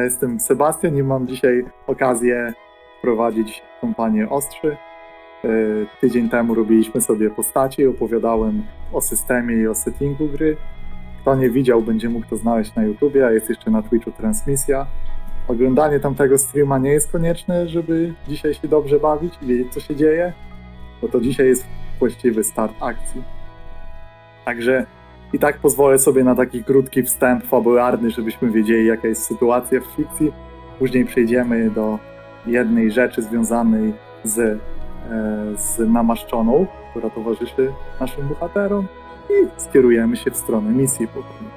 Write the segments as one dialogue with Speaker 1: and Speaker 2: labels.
Speaker 1: jestem Sebastian i mam dzisiaj okazję prowadzić kompanię Ostrzy. Tydzień temu robiliśmy sobie postaci, opowiadałem o systemie i o settingu gry. Kto nie widział, będzie mógł to znaleźć na YouTubie, a jest jeszcze na Twitchu transmisja. Oglądanie tamtego streama nie jest konieczne, żeby dzisiaj się dobrze bawić i wiedzieć, co się dzieje, bo to dzisiaj jest właściwy start akcji. Także i tak pozwolę sobie na taki krótki wstęp fabularny, żebyśmy wiedzieli, jaka jest sytuacja w fikcji. Później przejdziemy do jednej rzeczy związanej z namaszczoną, która towarzyszy naszym bohaterom, i skierujemy się w stronę misji powoli.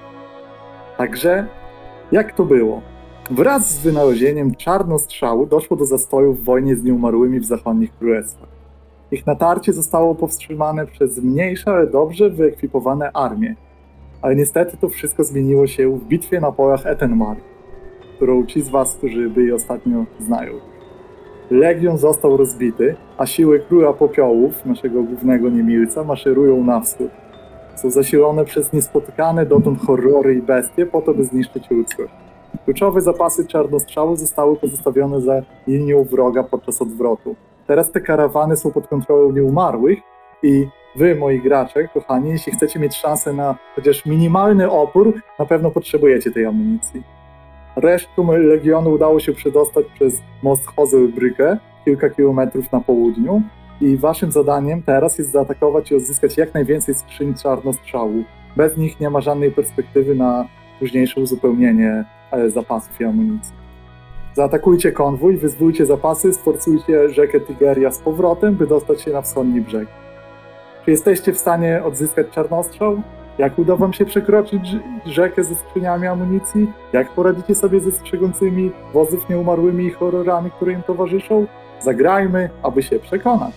Speaker 1: Także, jak to było? Wraz z wynalezieniem czarnostrzału doszło do zastojów w wojnie z nieumarłymi w zachodnich królestwach. Ich natarcie zostało powstrzymane przez mniejsze, ale dobrze wyekwipowane armie. Ale niestety to wszystko zmieniło się w bitwie na polach Etenmark, którą ci z was, którzy byli ostatnio, znają. Legion został rozbity, a siły Króla Popiołów, naszego głównego niemilca, maszerują na wschód. Są zasilone przez niespotykane dotąd horrory i bestie po to, by zniszczyć ludzkość. Kluczowe zapasy czarnostrzały zostały pozostawione za linią wroga podczas odwrotu. Teraz te karawany są pod kontrolą nieumarłych i wy, moi gracze, kochani, jeśli chcecie mieć szansę na chociaż minimalny opór, na pewno potrzebujecie tej amunicji. Resztkom Legionu udało się przedostać przez most Hoselbrücke, kilka kilometrów na południu, i waszym zadaniem teraz jest zaatakować i odzyskać jak najwięcej skrzyń czarnostrzału. Bez nich nie ma żadnej perspektywy na późniejsze uzupełnienie zapasów i amunicji. Zaatakujcie konwój, wyzwólcie zapasy, sforcujcie rzekę Tigeria z powrotem, by dostać się na wschodni brzeg. Czy jesteście w stanie odzyskać czarnostrzał? Jak uda wam się przekroczyć rzekę ze skrzyniami amunicji? Jak poradzicie sobie ze strzegącymi wozów nieumarłymi i horrorami, które im towarzyszą? Zagrajmy, aby się przekonać.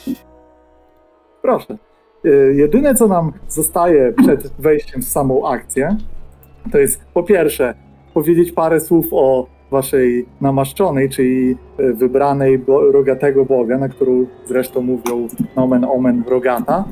Speaker 1: Proszę. Jedyne, co nam zostaje przed wejściem w samą akcję, to jest po pierwsze powiedzieć parę słów o waszej namaszczonej, czyli wybranej rogatego boga, na którą zresztą mówią nomen omen rogata.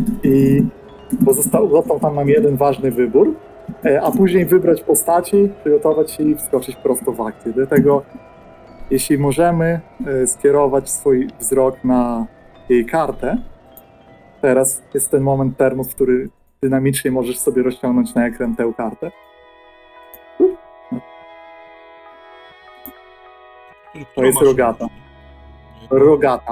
Speaker 1: Bo został tam nam jeden ważny wybór, a później wybrać postaci, przygotować się i wskoczyć prosto w akcję. Dlatego, jeśli możemy skierować swój wzrok na jej kartę, teraz jest ten moment termos, w który dynamicznie możesz sobie rozciągnąć na ekran tę kartę. To jest rogata. Rogata.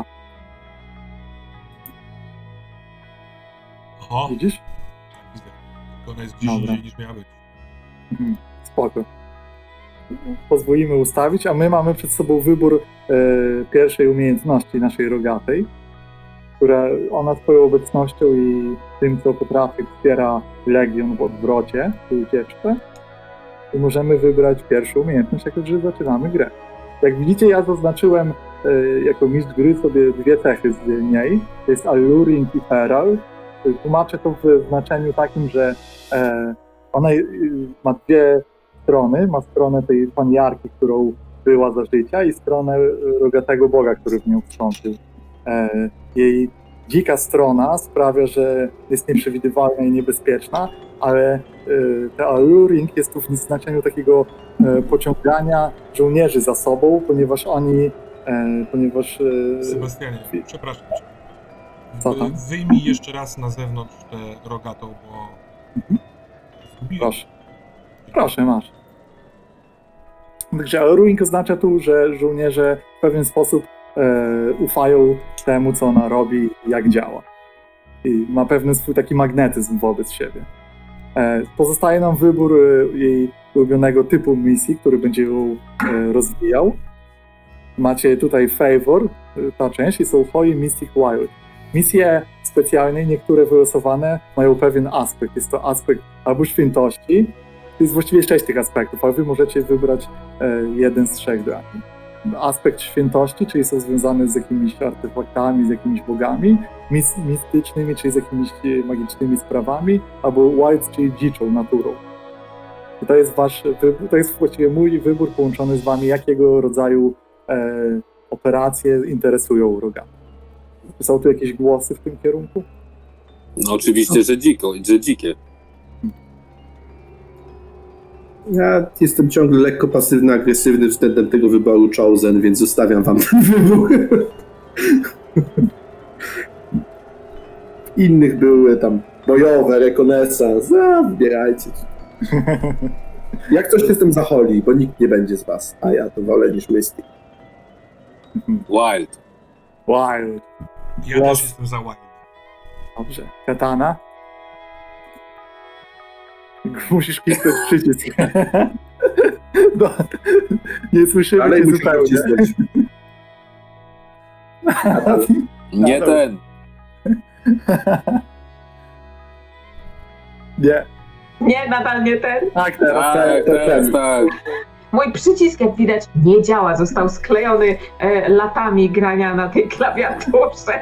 Speaker 2: Aha.
Speaker 1: Widzisz?
Speaker 2: Widzę. Ona jest gdzieś indziej niż miała być.
Speaker 1: Spoko. Pozwolimy ustawić, a my mamy przed sobą wybór pierwszej umiejętności naszej rogatej, która ona swoją obecnością i tym, co potrafi, wspiera Legion w odwrocie i ucieczce. I możemy wybrać pierwszą umiejętność, jako że zaczynamy grę. Jak widzicie, ja zaznaczyłem jako mistrz gry sobie dwie cechy z niej. To jest Alluring i Feral. Tłumaczę to w znaczeniu takim, że ona ma dwie strony. Ma stronę tej paniarki, którą była za życia, i stronę rogatego boga, który w nią wtrącił. Jej dzika strona sprawia, że jest nieprzewidywalna i niebezpieczna, ale ten Alluring jest tu w znaczeniu takiego pociągania żołnierzy za sobą, ponieważ oni...
Speaker 2: Sebastianie, przepraszam cię.
Speaker 1: Co tam?
Speaker 2: Wyjmij jeszcze raz na zewnątrz tę rogatą, bo...
Speaker 1: Proszę, masz. Także Alluring oznacza tu, że żołnierze w pewien sposób ufają temu, co ona robi, jak działa. I ma pewien swój taki magnetyzm wobec siebie. Pozostaje nam wybór jej ulubionego typu misji, który będzie ją rozwijał. Macie tutaj Favor, ta część, i są Holy Mystic Wild. Misje specjalne, niektóre wylosowane, mają pewien aspekt. Jest to aspekt albo świętości, to jest właściwie 6 tych aspektów, ale wy możecie wybrać jeden z 3 dla nich. Aspekt świętości, czyli są związane z jakimiś artefaktami, z jakimiś bogami, mistycznymi, czyli z jakimiś magicznymi sprawami, albo wild, czyli dziczą, naturą. I to jest wasz wybór, to jest właściwie mój wybór połączony z wami, jakiego rodzaju operacje interesują rogatę. Są tu jakieś głosy w tym kierunku?
Speaker 3: No oczywiście, że dzikie. Ja jestem ciągle lekko pasywno-agresywny względem tego wyboru Chosen, więc zostawiam wam ten wybór. Innych były tam bojowe, rekonesans. Wybierajcie. Jak coś jestem za Holly, bo nikt nie będzie z was, a ja to wolę niż Mystic.
Speaker 4: Wild.
Speaker 1: Wild.
Speaker 2: Ja też jestem za Wild.
Speaker 1: Dobrze. Katana? Musisz kliknąć przycisk. No, nie słyszymy
Speaker 3: Ale
Speaker 1: cię
Speaker 3: musisz
Speaker 1: zupełnie.
Speaker 3: nacisnąć.
Speaker 4: Nie
Speaker 1: Dobra.
Speaker 4: ten.
Speaker 1: Nie.
Speaker 5: Nie, nadal nie ten.
Speaker 1: Tak, teraz.
Speaker 4: Tak, teraz tak.
Speaker 5: Mój przycisk, jak widać, nie działa. Został sklejony latami grania na tej klawiaturze.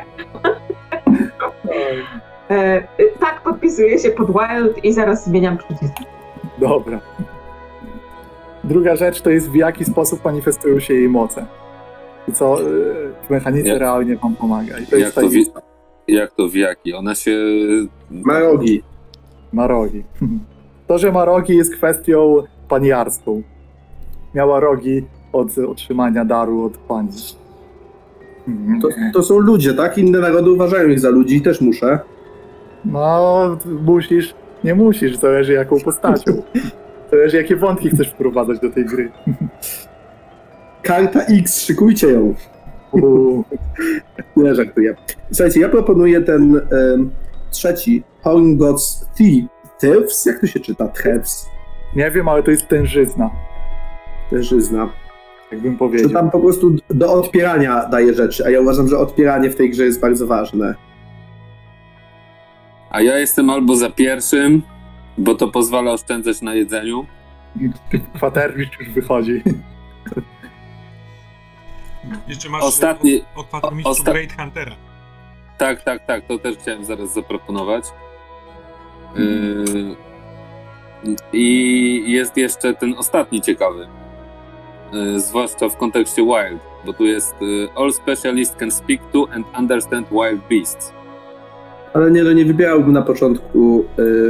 Speaker 5: Tak, podpisuję się pod Wild i zaraz zmieniam przycisk.
Speaker 1: Dobra. Druga rzecz to jest, w jaki sposób manifestują się jej moce. I co w mechanice
Speaker 4: Jak-
Speaker 1: realnie wam pomaga. I to
Speaker 4: Jak
Speaker 1: jest
Speaker 4: to, jak to w jaki? Ona się...
Speaker 3: Ma rogi.
Speaker 1: ma rogi. To, że ma rogi, jest kwestią paniarską. Miała rogi od otrzymania daru od pani.
Speaker 3: To są ludzie, tak? Inne narody uważają ich za ludzi i też muszę.
Speaker 1: No, musisz, nie musisz, zależy jaką postacią. Zależy jakie wątki chcesz wprowadzać do tej gry.
Speaker 3: Karta X, szykujcie ją. Nie, żartuję. Słuchajcie, ja proponuję ten trzeci, Horn Gods Thieves. Jak to się czyta? Thieves.
Speaker 1: Nie wiem, ale to jest tężyzna,
Speaker 3: Tężyzna.
Speaker 1: jakbym
Speaker 3: To
Speaker 1: powiedział.
Speaker 3: tam po prostu do odpierania daje rzeczy, a ja uważam, że odpieranie w tej grze jest bardzo ważne.
Speaker 4: A ja jestem albo za pierwszym, bo to pozwala oszczędzać na jedzeniu.
Speaker 1: Kwatermistrz już wychodzi.
Speaker 2: Jeszcze masz
Speaker 4: Ostatni-
Speaker 2: o kwatermistrzu Great Huntera.
Speaker 4: Tak, to też chciałem zaraz zaproponować. I jest jeszcze ten ostatni ciekawy. Zwłaszcza w kontekście Wild, bo tu jest all specialists can speak to and understand wild beasts.
Speaker 3: Ale nie wybierałbym na początku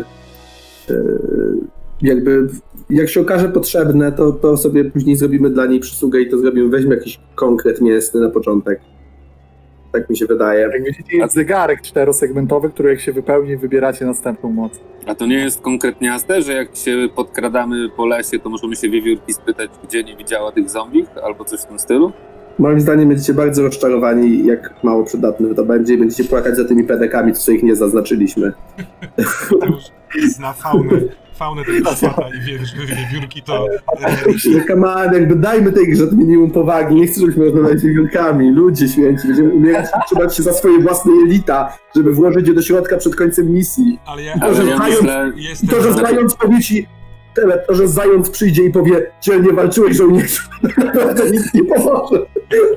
Speaker 3: jakby, jak się okaże potrzebne, to sobie później zrobimy dla niej przysługę i to zrobimy, weźmy jakiś konkret mięsny na początek. Tak mi się wydaje.
Speaker 1: Jak widzicie, jest zegarek 4-segmentowy, który jak się wypełni, wybieracie następną moc.
Speaker 4: A to nie jest konkretniaste, że jak się podkradamy po lesie, to możemy się wiewiórki spytać, gdzie nie widziała tych zombich, albo coś w tym stylu?
Speaker 3: Moim zdaniem będziecie bardzo rozczarowani, jak mało przydatne to będzie i będziecie płakać za tymi pedekami, co ich nie zaznaczyliśmy.
Speaker 2: To już zna faunę tego świata i wie, że wiewiórki to...
Speaker 3: Come on, jakby dajmy tej grze to minimum powagi, nie chcę, żebyśmy rozmawiali z wiewiórkami, ludzie święci, będziemy umierać i trzymać się za swoje własne jelita, żeby włożyć je do środka przed końcem misji.
Speaker 2: Ale ja,
Speaker 3: To, że
Speaker 4: Ale ja
Speaker 3: zając-
Speaker 4: myślę,
Speaker 3: I to, że zając powie ci, to, że zając przyjdzie i powie, dzielnie walczyłeś żołnierzu, naprawdę nic nie pomoże.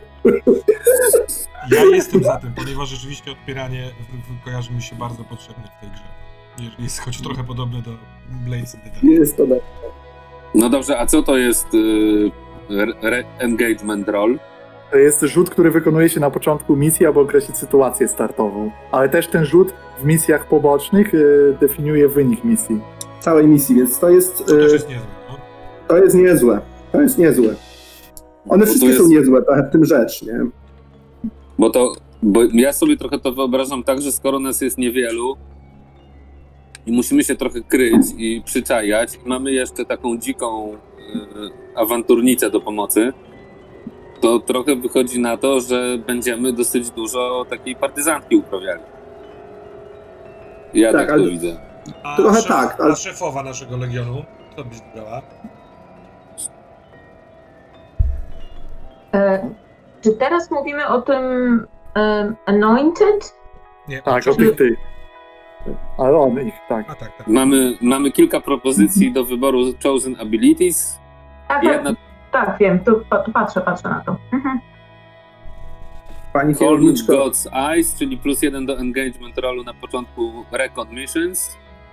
Speaker 2: ja jestem za tym, ponieważ rzeczywiście odpieranie kojarzy mi się bardzo potrzebne w tej grze. Jeżeli jest choć trochę podobne do Blades of the Dark.
Speaker 3: Nie jest to tak.
Speaker 4: no dobrze, a co to jest engagement roll?
Speaker 1: To jest rzut, który wykonuje się na początku misji, aby określić sytuację startową. Ale też ten rzut w misjach pobocznych definiuje wynik misji.
Speaker 3: Całej misji, więc to jest,
Speaker 2: To też jest niezłe, no.
Speaker 3: to jest niezłe. To jest niezłe. One
Speaker 4: Bo
Speaker 3: wszystkie
Speaker 4: to jest-
Speaker 3: są niezłe, trochę w tym rzecz, nie?
Speaker 4: Bo ja sobie trochę to wyobrażam tak, że skoro nas jest niewielu i musimy się trochę kryć i przyczajać, i mamy jeszcze taką dziką awanturnicę do pomocy, to trochę wychodzi na to, że będziemy dosyć dużo takiej partyzantki uprawiali. Ja
Speaker 3: Tak,
Speaker 4: tak to
Speaker 3: ale-
Speaker 4: widzę.
Speaker 2: A
Speaker 3: Trochę tak, ale-
Speaker 2: A szefowa naszego legionu, kto byś wybrała?
Speaker 5: Czy teraz mówimy o tym Anointed?
Speaker 2: Nie,
Speaker 1: Tak, o tych. Ale on ich, tak.
Speaker 2: A tak.
Speaker 4: Mamy kilka propozycji do wyboru Chosen Abilities.
Speaker 5: Tak,
Speaker 4: Jedna
Speaker 5: tak, wiem, tu patrzę na to. Mhm.
Speaker 3: Pani
Speaker 4: Horned
Speaker 3: kierowniczko,
Speaker 4: God's Eyes, czyli +1 do engagement rollu na początku Recon Missions.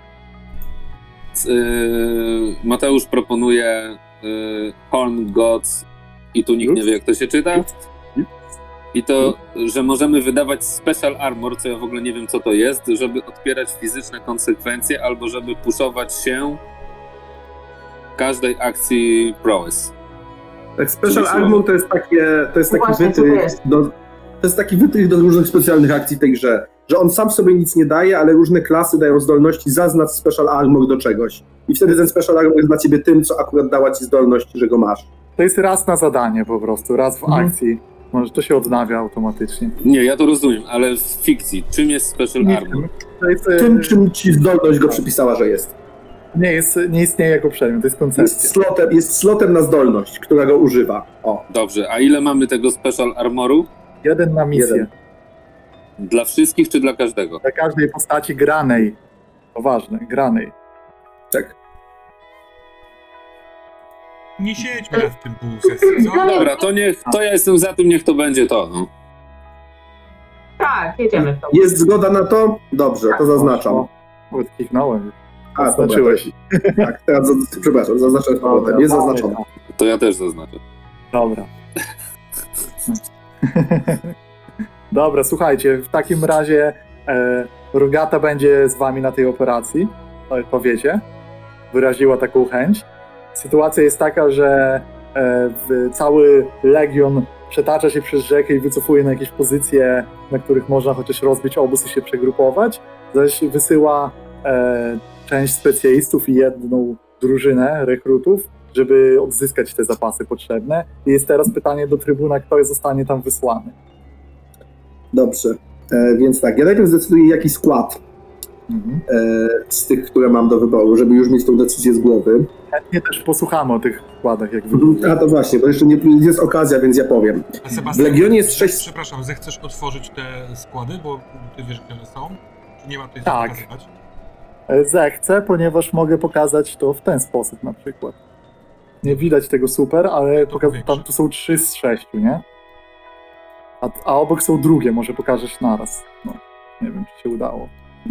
Speaker 4: Mateusz proponuje Horned Gods i tu nikt nie wie, jak to się czyta. I to, że możemy wydawać Special Armor, co ja w ogóle nie wiem, co to jest, żeby odpierać fizyczne konsekwencje albo żeby puszować się każdej akcji prowess.
Speaker 3: Tak, Special
Speaker 4: Czyli
Speaker 3: Armor to jest taki
Speaker 5: Właśnie, co to
Speaker 3: wytrych
Speaker 5: jest?
Speaker 3: to jest taki wytrych do różnych specjalnych akcji w tej grze, że on sam sobie nic nie daje, ale różne klasy dają zdolności, zaznacz Special Armor do czegoś. I wtedy ten Special Armor jest dla ciebie tym, co akurat dała ci zdolność, że go masz.
Speaker 1: To jest raz na zadanie po prostu, raz w
Speaker 3: Mhm.
Speaker 1: akcji. Może to się odnawia automatycznie.
Speaker 4: Nie, ja to rozumiem, ale w fikcji, czym jest Special
Speaker 1: Nie
Speaker 4: Armor?
Speaker 1: wiem. To jest,
Speaker 3: Tym, czym ci zdolność go przypisała, że jest.
Speaker 1: nie istnieje jako przedmiot, to jest koncepcja.
Speaker 3: Jest slotem na zdolność, która go używa. O.
Speaker 4: Dobrze, a ile mamy tego Special Armoru?
Speaker 1: Jeden na misję.
Speaker 3: Jeden.
Speaker 4: Dla wszystkich czy dla każdego?
Speaker 1: Dla każdej postaci granej. To ważne, granej.
Speaker 3: Tak.
Speaker 2: Nie siedźmy nad tym pół sesji, co?
Speaker 4: Dobra, to ja jestem za tym, niech to będzie to, no.
Speaker 5: Tak, jedziemy w to.
Speaker 3: Jest zgoda na to? Dobrze, to zaznaczam.
Speaker 1: Kliknąłem.
Speaker 3: A,
Speaker 1: Zaznaczyłeś.
Speaker 3: Tak, teraz przepraszam, zaznaczam z powrotem. Jest zaznaczone.
Speaker 4: To ja też zaznaczę.
Speaker 1: Dobra. Dobra, słuchajcie, w takim razie Rogata będzie z wami na tej operacji, to wiecie, wyraziła taką chęć. Sytuacja jest taka, że cały legion przetacza się przez rzekę i wycofuje na jakieś pozycje, na których można chociaż rozbić obóz i się przegrupować, zaś wysyła część specjalistów i jedną drużynę rekrutów, żeby odzyskać te zapasy potrzebne. I jest teraz pytanie do trybuna, kto zostanie tam wysłany.
Speaker 3: Dobrze, więc tak, ja najpierw zdecyduję jaki skład
Speaker 1: Mhm.
Speaker 3: z tych, które mam do wyboru, żeby już mieć tą decyzję z głowy.
Speaker 1: Chętnie też posłuchamy o tych składach, jak
Speaker 3: A
Speaker 1: wygląda.
Speaker 3: to właśnie, bo jeszcze nie jest okazja, więc ja powiem.
Speaker 2: A Sebastian,
Speaker 3: W Legionie jest 6...
Speaker 2: Przepraszam, zechcesz otworzyć te składy, bo ty wiesz, gdzie one są? Czy nie ma tutaj co
Speaker 1: Tak.
Speaker 2: pokazywać?
Speaker 1: Zechcę, ponieważ mogę pokazać to w ten sposób na przykład. Nie widać tego super, ale tam tu są 3 z 6, nie? A obok są drugie, może pokażesz naraz. No, nie wiem, czy się udało.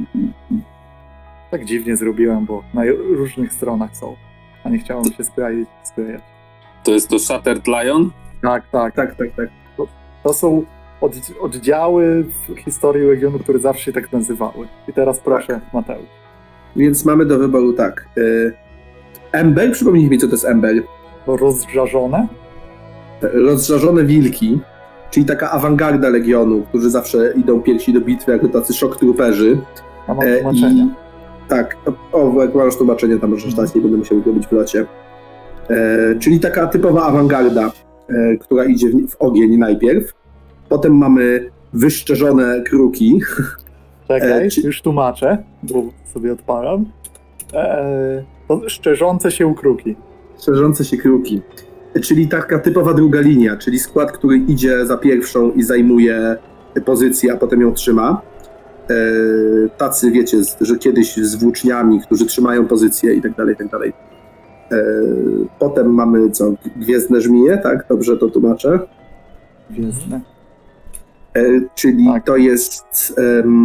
Speaker 1: Tak dziwnie zrobiłem, bo na różnych stronach są, a nie chciało mi się sklejać.
Speaker 4: To jest to Shattered Lion?
Speaker 1: Tak.
Speaker 3: Tak.
Speaker 1: To są oddziały w historii Legionu, które zawsze się tak nazywały. I teraz proszę, Mateusz.
Speaker 3: Więc mamy do wyboru tak. Ember, przypomnij mi, co to jest Ember.
Speaker 1: To rozżarzone?
Speaker 3: Rozżarzone wilki, czyli taka awangarda Legionu, którzy zawsze idą pierwsi do bitwy jako tacy shock trooperzy.
Speaker 1: Ja mam tłumaczenia.
Speaker 3: Tak, jak masz tłumaczenie, tam możesz dać, nie będę musiał go robić w locie. Czyli taka typowa awangarda, która idzie w ogień najpierw. Potem mamy wyszczerzone kruki.
Speaker 1: Czekaj, już tłumaczę, bo sobie odpalam. To szczerzące się kruki.
Speaker 3: Szerzące się kruki. Czyli taka typowa druga linia, czyli skład, który idzie za pierwszą i zajmuje pozycję, a potem ją trzyma. Tacy, wiecie, że kiedyś z włóczniami, którzy trzymają pozycję i tak dalej, i tak dalej. Potem mamy co? Gwiezdne żmije, tak? Dobrze to tłumaczę.
Speaker 1: Gwiezdne.
Speaker 3: Czyli
Speaker 1: Tak.
Speaker 3: to jest...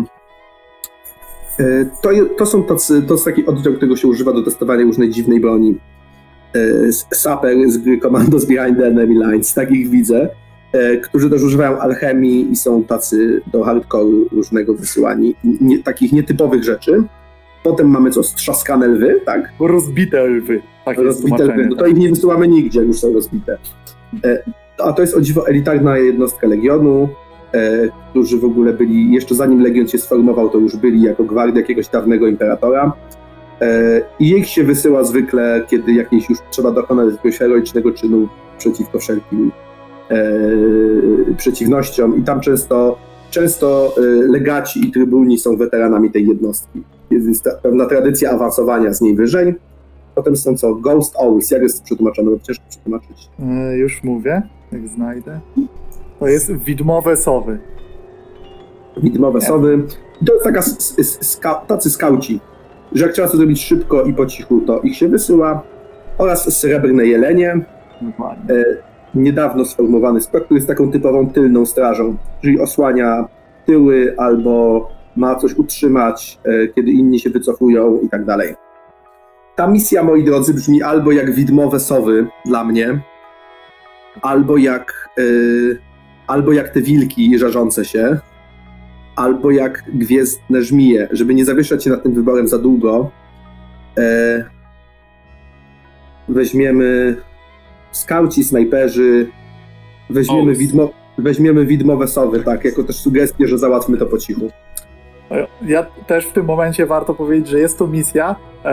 Speaker 3: To jest taki oddział, którego się używa do testowania różnej dziwnej broni. Saper z gry Commandos Behind the Enemy Lines, takich widzę, którzy też używają alchemii i są tacy do hardcore'u różnego wysyłani, takich nietypowych rzeczy. Potem mamy co? Strzaskane lwy, tak?
Speaker 1: Rozbite lwy. Tak jest
Speaker 3: Rozbite
Speaker 1: tłumaczenie.
Speaker 3: lwy, no to ich nie wysyłamy nigdzie, już są rozbite. A to jest o dziwo elitarna jednostka Legionu, którzy w ogóle byli, jeszcze zanim Legion się sformował, to już byli jako gwardia jakiegoś dawnego imperatora. I ich się wysyła zwykle, kiedy jakieś już trzeba dokonać jakiegoś heroicznego czynu przeciwko wszelkim przeciwnościom. I tam często legaci i trybuni są weteranami tej jednostki. Jest pewna tradycja awansowania z niej wyżej. Potem są co? Ghost Owls. Jak jest przetłumaczone? Bo ciężko przetłumaczyć.
Speaker 1: Już mówię, jak znajdę. To jest widmowe sowy.
Speaker 3: Widmowe sowy. I to jest tacy skauci, że jak trzeba to zrobić szybko i po cichu, to ich się wysyła. Oraz srebrne jelenie.
Speaker 1: Normalnie.
Speaker 3: Niedawno sformowany skład, który jest taką typową tylną strażą, czyli osłania tyły albo ma coś utrzymać, kiedy inni się wycofują i tak dalej. Ta misja, moi drodzy, brzmi albo jak widmowe sowy dla mnie, albo jak te wilki żarzące się, albo jak gwiezdne żmije. Żeby nie zawieszać się nad tym wyborem za długo, weźmiemy skauci, snajperzy, weźmiemy widmowe sowy, tak, jako też sugestię, że załatwmy to po cichu.
Speaker 1: Ja też w tym momencie warto powiedzieć, że jest to misja.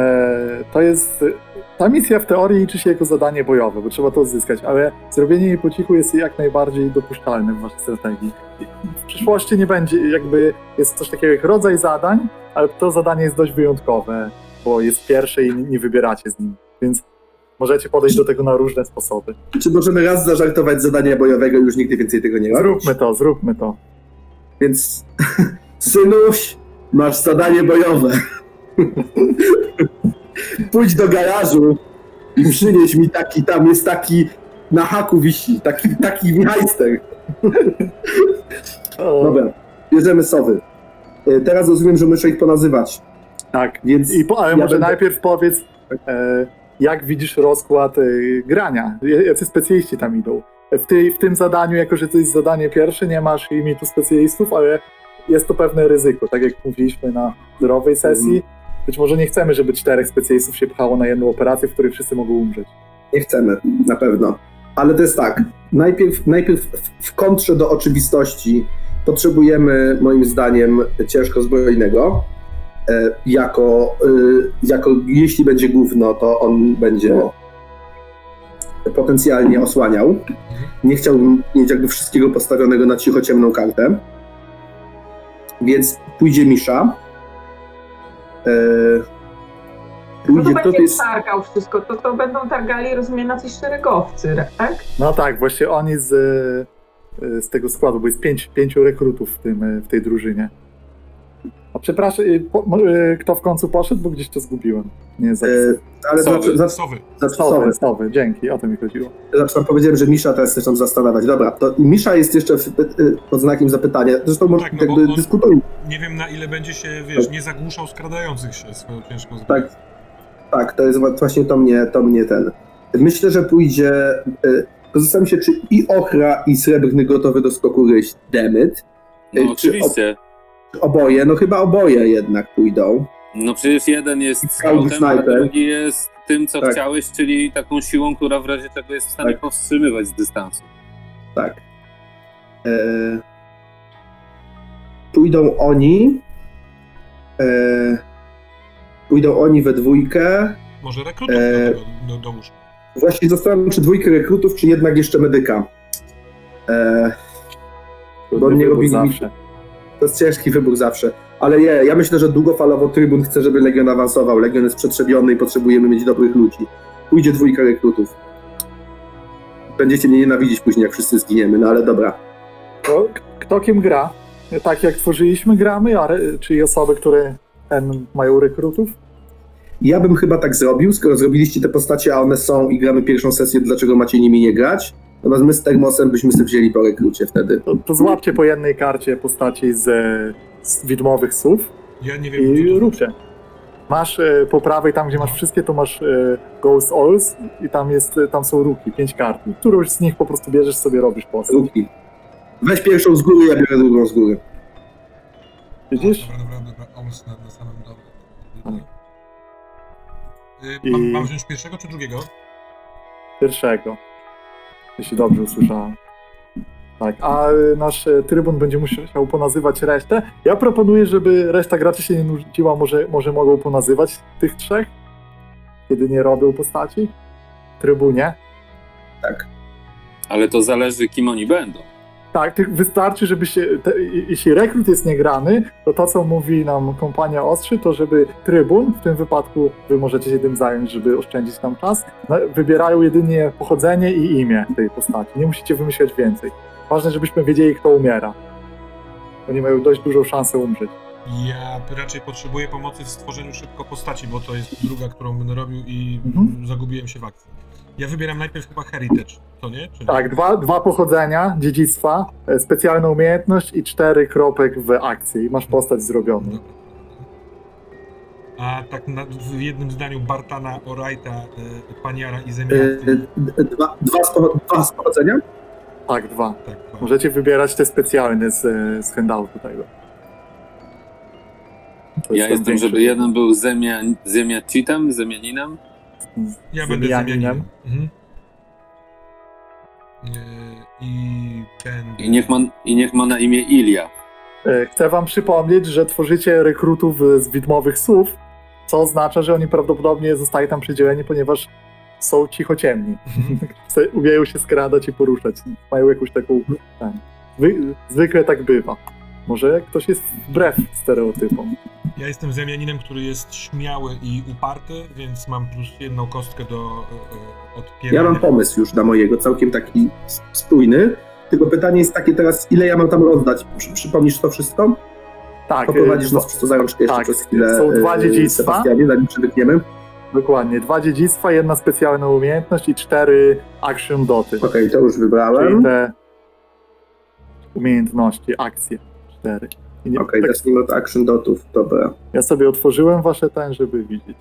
Speaker 1: Ta misja w teorii liczy się jako zadanie bojowe, bo trzeba to odzyskać, ale zrobienie jej po cichu jest jak najbardziej dopuszczalne w waszej strategii. W przyszłości nie będzie, jest coś takiego jak rodzaj zadań, ale to zadanie jest dość wyjątkowe, bo jest pierwsze i nie wybieracie z nim, więc możecie podejść do tego na różne sposoby.
Speaker 3: Czy możemy raz zażartować z zadania bojowego i już nigdy więcej tego nie robić?
Speaker 1: Zróbmy to.
Speaker 3: Więc, synuś, masz zadanie bojowe. Pójdź do garażu i przynieś mi tam jest taki, na haku wisi, taki hajster. Dobra, bierzemy sowy. Teraz rozumiem, że muszę ich ponazywać.
Speaker 1: Tak,
Speaker 3: więc
Speaker 1: ale może najpierw powiedz, jak widzisz rozkład grania, jacy specjaliści tam idą. W tym zadaniu, jako że to jest zadanie pierwsze, nie masz limitu specjalistów, ale jest to pewne ryzyko, tak jak mówiliśmy na zdrowej sesji. Być może nie chcemy, żeby 4 specjalistów się pchało na jedną operację, w której wszyscy mogą umrzeć.
Speaker 3: Nie chcemy, na pewno. Ale to jest tak, najpierw w kontrze do oczywistości potrzebujemy, moim zdaniem, ciężko zbrojnego. Jako jeśli będzie gówno, to on będzie potencjalnie osłaniał. Nie chciałbym mieć jakby wszystkiego postawionego na cicho ciemną kartę. Więc pójdzie Misza.
Speaker 5: Pójdzie, to będzie targał wszystko, to będą targali, rozumiem, jacyś szeregowcy, tak?
Speaker 1: No tak, właśnie oni z tego składu, bo jest 5 rekrutów w tej drużynie. A przepraszam, kto w końcu poszedł, bo gdzieś to zgubiłem. Nie,
Speaker 3: ale
Speaker 1: Sowy, dzięki, o to mi chodziło.
Speaker 3: Powiedziałem, że Misza teraz chcesz nam zastanawiać. Dobra, to Misza jest jeszcze pod znakiem zapytania. Zresztą może
Speaker 2: tak,
Speaker 3: jakby dyskutujmy.
Speaker 2: Nie wiem, na ile będzie się, nie zagłuszał skradających się swoją ciężką zbroją.
Speaker 3: Tak, to jest właśnie to mnie ten. Myślę, że pójdzie. Zastanawiam się, czy i Ochra, i Srebrny gotowy do skoku ryś. Dammit.
Speaker 4: No oczywiście.
Speaker 3: Oboje, no chyba oboje jednak pójdą.
Speaker 4: No przecież jeden jest scoutem, a drugi jest tym, co chciałeś, czyli taką siłą, która w razie czego jest w stanie powstrzymywać z dystansu.
Speaker 3: Tak. Pójdą oni we dwójkę.
Speaker 2: Może rekrutów dołóż.
Speaker 3: Właśnie zastanawiam się, czy 2 rekrutów, czy jednak jeszcze medyka. Bo nie robili zawsze. To jest ciężki wybór zawsze. Ale ja myślę, że długofalowo Trybun chce, żeby Legion awansował. Legion jest przetrzebiony i potrzebujemy mieć dobrych ludzi. Pójdzie 2 rekrutów. Będziecie mnie nienawidzić później, jak wszyscy zginiemy, no ale dobra.
Speaker 1: Kto kim gra? Tak jak tworzyliśmy, gramy, czy osoby, które mają rekrutów?
Speaker 3: Ja bym chyba tak zrobił, skoro zrobiliście te postacie, a one są i gramy pierwszą sesję, dlaczego macie nimi nie grać? Natomiast my z Termosem byśmy sobie wzięli po rekrucie wtedy.
Speaker 1: To złapcie po jednej karcie postaci z widmowych słów i róbcie. Masz po prawej, tam gdzie masz wszystkie, to masz Ghost Alls i tam są ruki, 5 kart. Którąś z nich po prostu bierzesz sobie, robisz postać.
Speaker 3: Ruki. Weź pierwszą z góry, ja biorę drugą z góry.
Speaker 1: Widzisz?
Speaker 2: Dobra. Alls na samym dole. Mam wziąć pierwszego czy drugiego?
Speaker 1: Pierwszego. Jeśli dobrze usłyszałem. Tak, a nasz Trybun będzie musiał ponazywać resztę. Ja proponuję, żeby reszta graczy się nie nudziła, może mogą ponazywać tych 3, kiedy nie robią postaci. Trybunie.
Speaker 3: Tak.
Speaker 4: Ale to zależy, kim oni będą.
Speaker 1: Tak, wystarczy, żeby jeśli rekrut jest niegrany, to co mówi nam kompania Ostrzy, to żeby Trybun, w tym wypadku wy możecie się tym zająć, żeby oszczędzić tam czas, wybierają jedynie pochodzenie i imię tej postaci. Nie musicie wymyślać więcej. Ważne, żebyśmy wiedzieli, kto umiera. Oni mają dość dużą szansę umrzeć.
Speaker 2: Ja raczej potrzebuję pomocy w stworzeniu szybko postaci, bo to jest druga, którą będę robił i zagubiłem się w akcji. Ja wybieram najpierw chyba Heritage, to nie? Czy
Speaker 1: tak, dwa pochodzenia, dziedzictwa, specjalna umiejętność i 4 kropek w akcji. I masz postać zrobioną.
Speaker 2: Dobra. A tak w jednym zdaniu Bartana, Orajta, Paniara i Zemiaty.
Speaker 3: Dwa z pochodzenia?
Speaker 1: Tak, 2. Możecie wybierać te specjalne z handoutu tego.
Speaker 4: Ja jestem, żeby jeden był Zemiacitem, Zemianinem.
Speaker 2: Ja będę
Speaker 1: Zemianinem.
Speaker 2: Zemianinem. I będę...
Speaker 4: I niech ma na imię Ilia.
Speaker 1: Chcę wam przypomnieć, że tworzycie rekrutów z widmowych słów, co oznacza, że oni prawdopodobnie zostali tam przydzieleni, ponieważ są cichociemni. Umieją się skradać i poruszać. Mają jakąś taką... Zwykle tak bywa. Może ktoś jest wbrew stereotypom.
Speaker 2: Ja jestem Zemianinem, który jest śmiały i uparty, więc mam plus 1 kostkę do odpierania.
Speaker 3: Ja mam pomysł już na mojego, całkiem taki spójny. Tylko pytanie jest takie teraz, ile ja mam tam rozdać? Przypomnisz to wszystko?
Speaker 1: Tak.
Speaker 3: Poprowadzisz nas przez to za rączkę jeszcze
Speaker 1: tak,
Speaker 3: przez chwilę.
Speaker 1: są 2 dziedzictwa.
Speaker 3: Sebastianie, zanim przywykniemy.
Speaker 1: Dokładnie. 2 dziedzictwa, 1 specjalna umiejętność i 4 action doty.
Speaker 3: Okej, to już
Speaker 1: Czyli
Speaker 3: wybrałem.
Speaker 1: te umiejętności, akcje. 4.
Speaker 3: Okej, zacznijmy od action dotów, dobra.
Speaker 1: Ja sobie otworzyłem wasze żeby widzieć.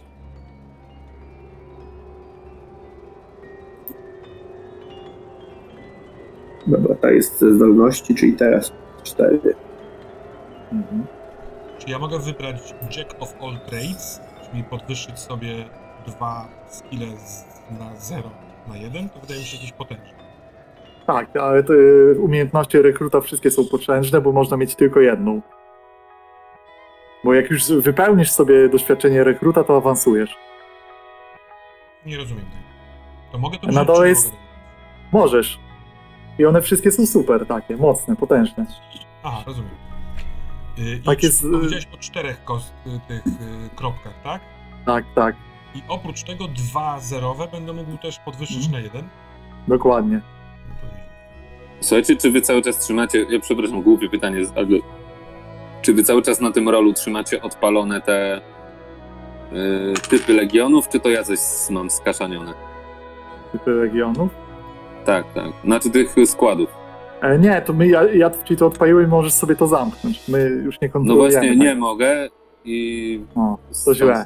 Speaker 3: Dobra, ta jest ze zdolności, czyli teraz 4.
Speaker 1: Mhm.
Speaker 2: Czy ja mogę wybrać Jack of all trades, czyli podwyższyć sobie 2 skille na 0 na 1? To wydaje mi się jakieś potężne.
Speaker 1: Tak, ale te umiejętności rekruta wszystkie są potężne, bo można mieć tylko jedną. Bo jak już wypełnisz sobie doświadczenie rekruta, to awansujesz.
Speaker 2: Nie rozumiem tego. To mogę to
Speaker 1: Na
Speaker 2: wziąć,
Speaker 1: dole
Speaker 2: czy
Speaker 1: jest-
Speaker 2: mogę tego?
Speaker 1: Możesz. I one wszystkie są super takie, mocne, potężne.
Speaker 2: Aha, rozumiem.
Speaker 1: Tak
Speaker 2: I
Speaker 1: jest,
Speaker 2: powiedziałeś o 4 tych kropkach, tak?
Speaker 1: Tak,
Speaker 2: I oprócz tego 2 zerowe będę mógł też podwyższyć na 1.
Speaker 1: dokładnie.
Speaker 2: No to nieźle.
Speaker 4: Słuchajcie, czy wy cały czas trzymacie, ja przepraszam, głupie pytanie, ale czy wy cały czas na tym rolu trzymacie odpalone te typy legionów, czy to ja coś mam skaszanione?
Speaker 1: Typy regionów.
Speaker 4: Tak. Znaczy tych składów.
Speaker 1: Nie, to ja ci to odpaliłem i możesz sobie to zamknąć. My już nie
Speaker 4: No
Speaker 1: kontrolujemy.
Speaker 4: właśnie, nie
Speaker 1: tak.
Speaker 4: mogę i...
Speaker 1: O, to źle.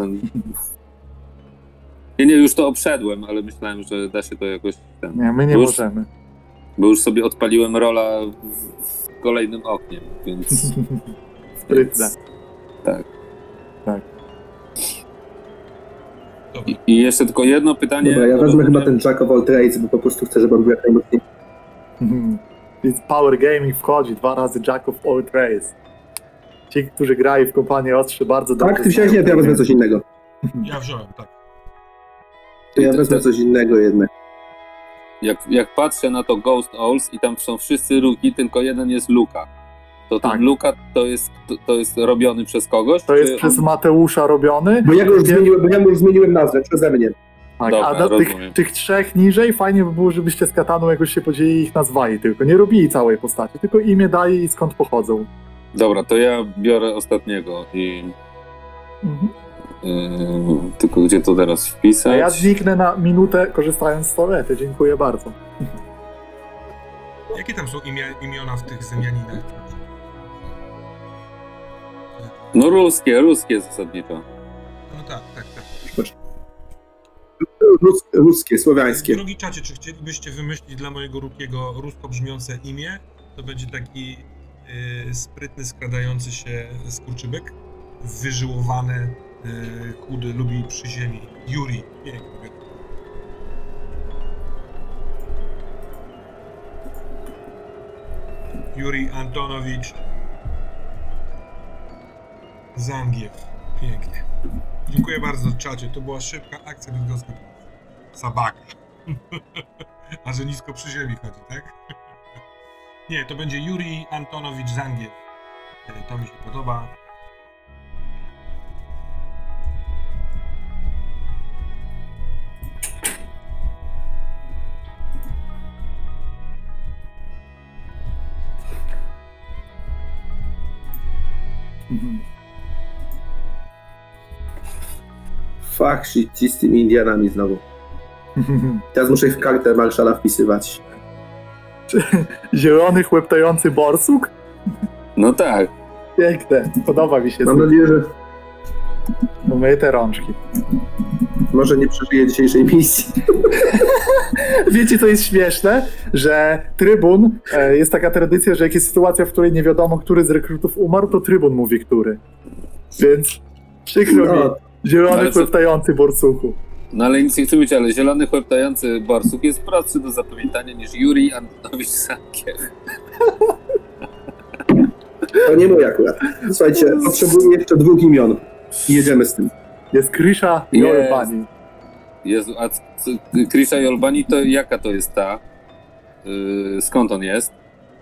Speaker 4: Nie, już to obszedłem, ale myślałem, że da się to jakoś...
Speaker 1: Nie, my nie
Speaker 4: Bo już-
Speaker 1: możemy.
Speaker 4: Bo już sobie odpaliłem rola w kolejnym oknie, więc...
Speaker 1: Sprytne.
Speaker 4: Tak.
Speaker 1: Tak.
Speaker 2: Dobra.
Speaker 4: I jeszcze tylko jedno pytanie.
Speaker 3: Dobra, ja wezmę chyba ten Jack of all trades, bo po prostu chcę, żeby on był jak najmocniej.
Speaker 1: It's Power Gaming wchodzi 2 razy Jack of all trades. Ci, którzy grają w kompanię ostrze, bardzo dobrze
Speaker 3: Tak, ty wziąłeś?
Speaker 1: znają
Speaker 3: Nie, to ja
Speaker 1: ten
Speaker 3: wezmę
Speaker 1: game.
Speaker 3: coś innego.
Speaker 2: Ja wziąłem, tak.
Speaker 3: To ja wezmę coś innego jednak.
Speaker 4: Jak patrzę na to Ghost Owls i tam są wszyscy Luki, tylko jeden jest Luka. To ten
Speaker 1: Tak.
Speaker 4: Luka to jest robiony przez kogoś?
Speaker 1: To jest
Speaker 4: czy
Speaker 1: przez
Speaker 4: on-
Speaker 1: Mateusza robiony.
Speaker 3: Bo ja go już zmieniłem nazwę, przeze mnie.
Speaker 1: Tak,
Speaker 4: Dobra,
Speaker 1: a na
Speaker 4: rozumiem.
Speaker 1: tych 3 niżej fajnie by było, żebyście z Kataną jakoś się podzielili ich nazwali tylko. Nie robili całej postaci, tylko imię dali i skąd pochodzą.
Speaker 4: Dobra, to ja biorę ostatniego i...
Speaker 1: Mhm.
Speaker 4: Tylko gdzie to teraz
Speaker 1: A
Speaker 4: wpisać?
Speaker 1: ja zniknę na minutę korzystając z toalety. Dziękuję bardzo.
Speaker 2: Jakie tam są imiona w tych zemianinach?
Speaker 4: No ruskie zasadniczo.
Speaker 2: No tak.
Speaker 3: Ruskie, słowiańskie.
Speaker 2: Drogi czacie, czy chcielibyście wymyślić dla mojego Rukiego rusko brzmiące imię? To będzie taki sprytny, skradający się skurczybyk, wyżyłowany, chudy, lubi przy ziemi. Yuri. Pięknie. Yuri Antonowicz Zangiew. Pięknie. Dziękuję bardzo, czacie. To była szybka akcja bydgoska. Sabaka. A że nisko przy ziemi chodzi, tak? Nie, to będzie Yuri Antonowicz Zangiew. To mi się podoba.
Speaker 1: Mhm.
Speaker 3: Fuck shit, ci z tymi Indianami znowu. Teraz muszę ich w kartę Marszala wpisywać.
Speaker 1: Zielony, chłeptający borsuk?
Speaker 4: No tak.
Speaker 1: Piękne, podoba mi się.
Speaker 3: Mam nadzieję, że
Speaker 1: Myję te rączki.
Speaker 3: może nie przeżyję dzisiejszej misji.
Speaker 1: Wiecie, co jest śmieszne? Że trybun, jest taka tradycja, że jak jest sytuacja, w której nie wiadomo, który z rekrutów umarł, to trybun mówi, który. Więc przykro mi.
Speaker 3: No,
Speaker 1: Zielony,
Speaker 4: ale co-
Speaker 1: chłeptający borsuchu.
Speaker 4: No ale nic nie chcę być, ale zielony chłeptający borsuk jest prostszy do zapamiętania niż Juri Antonowicz Sankiew.
Speaker 3: To nie mój akurat. Słuchajcie, potrzebuję jeszcze 2 imion. I jedziemy z tym.
Speaker 1: Jest Krisha i
Speaker 4: Jest.
Speaker 1: Olbani.
Speaker 4: Jezu, a Krisha i Olbani to jaka to jest ta? Skąd on jest?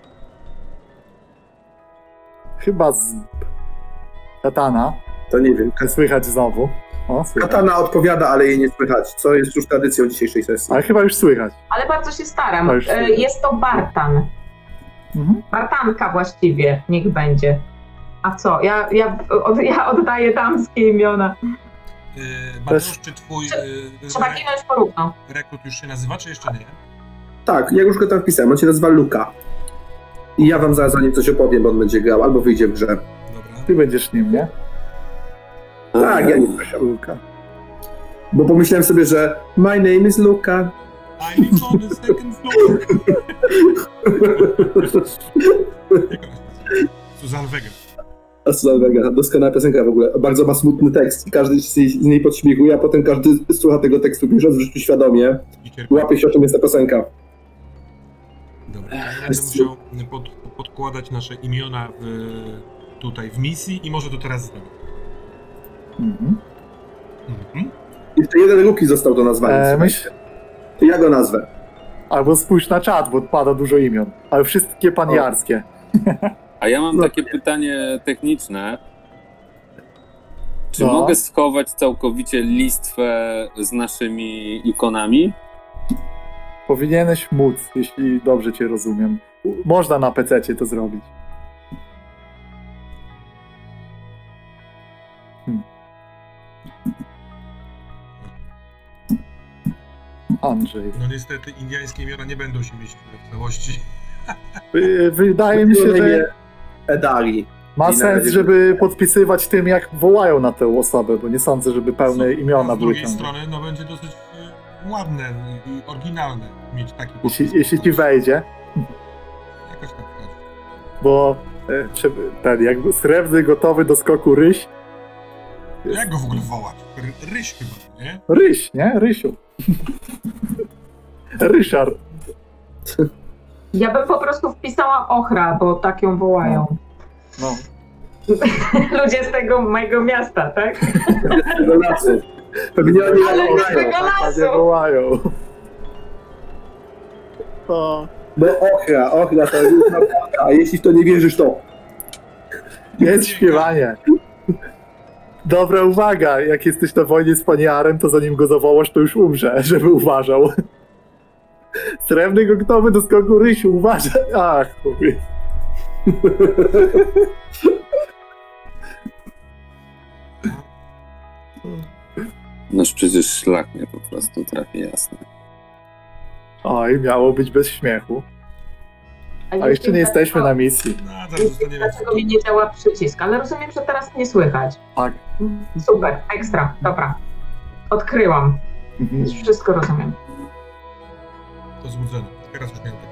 Speaker 1: Chyba z Katana.
Speaker 3: To nie wiem.
Speaker 1: Słychać znowu. O, słychać.
Speaker 3: Katana odpowiada, ale jej nie słychać, co jest już tradycją dzisiejszej sesji.
Speaker 1: Ale chyba już słychać.
Speaker 5: Ale bardzo się staram.
Speaker 1: To już słychać.
Speaker 5: Jest to Bartan.
Speaker 1: Mhm.
Speaker 5: Bartanka właściwie, niech będzie. A co? Ja oddaję damskie imiona.
Speaker 2: Bartosz, czy twój
Speaker 5: Trzeba ginąć porówno.
Speaker 2: rekrut już się nazywa, czy jeszcze nie?
Speaker 3: Tak, ja już go tam wpisałem. On się nazywa Luka. I ja wam zaraz o nim coś opowiem, bo on będzie grał, albo wyjdzie w grze.
Speaker 2: Dobra.
Speaker 1: Ty będziesz nim, nie?
Speaker 3: Tak, ja nie proszę.
Speaker 1: Luka.
Speaker 3: Bo pomyślałem sobie, że my name is Luka.
Speaker 2: I live on the second floor. Susan Vega.
Speaker 3: A Susan Vega, doskonała piosenka w ogóle. Bardzo ma smutny tekst i każdy się z niej podśmiechuje, a potem każdy słucha tego tekstu pisząc w życiu świadomie.
Speaker 2: I cierpi.
Speaker 3: Łapie się, o czym jest ta piosenka.
Speaker 2: Dobra, ja będę musiał podkładać nasze imiona tutaj w misji i może to teraz zrobię.
Speaker 1: Mhm.
Speaker 2: Mhm.
Speaker 3: Jeszcze jeden Luki został do nazwania.
Speaker 1: Myśl,
Speaker 3: To ja go nazwę.
Speaker 1: albo spójrz na czat, bo pada dużo imion. Ale wszystkie paniarskie.
Speaker 4: A ja mam
Speaker 3: No.
Speaker 4: takie pytanie techniczne. Czy
Speaker 1: No.
Speaker 4: mogę schować całkowicie listwę z naszymi ikonami?
Speaker 1: Powinieneś móc, jeśli dobrze cię rozumiem. Można na PC-cie to zrobić. Andrzej.
Speaker 2: No niestety indiańskie imiona nie będą się mieścić w całości.
Speaker 1: Wydaje mi się, że
Speaker 3: Edari.
Speaker 1: ma
Speaker 3: I
Speaker 1: sens,
Speaker 3: nawet-
Speaker 1: żeby podpisywać tym, jak wołają na tę osobę, bo nie sądzę, żeby pełne imiona
Speaker 2: Z
Speaker 1: były
Speaker 2: drugiej
Speaker 1: tam.
Speaker 2: strony no będzie dosyć ładne i oryginalne mieć taki
Speaker 1: Jeśli ci wejdzie,
Speaker 2: Jakoś tak wchodzi.
Speaker 1: bo ten jakby srebrny gotowy do skoku Ryś.
Speaker 2: Jak go w ogóle wołać? Ryś chyba, nie?
Speaker 1: Ryś, nie? Rysiu. Ryszard.
Speaker 5: Ja bym po prostu wpisała Ochra, bo tak ją wołają.
Speaker 1: No.
Speaker 5: Ludzie z tego mojego miasta, tak?
Speaker 3: Do lasu. Pewnie oni
Speaker 5: Ale
Speaker 3: wołają.
Speaker 5: z tego
Speaker 1: Tak
Speaker 5: lasu!
Speaker 1: nie wołają. To
Speaker 3: Bo ochra to jest naprawdę, a jeśli w to nie wierzysz, to
Speaker 1: jest śpiewanie. Dobra uwaga, jak jesteś na wojnie z paniarem, to zanim go zawołasz, to już umrze, żeby uważał. Srebrny gotowy do skoku Rysiu, uważaj. Ach, chłopie.
Speaker 4: Noż przecież szlak mnie po prostu trafi, jasne.
Speaker 1: Oj, miało być bez śmiechu. A jeszcze nie jesteśmy na misji.
Speaker 2: No, zaraz zostaniemy.
Speaker 5: Dlaczego mi nie działa przycisk? Ale rozumiem, że teraz nie słychać.
Speaker 1: Tak.
Speaker 5: Super, ekstra, dobra. Odkryłam.
Speaker 1: Mhm.
Speaker 5: Już wszystko rozumiem.
Speaker 2: To złudzone. Teraz już nie wiem.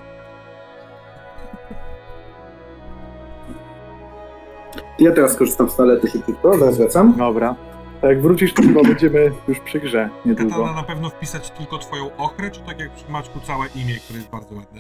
Speaker 3: ja teraz skorzystam z toalety szybciutko, zaraz wracam.
Speaker 1: Dobra. To jak wrócisz, to chyba będziemy już przy grze niedługo.
Speaker 2: Katana na pewno wpisać tylko twoją ochrę, czy tak jak przy Maćku całe imię, które jest bardzo ładne?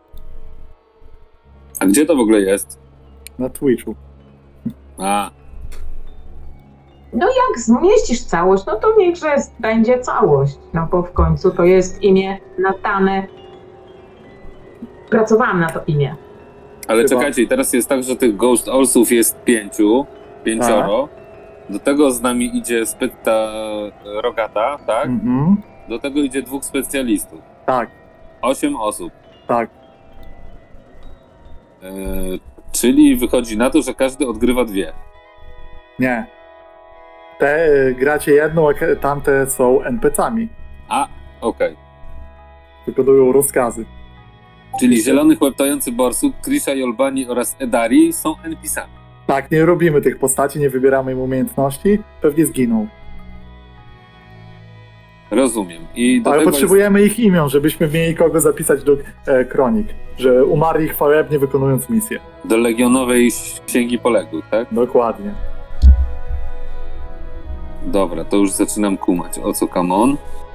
Speaker 4: A gdzie to w ogóle jest?
Speaker 1: Na Twitchu.
Speaker 4: A,
Speaker 5: No jak zmieścisz całość, no to niechże będzie całość. No bo w końcu to jest imię Natane. Pracowałam na to imię.
Speaker 4: ale
Speaker 1: Chyba.
Speaker 4: czekajcie, i teraz jest tak, że tych Ghost Allsów jest 5, 5. Do tego z nami idzie spyta Rogata, tak?
Speaker 1: Mhm.
Speaker 4: Do tego idzie 2 specjalistów.
Speaker 1: Tak,
Speaker 4: 8 osób.
Speaker 1: tak.
Speaker 4: Czyli wychodzi na to, że każdy odgrywa 2.
Speaker 1: Nie. Te gracie jedną, a tamte są NPC-ami.
Speaker 4: A, okej.
Speaker 1: Wykonują rozkazy.
Speaker 4: Czyli zielony chłeptający borsuk, Krisha Jolbani oraz Edari są NPC-ami.
Speaker 1: Tak, nie robimy tych postaci, nie wybieramy im umiejętności. Pewnie zginą.
Speaker 4: Rozumiem. I do
Speaker 1: Ale
Speaker 4: tego
Speaker 1: potrzebujemy ich imion, żebyśmy mieli kogo zapisać do kronik. Że umarli chwalebnie wykonując misję.
Speaker 4: jest do Legionowej Księgi Poległych, tak?
Speaker 1: Dokładnie.
Speaker 4: Dobra, to już zaczynam kumać. O co Kamon?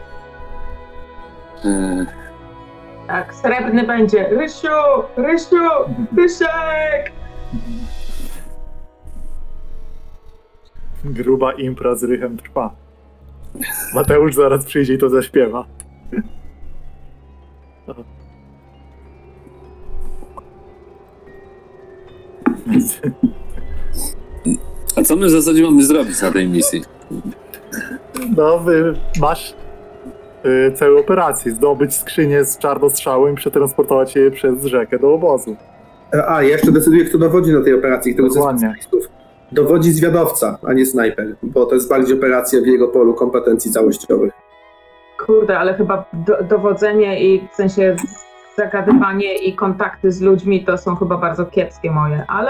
Speaker 5: Tak, srebrny będzie. Rysiu, Rysiek!
Speaker 1: Gruba impra z Rychem trwa. Mateusz zaraz przyjdzie i to zaśpiewa.
Speaker 4: A co my w zasadzie mamy zrobić na tej misji?
Speaker 1: No, masz całą operację. Zdobyć skrzynię z czarnostrzałem i przetransportować je przez rzekę do obozu.
Speaker 3: A, jeszcze decyduję, kto dowodzi na tej operacji, kto ze
Speaker 1: Dokładnie.
Speaker 3: specjalistów. Dowodzi zwiadowca, a nie snajper, bo to jest bardziej operacja w jego polu kompetencji całościowych.
Speaker 5: Kurde, ale chyba dowodzenie i w sensie zagadywanie i kontakty z ludźmi to są chyba bardzo kiepskie moje, ale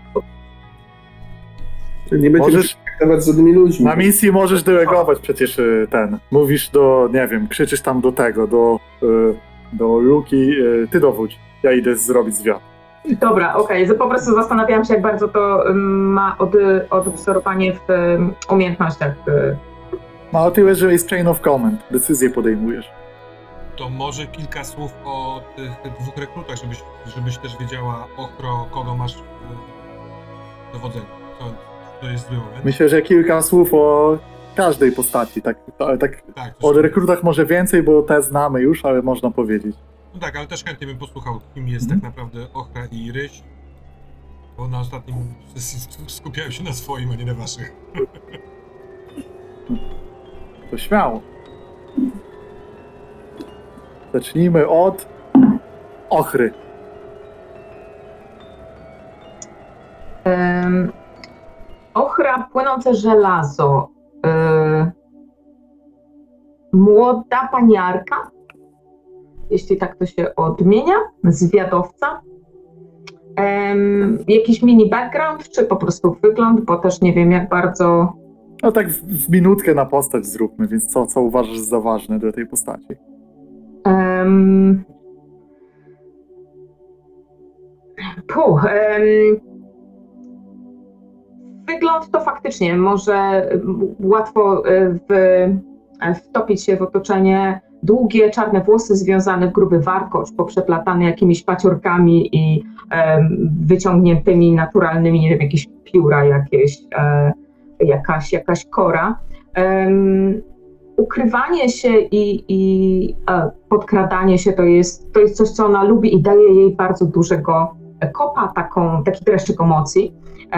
Speaker 3: Nie będziemy
Speaker 1: Możesz-
Speaker 3: się kontaktować z żadnymi ludźmi.
Speaker 1: Na misji możesz delegować przecież mówisz nie wiem, krzyczysz tam do tego, do Luki, ty dowódź, ja idę zrobić zwiat.
Speaker 5: dobra, okej. Po prostu zastanawiałam się, jak bardzo to ma odwzorowanie w umiejętnościach.
Speaker 1: No, a ty że jest chain of command, decyzję podejmujesz.
Speaker 2: To może kilka słów o tych dwóch rekrutach, żebyś też wiedziała, Ochro, kogo masz w dowodzeniu. To jest zły moment.
Speaker 1: Myślę, że kilka słów o każdej postaci, tak
Speaker 2: Tak,
Speaker 1: o
Speaker 2: też-
Speaker 1: rekrutach może więcej, bo te znamy już, ale można powiedzieć.
Speaker 2: No tak, ale też chętnie bym posłuchał, kim jest tak naprawdę Ochra i Ryś. Bo na ostatnim sesji skupiałem się na swoim, a nie na waszych.
Speaker 1: To śmiało. Zacznijmy od Ochry.
Speaker 5: Ochra, płynące żelazo. Młoda paniarka, jeśli tak to się odmienia, zwiadowca. Jakiś mini background, czy po prostu wygląd, bo też nie wiem, jak bardzo.
Speaker 1: No tak w minutkę na postać zróbmy, więc co uważasz za ważne dla tej postaci?
Speaker 5: Wygląd to faktycznie może łatwo wtopić się w otoczenie. Długie, czarne włosy związane w gruby warkocz, poprzeplatane jakimiś paciorkami i wyciągniętymi naturalnymi, nie wiem, jakieś pióra, jakaś kora. Ukrywanie się i podkradanie się to jest coś, co ona lubi i daje jej bardzo dużego kopa, taki dreszczyk emocji.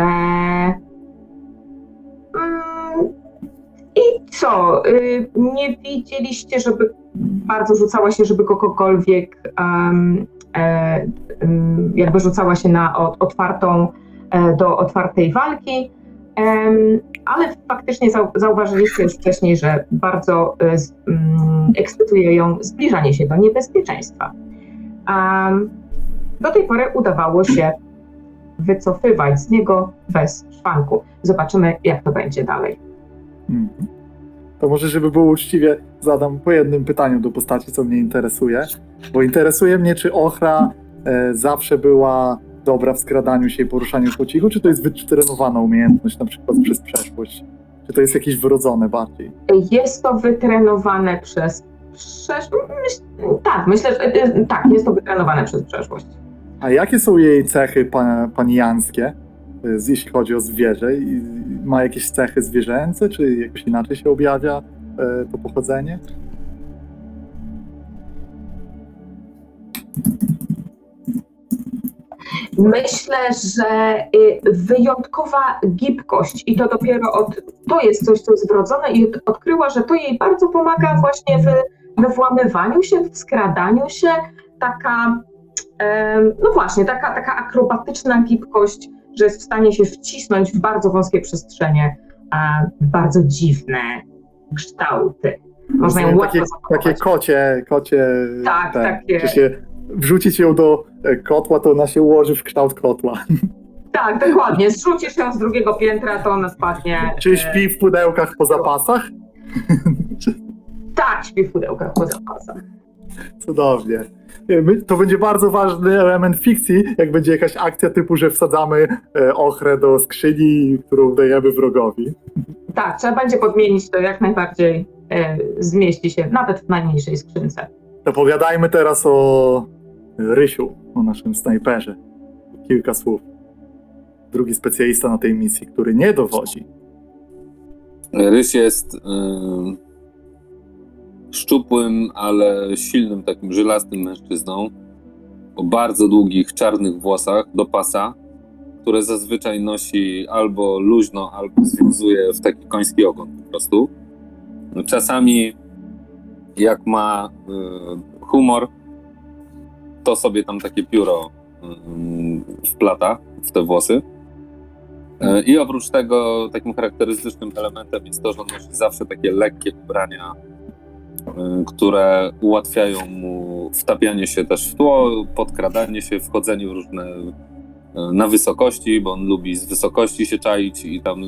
Speaker 5: I co? Nie widzieliście, żeby bardzo rzucała się, żeby kogokolwiek jakby rzucała się na do otwartej walki, ale faktycznie zauważyliście już wcześniej, że bardzo ekscytuje ją zbliżanie się do niebezpieczeństwa. Do tej pory udawało się wycofywać z niego bez szwanku. Zobaczymy, jak to będzie dalej.
Speaker 1: To może, żeby było uczciwie, zadam po jednym pytaniu do postaci, co mnie interesuje. Bo interesuje mnie, czy Ochra zawsze była dobra w skradaniu się i poruszaniu po cichu, czy to jest wytrenowana umiejętność, na przykład przez przeszłość? Czy to jest jakieś wrodzone bardziej?
Speaker 5: Jest to wytrenowane przez przeszłość? Tak, myślę, że tak, jest to wytrenowane przez przeszłość.
Speaker 1: A jakie są jej cechy panijańskie, jeśli chodzi o zwierzę? Ma jakieś cechy zwierzęce, czy jakoś inaczej się objawia to pochodzenie?
Speaker 5: Myślę, że wyjątkowa gibkość i to dopiero to jest coś, co jest wrodzone i odkryła, że to jej bardzo pomaga właśnie we włamywaniu się, w skradaniu się, taka akrobatyczna gibkość, że jest w stanie się wcisnąć w bardzo wąskie przestrzenie, w bardzo dziwne kształty. Można ją łatwo
Speaker 1: takie kocie.
Speaker 5: Tak, takie.
Speaker 1: Czy się wrzucić ją do kotła, to ona się ułoży w kształt kotła.
Speaker 5: Tak, dokładnie. Zrzucisz ją z drugiego piętra, to ona spadnie.
Speaker 1: Czy śpi w pudełkach po zapasach?
Speaker 5: Tak, śpi w pudełkach po zapasach.
Speaker 1: Cudownie. To będzie bardzo ważny element fikcji, jak będzie jakaś akcja typu, że wsadzamy Ochrę do skrzyni, którą dajemy wrogowi.
Speaker 5: Tak, trzeba będzie podmienić to jak najbardziej. Zmieści się nawet w najmniejszej skrzynce.
Speaker 1: To pogadajmy teraz o Rysiu, o naszym snajperze. Kilka słów. Drugi specjalista na tej misji, który nie dowodzi.
Speaker 4: Ryś jest szczupłym, ale silnym, takim żelastym mężczyzną o bardzo długich, czarnych włosach do pasa, które zazwyczaj nosi albo luźno, albo związuje w taki koński ogon po prostu. Czasami, jak ma humor, to sobie tam takie pióro wplata w te włosy. I oprócz tego takim charakterystycznym elementem jest to, że on nosi zawsze takie lekkie ubrania, które ułatwiają mu wtapianie się też w tło, podkradanie się, wchodzenie w różne na wysokości, bo on lubi z wysokości się czaić i tam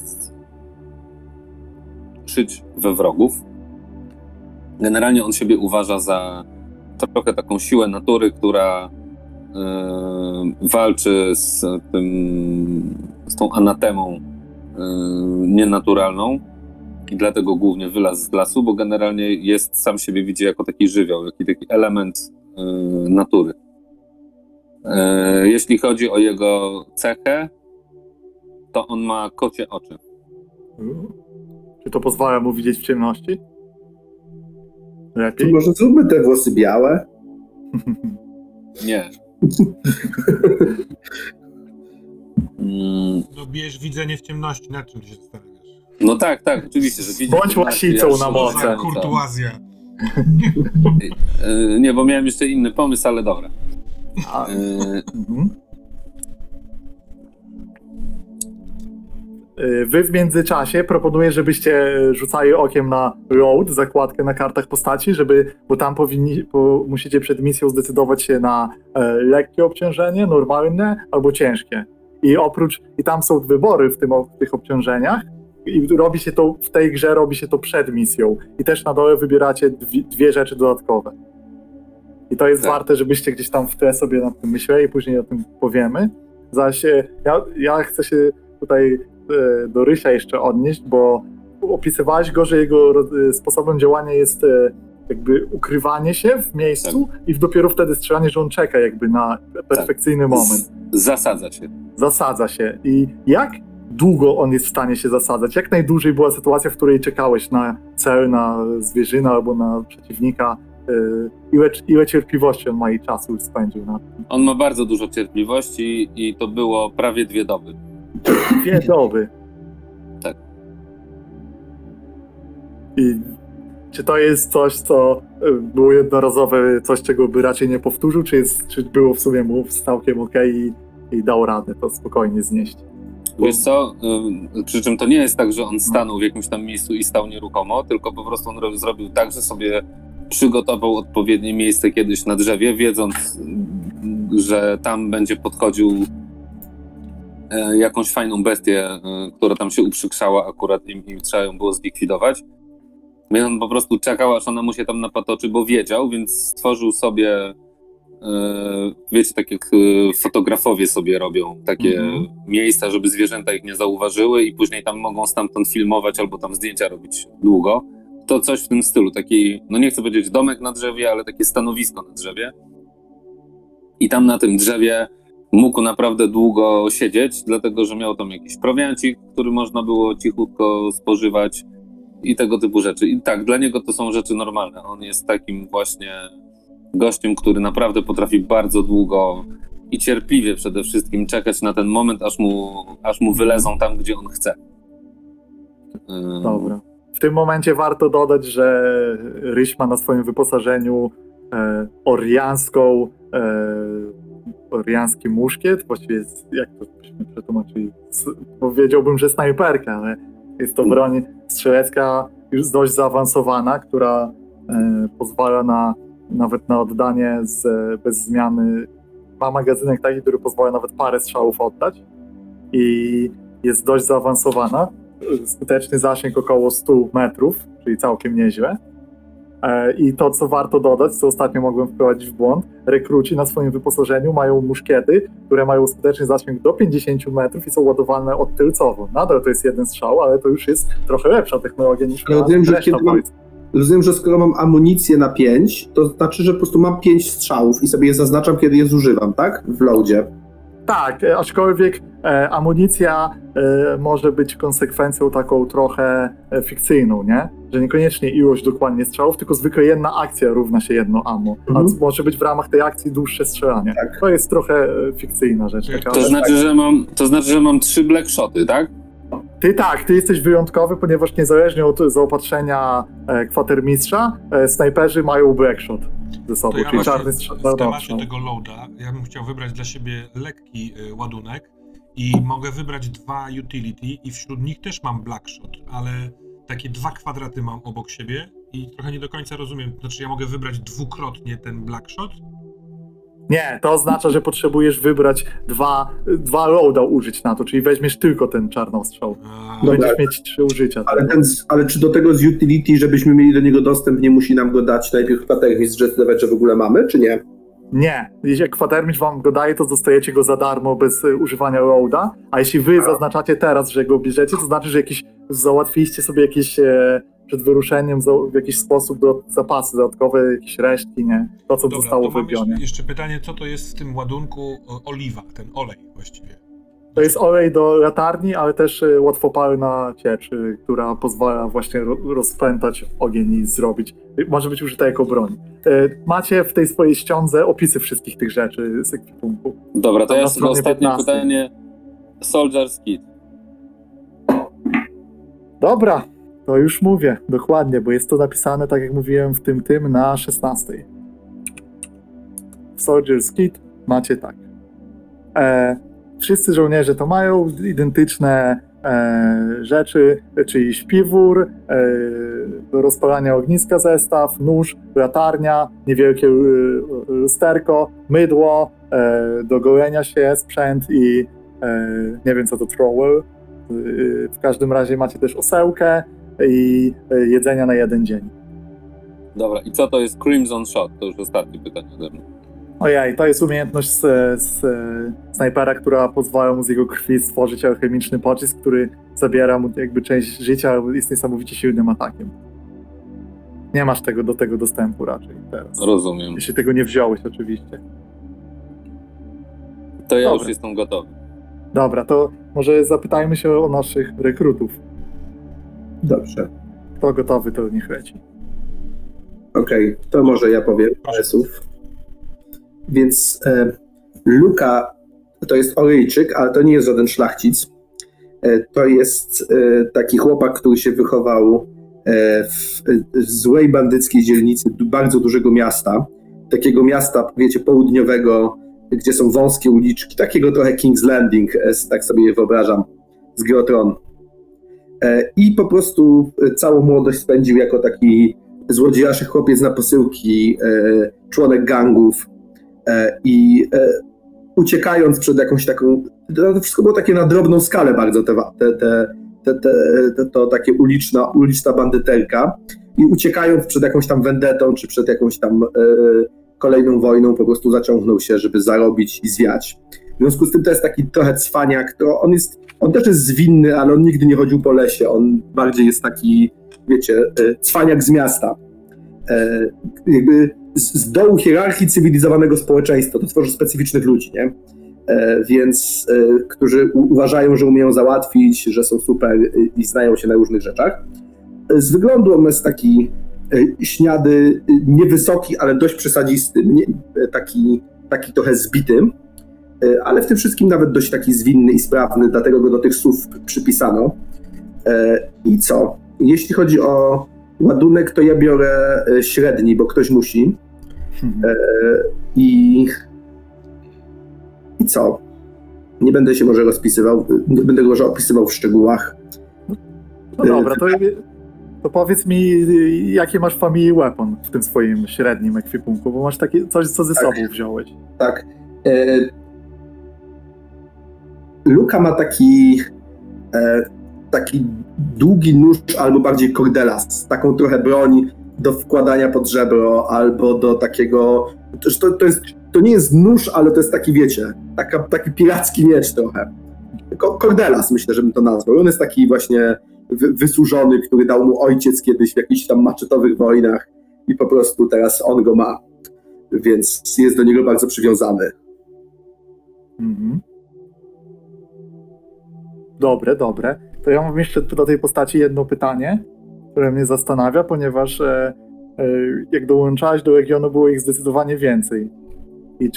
Speaker 4: szyć we wrogów. Generalnie on siebie uważa za trochę taką siłę natury, która walczy z tą anatemą nienaturalną i dlatego głównie wylazł z lasu, bo generalnie sam siebie widzi jako taki żywioł, taki element natury. Jeśli chodzi o jego cechę, to on ma kocie oczy.
Speaker 1: Czy to pozwala mu widzieć w ciemności? Lepiej?
Speaker 3: Czy może zróbmy te włosy białe?
Speaker 4: Nie.
Speaker 2: No bierz widzenie w ciemności, nad czym ty się zastanawiasz?
Speaker 4: No tak, oczywiście, że widzi.
Speaker 1: Bądź łasicą na moce.
Speaker 2: Za kurtuazja.
Speaker 4: Nie, bo miałem jeszcze inny pomysł, ale dobra.
Speaker 1: Wy w międzyczasie proponuję, żebyście rzucali okiem na road, zakładkę na kartach postaci, bo tam musicie przed misją zdecydować się na lekkie obciążenie, normalne albo ciężkie. I tam są wybory w tych obciążeniach i robi się to w tej grze, robi się to przed misją. I też na dole wybieracie dwie rzeczy dodatkowe. I to jest warte, żebyście gdzieś tam w tle sobie nad tym myśleli, i później o tym powiemy. Zaś ja chcę się tutaj do Rysia jeszcze odnieść, bo opisywałeś go, że jego sposobem działania jest jakby ukrywanie się w miejscu i dopiero wtedy strzelanie, że on czeka jakby na perfekcyjny moment. Zasadza się. I jak długo on jest w stanie się zasadzać? Jak najdłużej była sytuacja, w której czekałeś na cel, na zwierzynę albo na przeciwnika? Ile cierpliwości on ma i czasu spędził na tym?
Speaker 4: On ma bardzo dużo cierpliwości i to było prawie 2 doby.
Speaker 1: 2 doby?
Speaker 4: Tak.
Speaker 1: I czy to jest coś, co było jednorazowe, coś, czego by raczej nie powtórzył, czy było w sumie mu całkiem okej i dał radę to spokojnie znieść?
Speaker 4: Wiesz co, przy czym to nie jest tak, że on stanął w jakimś tam miejscu i stał nieruchomo, tylko po prostu on zrobił tak, że sobie przygotował odpowiednie miejsce kiedyś na drzewie, wiedząc, że tam będzie podchodził jakąś fajną bestię, która tam się uprzykrzała akurat i trzeba ją było zlikwidować. Więc on po prostu czekał, aż ona mu się tam napatoczy, bo wiedział, więc stworzył sobie, wiecie, tak jak fotografowie sobie robią takie miejsca, żeby zwierzęta ich nie zauważyły i później tam mogą stamtąd filmować albo tam zdjęcia robić długo. To coś w tym stylu, taki, no nie chcę powiedzieć domek na drzewie, ale takie stanowisko na drzewie. I tam na tym drzewie mógł naprawdę długo siedzieć, dlatego że miał tam jakiś prowiancik, który można było cichutko spożywać i tego typu rzeczy. I tak, dla niego to są rzeczy normalne. On jest takim właśnie gościem, który naprawdę potrafi bardzo długo i cierpliwie przede wszystkim czekać na ten moment, aż mu wylezą tam, gdzie on chce.
Speaker 1: Dobra. W tym momencie warto dodać, że Ryś ma na swoim wyposażeniu oriański muszkiet, właściwie jak to byśmy przetłumaczyli, powiedziałbym, że snajperka, ale jest to broń strzelecka już dość zaawansowana, która pozwala nawet na oddanie bez zmiany. Ma magazynek taki, który pozwala nawet parę strzałów oddać i jest dość zaawansowana. Skuteczny zasięg około 100 metrów, czyli całkiem nieźle. I to, co warto dodać, co ostatnio mogłem wprowadzić w błąd, rekruci na swoim wyposażeniu mają muszkiety, które mają skuteczny zasięg do 50 metrów i są ładowane odtylcowo. Nadal to jest jeden strzał, ale to już jest trochę lepsza technologia niż
Speaker 3: Rozumiem, że
Speaker 1: reszta wojsk.
Speaker 3: Rozumiem, że skoro mam amunicję na 5, to znaczy, że po prostu mam 5 strzałów i sobie je zaznaczam, kiedy je zużywam, tak? W loadzie.
Speaker 1: Tak, aczkolwiek amunicja może być konsekwencją taką trochę fikcyjną, nie? Że niekoniecznie ilość dokładnie strzałów, tylko zwykle jedna akcja równa się jedno ammo. A może być w ramach tej akcji dłuższe strzelanie.
Speaker 3: Tak.
Speaker 1: To jest trochę fikcyjna rzecz. Taka,
Speaker 4: To znaczy, że mam 3 black shoty, tak?
Speaker 1: Ty jesteś wyjątkowy, ponieważ niezależnie od zaopatrzenia kwatermistrza, snajperzy mają blackshot ze sobą,
Speaker 2: To ja
Speaker 1: czyli
Speaker 2: właśnie
Speaker 1: czarny strzał.
Speaker 2: w temacie tego loada, ja bym chciał wybrać dla siebie lekki ładunek i mogę wybrać 2 utility i wśród nich też mam blackshot, ale takie 2 kwadraty mam obok siebie i trochę nie do końca rozumiem, znaczy ja mogę wybrać dwukrotnie ten blackshot?
Speaker 1: Nie, to oznacza, że potrzebujesz wybrać dwa loada użyć na to, czyli weźmiesz tylko ten czarnostrzał. Będziesz mieć 3 użycia.
Speaker 3: Ale czy do tego z utility, żebyśmy mieli do niego dostęp, nie musi nam go dać najpierw kwatermistrz, że zdecydować, że w ogóle mamy, czy nie?
Speaker 1: Nie, jeśli kwatermistrz wam go daje, to dostajecie go za darmo bez używania loada, a jeśli wy zaznaczacie teraz, że go bierzecie, to znaczy, że załatwiliście sobie jakieś przed wyruszeniem w jakiś sposób zapasy dodatkowe, jakieś resztki, nie? To, co zostało w regionie.
Speaker 2: Jeszcze pytanie, co to jest w tym ładunku oliwa, ten olej właściwie?
Speaker 1: To jest olej do latarni, ale też łatwopalna ciecz, która pozwala właśnie rozpętać ogień i zrobić. Może być użyta jako broń. Macie w tej swojej ściądze opisy wszystkich tych rzeczy z ekwipunku.
Speaker 4: Dobra, to
Speaker 1: Na
Speaker 4: ja
Speaker 1: stronie
Speaker 4: ostatnie
Speaker 1: 15.
Speaker 4: pytanie. Soldier's Kit.
Speaker 1: Dobra, to już mówię dokładnie, bo jest to napisane, tak jak mówiłem, w tym na 16. W Soldier's Kit macie tak. Wszyscy żołnierze to mają identyczne rzeczy, czyli śpiwór, do rozpalania ogniska zestaw, nóż, latarnia, niewielkie lusterko, mydło, do golenia się sprzęt i nie wiem co to trowel. W każdym razie macie też osełkę i jedzenia na 1 dzień.
Speaker 4: Dobra, i co to jest Crimson Shot? To już ostatnie pytanie ode mnie.
Speaker 1: Ojej, to jest umiejętność z snajpera, która pozwala mu z jego krwi stworzyć alchemiczny pocisk, który zabiera mu jakby część życia, ale jest niesamowicie silnym atakiem. Nie masz do tego dostępu raczej teraz.
Speaker 4: Rozumiem.
Speaker 1: Jeśli tego nie wziąłeś oczywiście.
Speaker 4: To ja
Speaker 1: Dobra.
Speaker 4: już jestem gotowy.
Speaker 1: Dobra, to może zapytajmy się o naszych rekrutów.
Speaker 3: Dobrze.
Speaker 1: Kto gotowy, to niech leci.
Speaker 3: Okej, to może ja powiem parę słów. Więc Luka to jest Oryjczyk, ale to nie jest żaden szlachcic. To jest taki chłopak, który się wychował w złej bandyckiej dzielnicy bardzo dużego miasta. Takiego miasta, wiecie, południowego, gdzie są wąskie uliczki. Takiego trochę King's Landing, tak sobie je wyobrażam, z Gry o Tron. I po prostu całą młodość spędził jako taki złodziejaszek chłopiec na posyłki, członek gangów i uciekając przed jakąś taką, to wszystko było takie na drobną skalę bardzo, to takie uliczna bandyterka i uciekając przed jakąś tam vendetą, czy przed jakąś tam kolejną wojną po prostu zaciągnął się, żeby zarobić i zwiać. W związku z tym to jest taki trochę cwaniak, on też jest zwinny, ale on nigdy nie chodził po lesie, on bardziej jest taki, wiecie, cwaniak z miasta. Jakby z dołu hierarchii cywilizowanego społeczeństwa, to tworzy specyficznych ludzi, nie? Więc którzy uważają, że umieją załatwić, że są super i znają się na różnych rzeczach. Z wyglądu on jest taki śniady, niewysoki, ale dość przesadzisty, taki trochę zbity, ale w tym wszystkim nawet dość taki zwinny i sprawny, dlatego go do tych słów przypisano. I co? Jeśli chodzi o ładunek, to ja biorę średni, bo ktoś musi. I co? Nie będę się może będę go może opisywał w szczegółach.
Speaker 1: No dobra, to powiedz mi, jakie masz family weapon w tym swoim średnim ekwipunku, bo masz takie coś, co ze sobą wziąłeś.
Speaker 3: Tak. Luka ma taki długi nóż, albo bardziej kordelas, taką trochę broń do wkładania pod żebro, albo do takiego, to jest to nie jest nóż, ale to jest taki, wiecie, taki piracki miecz trochę. Cordelas myślę, żebym to nazwał. On jest taki właśnie wysłużony, który dał mu ojciec kiedyś w jakichś tam maczetowych wojnach i po prostu teraz on go ma, więc jest do niego bardzo przywiązany.
Speaker 1: Mhm. Dobre. To ja mam jeszcze do tej postaci jedno pytanie, które mnie zastanawia, ponieważ jak dołączałeś do Legionu, było ich zdecydowanie więcej. I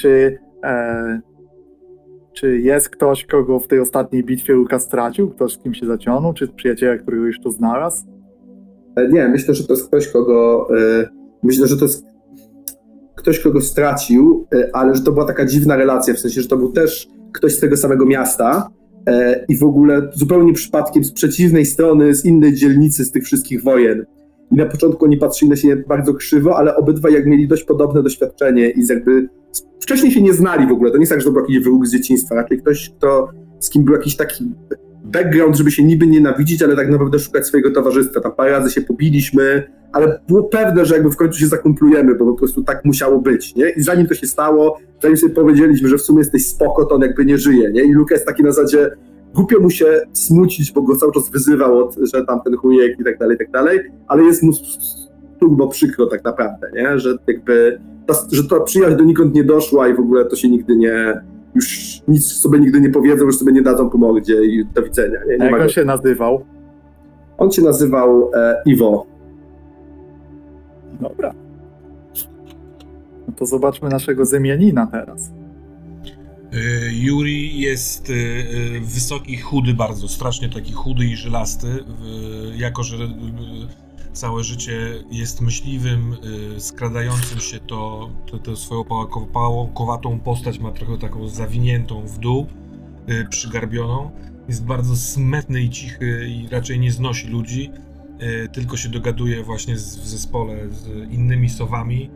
Speaker 1: czy jest ktoś, kogo w tej ostatniej bitwie Luka stracił? Ktoś, z kim się zaciągnął? Czy przyjaciela, którego już tu znalazł?
Speaker 3: Nie, myślę, że to jest ktoś, kogo stracił, ale że to była taka dziwna relacja, w sensie, że to był też ktoś z tego samego miasta i w ogóle zupełnie przypadkiem z przeciwnej strony, z innej dzielnicy z tych wszystkich wojen. I na początku oni patrzyli na siebie bardzo krzywo, ale obydwaj jak mieli dość podobne doświadczenie i jakby wcześniej się nie znali w ogóle. To nie jest tak, że to był jakiś wróg z dzieciństwa, raczej ktoś, z kim był jakiś taki background, żeby się niby nienawidzić, ale tak naprawdę szukać swojego towarzystwa. Tam parę razy się pobiliśmy, ale było pewne, że jakby w końcu się zakumplujemy, bo po prostu tak musiało być, nie? I zanim to się stało, zanim sobie powiedzieliśmy, że w sumie jesteś spoko, to on jakby nie żyje, nie? I Luka jest taki na zasadzie, głupio mu się smucić, bo go cały czas wyzywał, że tam ten chujek i tak dalej, ale jest mu turbo przykro tak naprawdę, nie? Że jakby, że ta przyjaźń donikąd nie doszła i w ogóle to się nigdy już nic sobie nigdy nie powiedzą, już sobie nie dadzą po mordzie i do widzenia. Nie?
Speaker 1: Jak on się nazywał?
Speaker 3: On się nazywał Iwo.
Speaker 1: Dobra. No to zobaczmy naszego Zemianina teraz.
Speaker 2: Yuri jest wysoki, chudy bardzo, strasznie taki chudy i żylasty, jako że całe życie jest myśliwym, skradającym się, to swoją pałkowatą postać ma trochę taką zawiniętą w dół, przygarbioną. Jest bardzo smętny i cichy i raczej nie znosi ludzi, tylko się dogaduje właśnie w zespole z innymi sowami.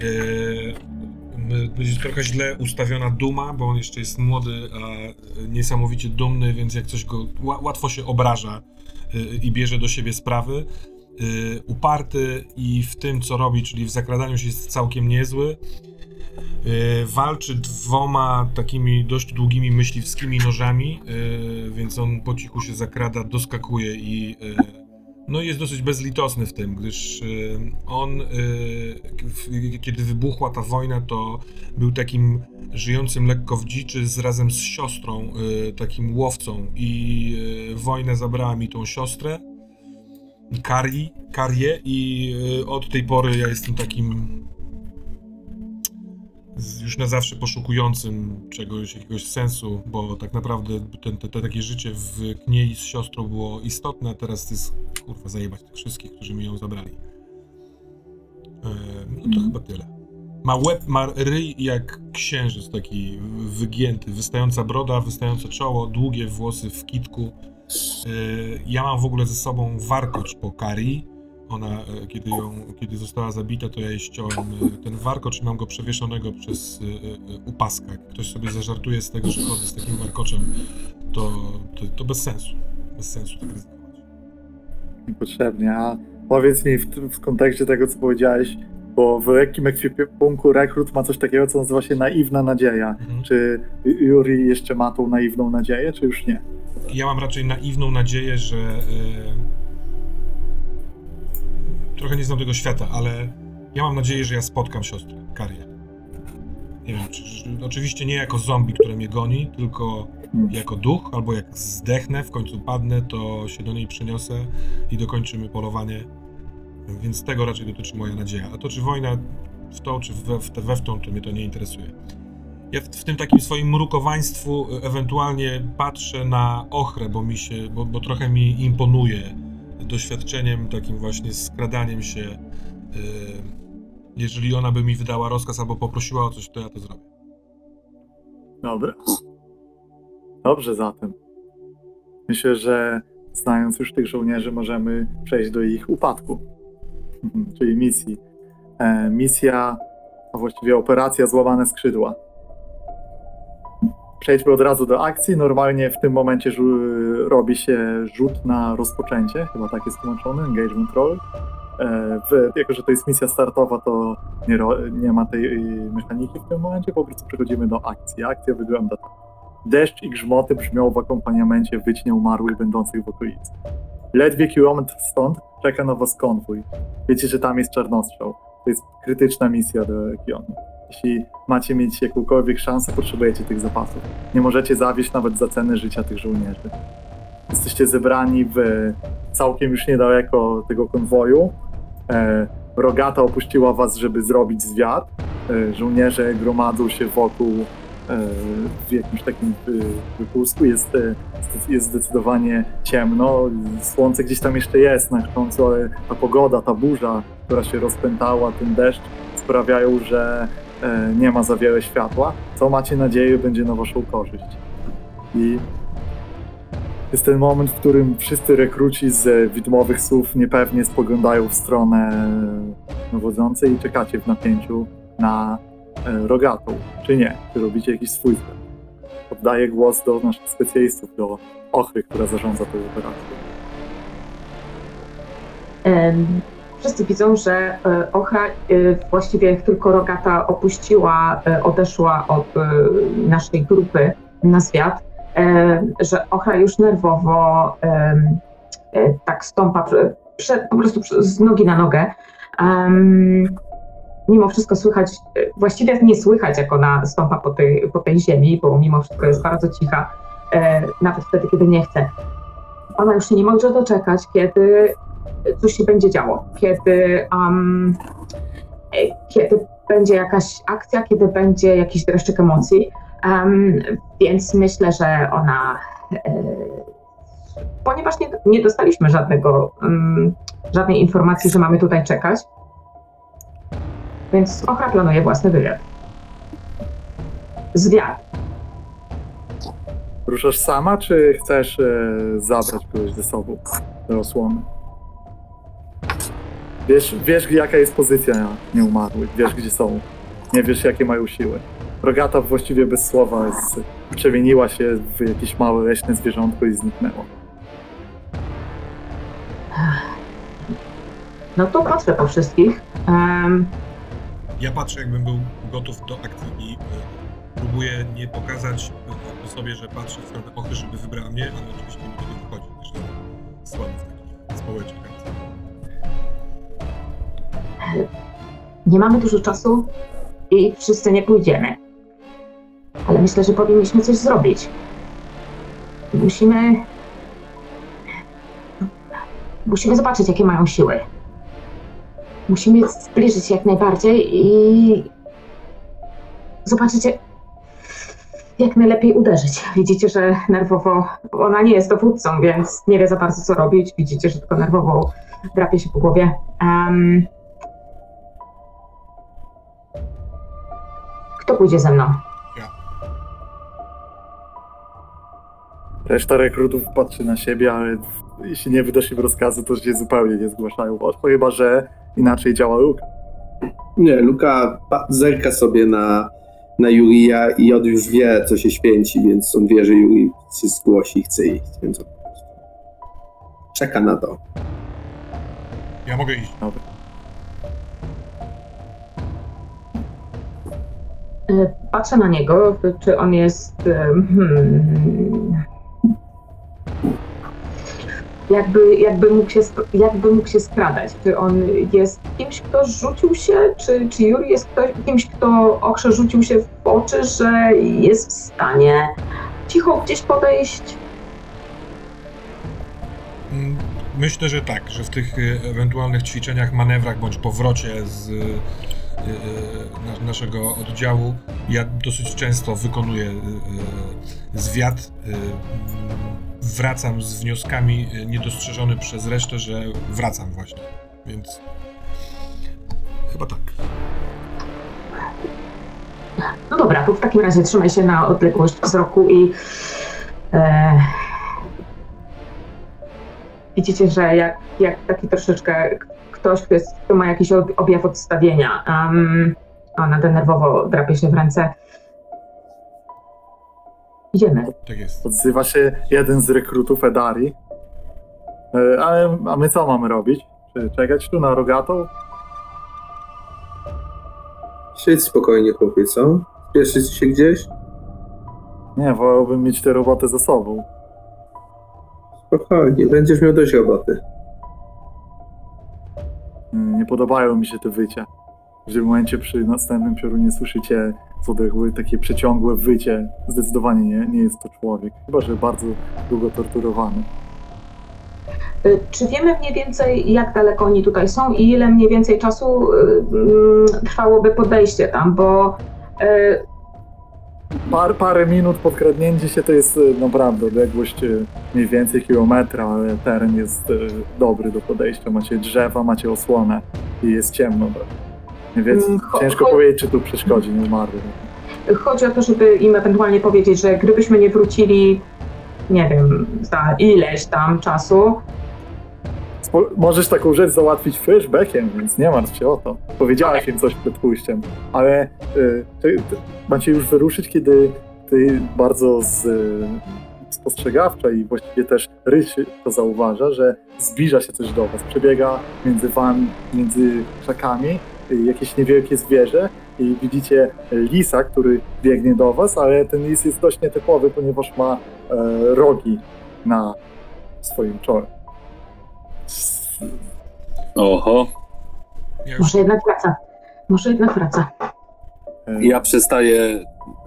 Speaker 2: Będzie trochę źle ustawiona duma, bo on jeszcze jest młody, a niesamowicie dumny, więc jak coś go łatwo się obraża i bierze do siebie sprawy. Uparty i w tym, co robi, czyli w zakradaniu się, jest całkiem niezły. Walczy 2 takimi dość długimi myśliwskimi nożami, więc on po cichu się zakrada, doskakuje i jest dosyć bezlitosny w tym, gdyż on, kiedy wybuchła ta wojna, to był takim żyjącym lekko w dziczy razem z siostrą, takim łowcą, i wojna zabrała mi tą siostrę, Karię, i od tej pory ja jestem takim już na zawsze poszukującym jakiegoś sensu, bo tak naprawdę te takie życie w niej z siostrą było istotne, a teraz to jest zajebać tych wszystkich, którzy mi ją zabrali. To chyba tyle. Ma ryj jak księżyc, taki wygięty, wystająca broda, wystające czoło, długie włosy w kitku. Ja mam w ogóle ze sobą warkocz po Karii. Ona, kiedy została zabita, to ja jej ściąłem ten warkocz i mam go przewieszonego przez upaskę. Jak ktoś sobie zażartuje z tego, że chodzę z takim warkoczem, to bez sensu. Bez sensu tak ryzykować.
Speaker 1: Niepotrzebnie. A powiedz mi w kontekście tego, co powiedziałeś, bo w lekkim ekwipunku rekrut ma coś takiego, co nazywa się naiwna nadzieja. Czy Yuri jeszcze ma tą naiwną nadzieję, czy już nie?
Speaker 2: Ja mam raczej naiwną nadzieję, że trochę nie znam tego świata, ale ja mam nadzieję, że ja spotkam siostrę, Karię. Nie wiem, oczywiście nie jako zombie, które mnie goni, tylko jako duch, albo jak zdechnę, w końcu padnę, to się do niej przeniosę i dokończymy polowanie. Więc tego raczej dotyczy moja nadzieja. A to, czy wojna w tą, czy we w tą, to mnie to nie interesuje. Ja w tym takim swoim mrukowaństwu ewentualnie patrzę na ochrę, bo trochę mi imponuje doświadczeniem, takim właśnie skradaniem się. Jeżeli ona by mi wydała rozkaz albo poprosiła o coś, to ja to zrobię.
Speaker 1: Dobra. Dobrze zatem. Myślę, że znając już tych żołnierzy, możemy przejść do ich upadku, czyli misji. Misja, a właściwie operacja Złamane Skrzydła. Przejdźmy od razu do akcji. Normalnie w tym momencie robi się rzut na rozpoczęcie, chyba tak jest tłumaczony, engagement roll. Jako że to jest misja startowa, to nie ma tej mechaniki w tym momencie, po prostu przechodzimy do akcji. Akcja wygląda tak. Deszcz i grzmoty brzmią w akompaniamencie wyć nieumarłych będących w okolicy. Ledwie kilometr stąd czeka na was konwój. Wiecie, że tam jest czarnostrzał. To jest krytyczna misja do regionu. Jeśli macie mieć jakąkolwiek szansę, potrzebujecie tych zapasów. Nie możecie zawieść nawet za cenę życia tych żołnierzy. Jesteście zebrani całkiem już niedaleko tego konwoju. Rogata opuściła was, żeby zrobić zwiat. Żołnierze gromadzą się wokół w jakimś takim wypustku. Jest zdecydowanie ciemno. Słońce gdzieś tam jeszcze jest na końcu, ale ta pogoda, ta burza, która się rozpętała, ten deszcz sprawiają, że nie ma za wiele światła, co macie nadzieję będzie na waszą korzyść. I jest ten moment, w którym wszyscy rekruci z widmowych słów niepewnie spoglądają w stronę dowodzącej i czekacie w napięciu na Rogatą, czy nie? Czy robicie jakiś swój plan? Oddaję głos do naszych specjalistów, do Ochry, która zarządza tą operacją.
Speaker 5: Wszyscy widzą, że Ochra, właściwie jak tylko Rogata odeszła od naszej grupy na zwiat, że Ochra już nerwowo tak stąpa po prostu z nogi na nogę. Mimo wszystko słychać, właściwie nie słychać, jak ona stąpa po tej ziemi, bo mimo wszystko jest bardzo cicha, nawet wtedy, kiedy nie chce. Ona już się nie może doczekać, kiedy coś się będzie działo, kiedy będzie jakaś akcja, kiedy będzie jakiś dreszczyk emocji, więc myślę, że ona, ponieważ nie dostaliśmy żadnej informacji, że mamy tutaj czekać, więc Ochra planuje własny wywiad. Zwiat.
Speaker 1: Ruszasz sama, czy chcesz zabrać kogoś ze sobą do osłony? Wiesz, jaka jest pozycja nieumarłych, wiesz, gdzie są. Nie wiesz, jakie mają siły. Rogata właściwie bez słowa przemieniła się w jakieś małe leśne zwierzątko i zniknęło.
Speaker 5: No to patrzę po wszystkich.
Speaker 2: Ja patrzę, jakbym był gotów do akcji i próbuję nie pokazać sobie, że patrzę w stronę Ochry, żeby wybrała mnie, ale oczywiście mi to nie wychodzi. Zresztą słaby w takich społecznych akcjach.
Speaker 5: Nie mamy dużo czasu i wszyscy nie pójdziemy. Ale myślę, że powinniśmy coś zrobić. Musimy zobaczyć, jakie mają siły. Musimy zbliżyć się jak najbardziej i zobaczyć, jak najlepiej uderzyć. Widzicie, że nerwowo, ona nie jest dowódcą, więc nie wie za bardzo, co robić. Widzicie, że tylko nerwowo drapie się po głowie. Kto pójdzie ze mną?
Speaker 2: Ja.
Speaker 1: Reszta rekrutów patrzy na siebie, ale jeśli nie wyda się w rozkazy, to się zupełnie nie zgłaszają. Chyba że inaczej działa Luka.
Speaker 3: Nie, Luka zerka sobie na Jurija i on już wie, co się święci, więc on wie, że Juri się zgłosi i chce iść, więc on czeka na to.
Speaker 2: Ja mogę iść.
Speaker 1: Dobra.
Speaker 5: Patrzę na niego, czy on jest... Jakby mógł się skradać. Czy on jest kimś, kto rzucił się, czy Juri jest kimś, kto Ochrze rzucił się w oczy, że jest w stanie cicho gdzieś podejść?
Speaker 2: Myślę, że tak, że w tych ewentualnych ćwiczeniach, manewrach bądź powrocie z naszego oddziału ja dosyć często wykonuję zwiat. Wracam z wnioskami niedostrzeżony przez resztę, że wracam właśnie, więc chyba tak.
Speaker 5: No dobra, to w takim razie trzymaj się na odległość wzroku i widzicie, że jak taki troszeczkę ktoś, kto ma jakiś objaw odstawienia, ona denerwowo drapie się w ręce. Idziemy.
Speaker 2: Tak jest.
Speaker 1: Odzywa się jeden z rekrutów Edari. A my co mamy robić? Czy czekać tu na rogatą?
Speaker 3: Siedź spokojnie, chłopie, co? Spieszyć się gdzieś?
Speaker 1: Nie, wolałbym mieć tę robotę za sobą.
Speaker 3: Spokojnie, będziesz miał dość roboty.
Speaker 1: Nie podobają mi się te wycia. W każdym momencie przy następnym piorunie słyszycie co jakby takie przeciągłe wycie. Zdecydowanie nie jest to człowiek. Chyba że bardzo długo torturowany.
Speaker 5: Czy wiemy mniej więcej, jak daleko oni tutaj są i ile mniej więcej czasu trwałoby podejście tam, bo
Speaker 1: Parę minut podkradnięcie się to jest naprawdę odległość mniej więcej kilometra, ale teren jest dobry do podejścia. Macie drzewa, macie osłonę i jest ciemno. Więc ciężko powiedzieć, czy tu przeszkodzi nieumarłym.
Speaker 5: chodzi o to, żeby im ewentualnie powiedzieć, że gdybyśmy nie wrócili, nie wiem, za ileś tam czasu.
Speaker 1: Możesz taką rzecz załatwić flashbackiem, więc nie martw się o to. Powiedziałeś im coś przed pójściem, ale macie już wyruszyć, kiedy ty bardzo spostrzegawcza i właściwie też Ryś to zauważa, że zbliża się coś do was. Przebiega między wami, między krzakami jakieś niewielkie zwierzę i widzicie lisa, który biegnie do was, ale ten lis jest dość nietypowy, ponieważ ma rogi na swoim czole.
Speaker 4: Oho.
Speaker 2: Ja już
Speaker 5: Może jednak wraca.
Speaker 4: Ja przestaję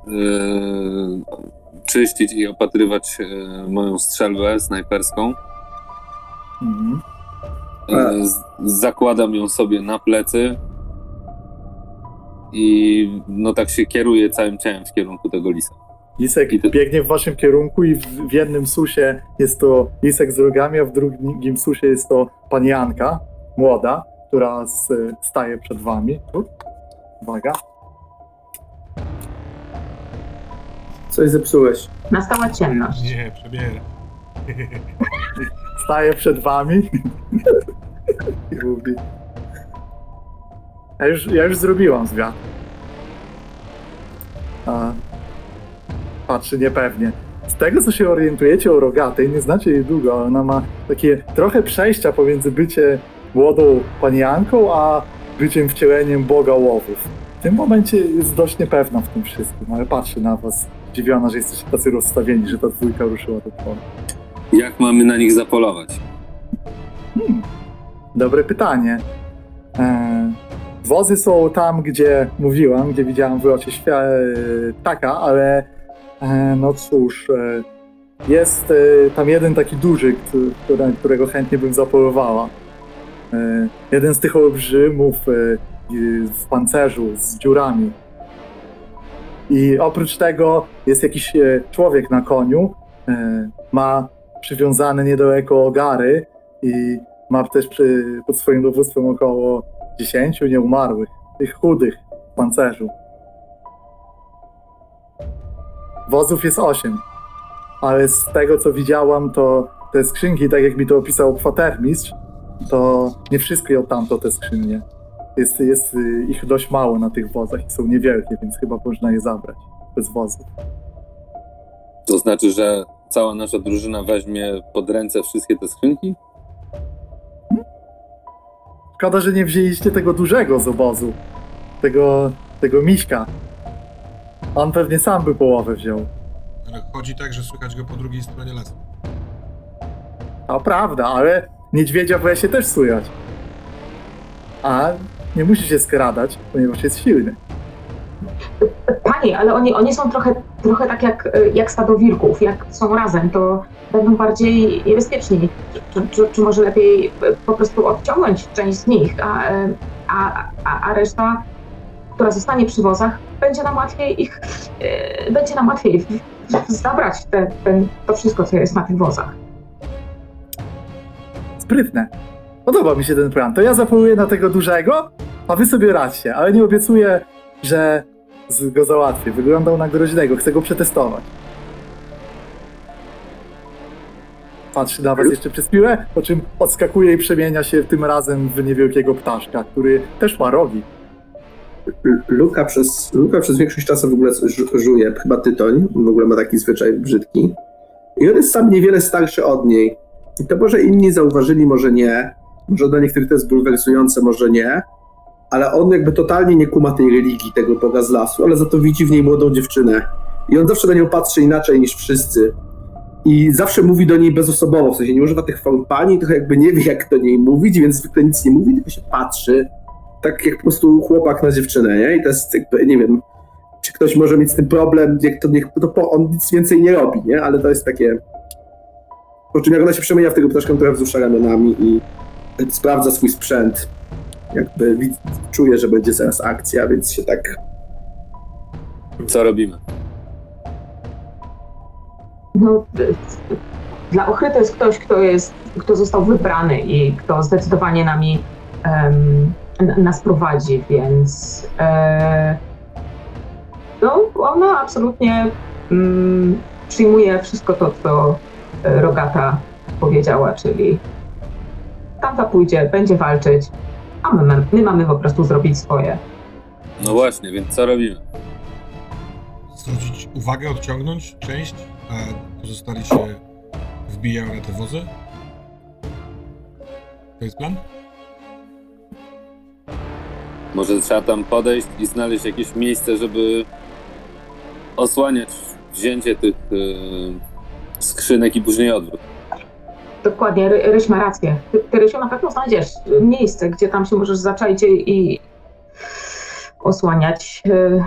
Speaker 4: czyścić i opatrywać moją strzelbę snajperską.
Speaker 1: Mhm.
Speaker 4: Zakładam ją sobie na plecy i no tak się kieruję całym ciałem w kierunku tego lisa.
Speaker 1: Lisek biegnie w waszym kierunku i w jednym susie jest to lisek z rogami, a w drugim susie jest to pani Anka, młoda, która staje przed wami. Uwaga.
Speaker 3: Coś zepsułeś.
Speaker 5: Nastała ciemność.
Speaker 2: nie, przebieram.
Speaker 1: Staje przed wami i mówi: ja już zrobiłam zwiat. Patrzy niepewnie. Z tego, co się orientujecie o rogatej, nie znacie jej długo, ale ona ma takie trochę przejścia pomiędzy bycie młodą panianką, a byciem wcieleniem boga łowów. W tym momencie jest dość niepewna w tym wszystkim, ale patrzy na was zdziwiona, że jesteście tacy rozstawieni, że ta dwójka ruszyła do przodu.
Speaker 4: Jak mamy na nich zapolować?
Speaker 1: Dobre pytanie. Wozy są tam, gdzie mówiłam, gdzie widziałam w locie ptaka, ale no cóż, jest tam jeden taki duży, którego chętnie bym zapolowała. Jeden z tych olbrzymów w pancerzu z dziurami. I oprócz tego jest jakiś człowiek na koniu, ma przywiązane niedaleko ogary i ma też pod swoim dowództwem około 10 nieumarłych, tych chudych w pancerzu. Wozów jest 8, ale z tego co widziałam, to te skrzynki, tak jak mi to opisał kwatermistrz, to nie wszystkie od tamto te skrzynie. Jest ich dość mało na tych wozach i są niewielkie, więc chyba można je zabrać bez wozów.
Speaker 4: To znaczy, że cała nasza drużyna weźmie pod ręce wszystkie te skrzynki?
Speaker 1: Szkoda, że nie wzięliście tego dużego z obozu. Tego miśka. On pewnie sam by połowę wziął.
Speaker 2: Ale chodzi tak, że słychać go po drugiej stronie lasu.
Speaker 1: To prawda, ale niedźwiedzia w lesie też słychać. A nie musi się skradać, ponieważ jest silny.
Speaker 5: Pani, ale oni są trochę tak jak stado wilków. Jak są razem, to będą bardziej niebezpieczni. Czy może lepiej po prostu odciągnąć część z nich, a reszta, która zostanie przy wozach, będzie nam łatwiej zabrać to wszystko, co jest na tych wozach.
Speaker 1: Sprytne. Podoba mi się ten plan. To ja zapoluję na tego dużego, a wy sobie radźcie. Ale nie obiecuję, że go załatwię. Wyglądał na groźnego. Chcę go przetestować. Patrzy na was jeszcze przez chwilę, po czym odskakuje i przemienia się tym razem w niewielkiego ptaszka, który też ma rogi.
Speaker 3: Luka przez większość czasu w ogóle żuje, chyba tytoń, w ogóle ma taki zwyczaj brzydki. I on jest sam niewiele starszy od niej. I to może inni zauważyli, może nie. Może dla niektórych to jest bulwersujące, może nie, ale on jakby totalnie nie kuma tej religii tego Boga z lasu, ale za to widzi w niej młodą dziewczynę. I on zawsze na nią patrzy inaczej niż wszyscy. I zawsze mówi do niej bezosobowo, w sensie nie używa tych form pani, trochę jakby nie wie, jak do niej mówić, więc zwykle nic nie mówi, tylko się patrzy, tak jak po prostu chłopak na dziewczynę, nie? I to jest jakby, nie wiem, czy ktoś może mieć z tym problem, jak to on nic więcej nie robi, nie? Ale to jest takie... Po czym jak ona się przemienia w tego ptaszka, która wzrusza ramionami i sprawdza swój sprzęt, jakby czuje, że będzie zaraz akcja, więc się tak...
Speaker 4: Co robimy?
Speaker 5: No, dla Ochry to jest ktoś, kto został wybrany i kto zdecydowanie nas prowadzi, więc no, ona absolutnie przyjmuje wszystko to, co Rogata powiedziała, czyli tamta pójdzie, będzie walczyć, a my mamy po prostu zrobić swoje.
Speaker 4: No właśnie, więc co robimy?
Speaker 2: Zwrócić uwagę, odciągnąć część, a pozostali się wbijają na te wozy? To jest plan?
Speaker 4: Może trzeba tam podejść i znaleźć jakieś miejsce, żeby osłaniać wzięcie tych skrzynek i później odwrót.
Speaker 5: Dokładnie, Ryś ma rację. Ty, Rysiu, na pewno znajdziesz miejsce, gdzie tam się możesz zaczaić i osłaniać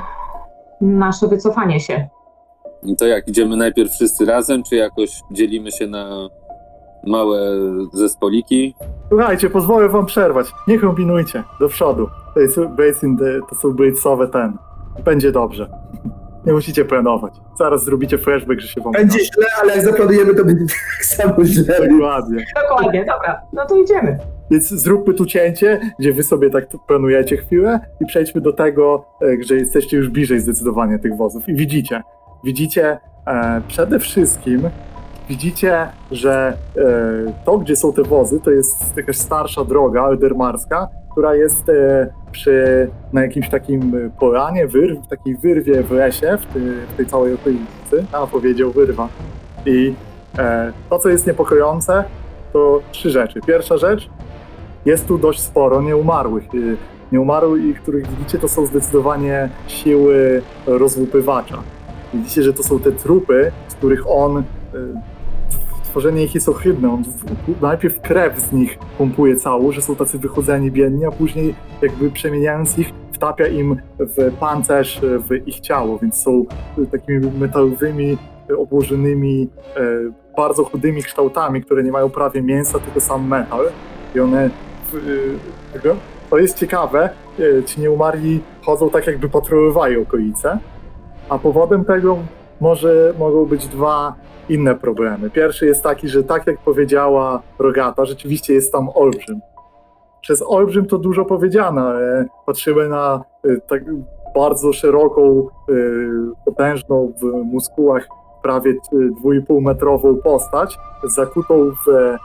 Speaker 5: nasze wycofanie się.
Speaker 4: I to jak, idziemy najpierw wszyscy razem, czy jakoś dzielimy się na małe zespoliki?
Speaker 1: Słuchajcie, pozwolę wam przerwać. Nie kombinujcie. Do przodu. To są Braidsowe ten. Będzie dobrze. Nie musicie planować. Zaraz zrobicie flashback, że się wam...
Speaker 3: Będzie źle, ale jak zaplanujemy, to będzie tak samo źle.
Speaker 1: Dokładnie.
Speaker 5: Dokładnie, dobra, no to idziemy.
Speaker 1: Więc zróbmy tu cięcie, gdzie wy sobie tak planujecie chwilę i przejdźmy do tego, że jesteście już bliżej zdecydowanie tych wozów. I widzicie przede wszystkim, że to, gdzie są te wozy, to jest jakaś starsza droga eldermarska, która jest na jakimś takim polanie, w takiej wyrwie w lesie, w tej całej okolicy. Powiedział wyrwa. I to, co jest niepokojące, to 3 rzeczy. Pierwsza rzecz, jest tu dość sporo nieumarłych. Nieumarłych, których widzicie, to są zdecydowanie siły rozłupywacza. Widzicie, że to są te trupy, z których tworzenie ich jest ohydne. On najpierw krew z nich pompuje całą, że są tacy wychodzeni biedni, a później jakby przemieniając ich, wtapia im w pancerz w ich ciało, więc są takimi metalowymi, obłożonymi bardzo chudymi kształtami, które nie mają prawie mięsa, tylko sam metal. I one... To jest ciekawe, ci nieumarli chodzą tak, jakby patrolowali okolice, a powodem tego mogą być 2 inne problemy. Pierwszy jest taki, że tak jak powiedziała Rogata, rzeczywiście jest tam olbrzym. Przez olbrzym to dużo powiedziane, ale patrzymy na tak bardzo szeroką, potężną w muskułach prawie 2,5-metrową postać, zakutą w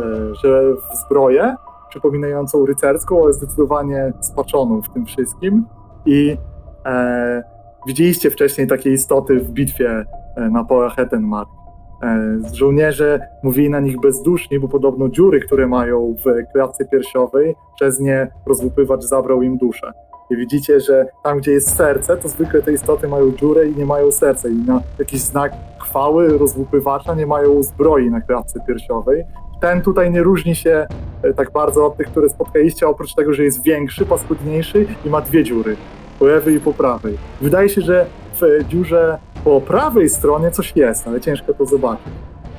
Speaker 1: zbroję, przypominającą rycerską, ale zdecydowanie spaczoną w tym wszystkim. I widzieliście wcześniej takie istoty w bitwie na polach Hetenmark. Żołnierze mówili na nich bezduszni, bo podobno dziury, które mają w klatce piersiowej, przez nie rozłupywacz zabrał im duszę. I widzicie, że tam, gdzie jest serce, to zwykle te istoty mają dziurę i nie mają serca. I na jakiś znak chwały rozłupywacza nie mają zbroi na klatce piersiowej. Ten tutaj nie różni się tak bardzo od tych, które spotkaliście, oprócz tego, że jest większy, paskudniejszy i ma 2 dziury. Po lewej i po prawej. Wydaje się, że w dziurze po prawej stronie coś jest, ale ciężko to zobaczyć.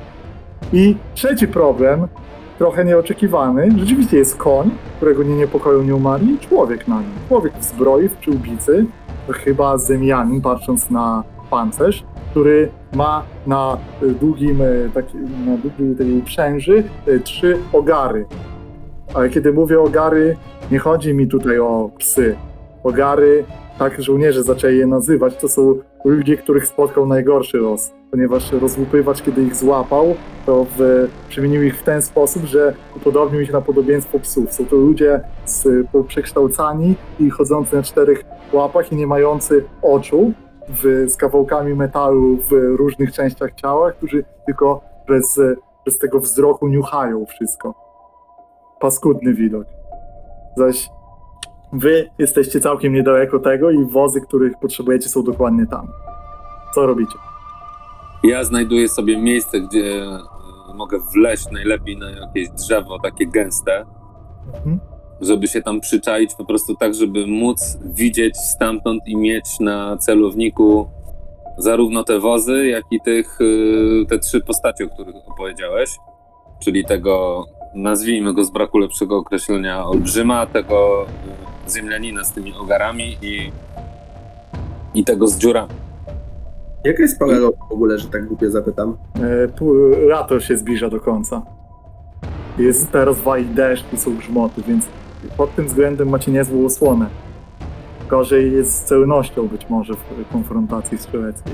Speaker 1: I trzeci problem, trochę nieoczekiwany, rzeczywiście jest koń, którego nie niepokoją nieumarli, i człowiek na nim. Człowiek w zbroi, w przyłbicy, chyba Zemianin, patrząc na pancerz, który ma na długiej tej uprzęży 3 ogary. Ale kiedy mówię ogary, nie chodzi mi tutaj o psy. Ogary, tak żołnierze zaczęli je nazywać, to są ludzie, których spotkał najgorszy los, ponieważ rozłupywacz, kiedy ich złapał, to przemienił ich w ten sposób, że upodobnił ich na podobieństwo psów. Są to ludzie przekształcani i chodzący na 4 łapach i nie mający oczu, z kawałkami metalu w różnych częściach ciała, którzy tylko bez tego wzroku niuchają wszystko. paskudny widok. Zaś wy jesteście całkiem niedaleko tego i wozy, których potrzebujecie, są dokładnie tam. Co robicie?
Speaker 4: Ja znajduję sobie miejsce, gdzie mogę wleźć najlepiej na jakieś drzewo takie gęste, żeby się tam przyczaić po prostu tak, żeby móc widzieć stamtąd i mieć na celowniku zarówno te wozy, jak i te 3 postacie, o których opowiedziałeś, czyli tego, nazwijmy go z braku lepszego określenia, olbrzyma, tego ziemnianina z tymi ogarami i tego z dziurami.
Speaker 3: Jaka jest pora roku w ogóle, że tak głupio zapytam?
Speaker 1: Lato się zbliża do końca. Jest teraz wali deszcz i są grzmoty, więc pod tym względem macie niezłą osłonę. Gorzej jest z celnością być może w konfrontacji strzeleckiej.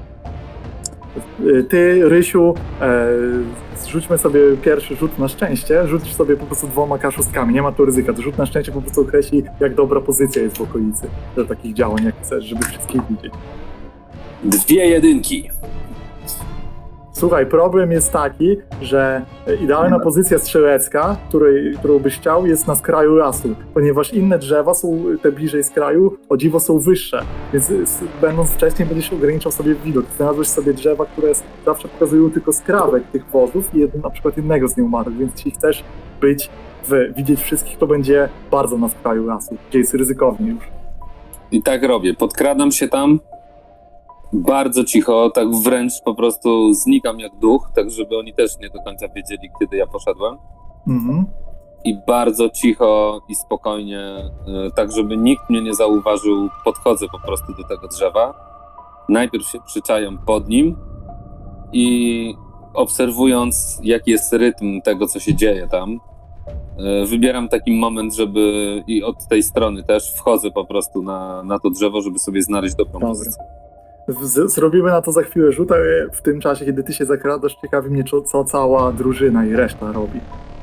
Speaker 1: Ty, Rysiu, zrzućmy sobie pierwszy rzut na szczęście. Rzucisz sobie po prostu 2 kaszustkami, nie ma tu ryzyka. To rzut na szczęście po prostu określi, jak dobra pozycja jest w okolicy do takich działań, jak chcesz, żeby wszystkich widzieć.
Speaker 4: 2 jedynki.
Speaker 1: Słuchaj, problem jest taki, że idealna pozycja strzelecka, którą byś chciał, jest na skraju lasu, ponieważ inne drzewa są te bliżej skraju, o dziwo są wyższe, więc będąc wcześniej będziesz ograniczał sobie widok. Znalazłeś sobie drzewa, które zawsze pokazują tylko skrawek tych wozów i na przykład jednego z nieumarłych, więc jeśli chcesz widzieć wszystkich, to będzie bardzo na skraju lasu, gdzie jest ryzykownie już.
Speaker 4: I tak robię. Podkradam się tam bardzo cicho, tak wręcz po prostu znikam jak duch, tak żeby oni też nie do końca wiedzieli, kiedy ja poszedłem. I bardzo cicho i spokojnie, tak żeby nikt mnie nie zauważył, podchodzę po prostu do tego drzewa. Najpierw się przyczajam pod nim i obserwując, jaki jest rytm tego, co się dzieje tam, wybieram taki moment, żeby i od tej strony też wchodzę po prostu na to drzewo, żeby sobie znaleźć dobrą pozycję.
Speaker 1: Zrobimy na to za chwilę rzut, ale w tym czasie, kiedy ty się zakradasz, ciekawi mnie, co cała drużyna i reszta robi.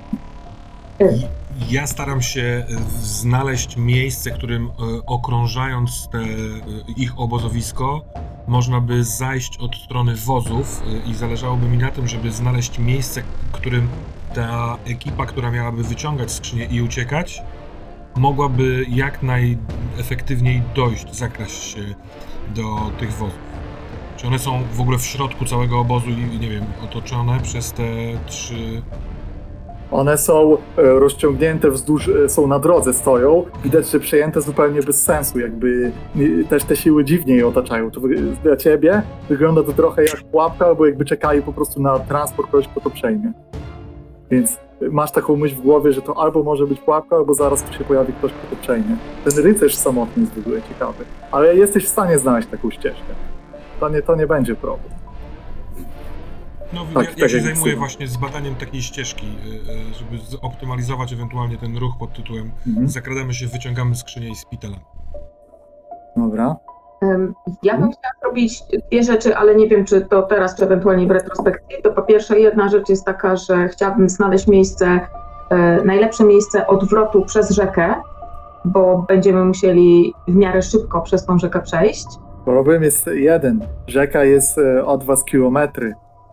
Speaker 2: Ja staram się znaleźć miejsce, którym okrążając ich obozowisko, można by zajść od strony wozów i zależałoby mi na tym, żeby znaleźć miejsce, którym ta ekipa, która miałaby wyciągać skrzynię i uciekać, mogłaby jak najefektywniej zakraść się do tych wozów. Czy one są w ogóle w środku całego obozu i nie wiem, otoczone przez te 3...
Speaker 1: One są rozciągnięte wzdłuż, są na drodze, stoją. Widać, że przejęte zupełnie bez sensu, jakby też te siły dziwnie je otaczają. To dla ciebie wygląda to trochę jak pułapka, albo jakby czekali po prostu na transport kogoś, kto to przejmie. Więc masz taką myśl w głowie, że to albo może być pułapka, albo zaraz tu się pojawi ktoś, kto to przejmie. Ten rycerz samotny jest w ogóle ciekawy. Ale jesteś w stanie znaleźć taką ścieżkę. To nie będzie problem.
Speaker 2: No,
Speaker 1: Tak,
Speaker 2: ja się zajmuję właśnie zbadaniem takiej ścieżki, żeby zoptymalizować ewentualnie ten ruch pod tytułem zakradamy się, wyciągamy skrzynię i spitala.
Speaker 1: Dobra.
Speaker 5: Ja bym chciała zrobić 2 rzeczy, ale nie wiem, czy to teraz, czy ewentualnie w retrospekcji. To po pierwsze, jedna rzecz jest taka, że chciałabym znaleźć miejsce, najlepsze miejsce odwrotu przez rzekę, bo będziemy musieli w miarę szybko przez tą rzekę przejść.
Speaker 1: Problem jest jeden. Rzeka jest od was kilometry.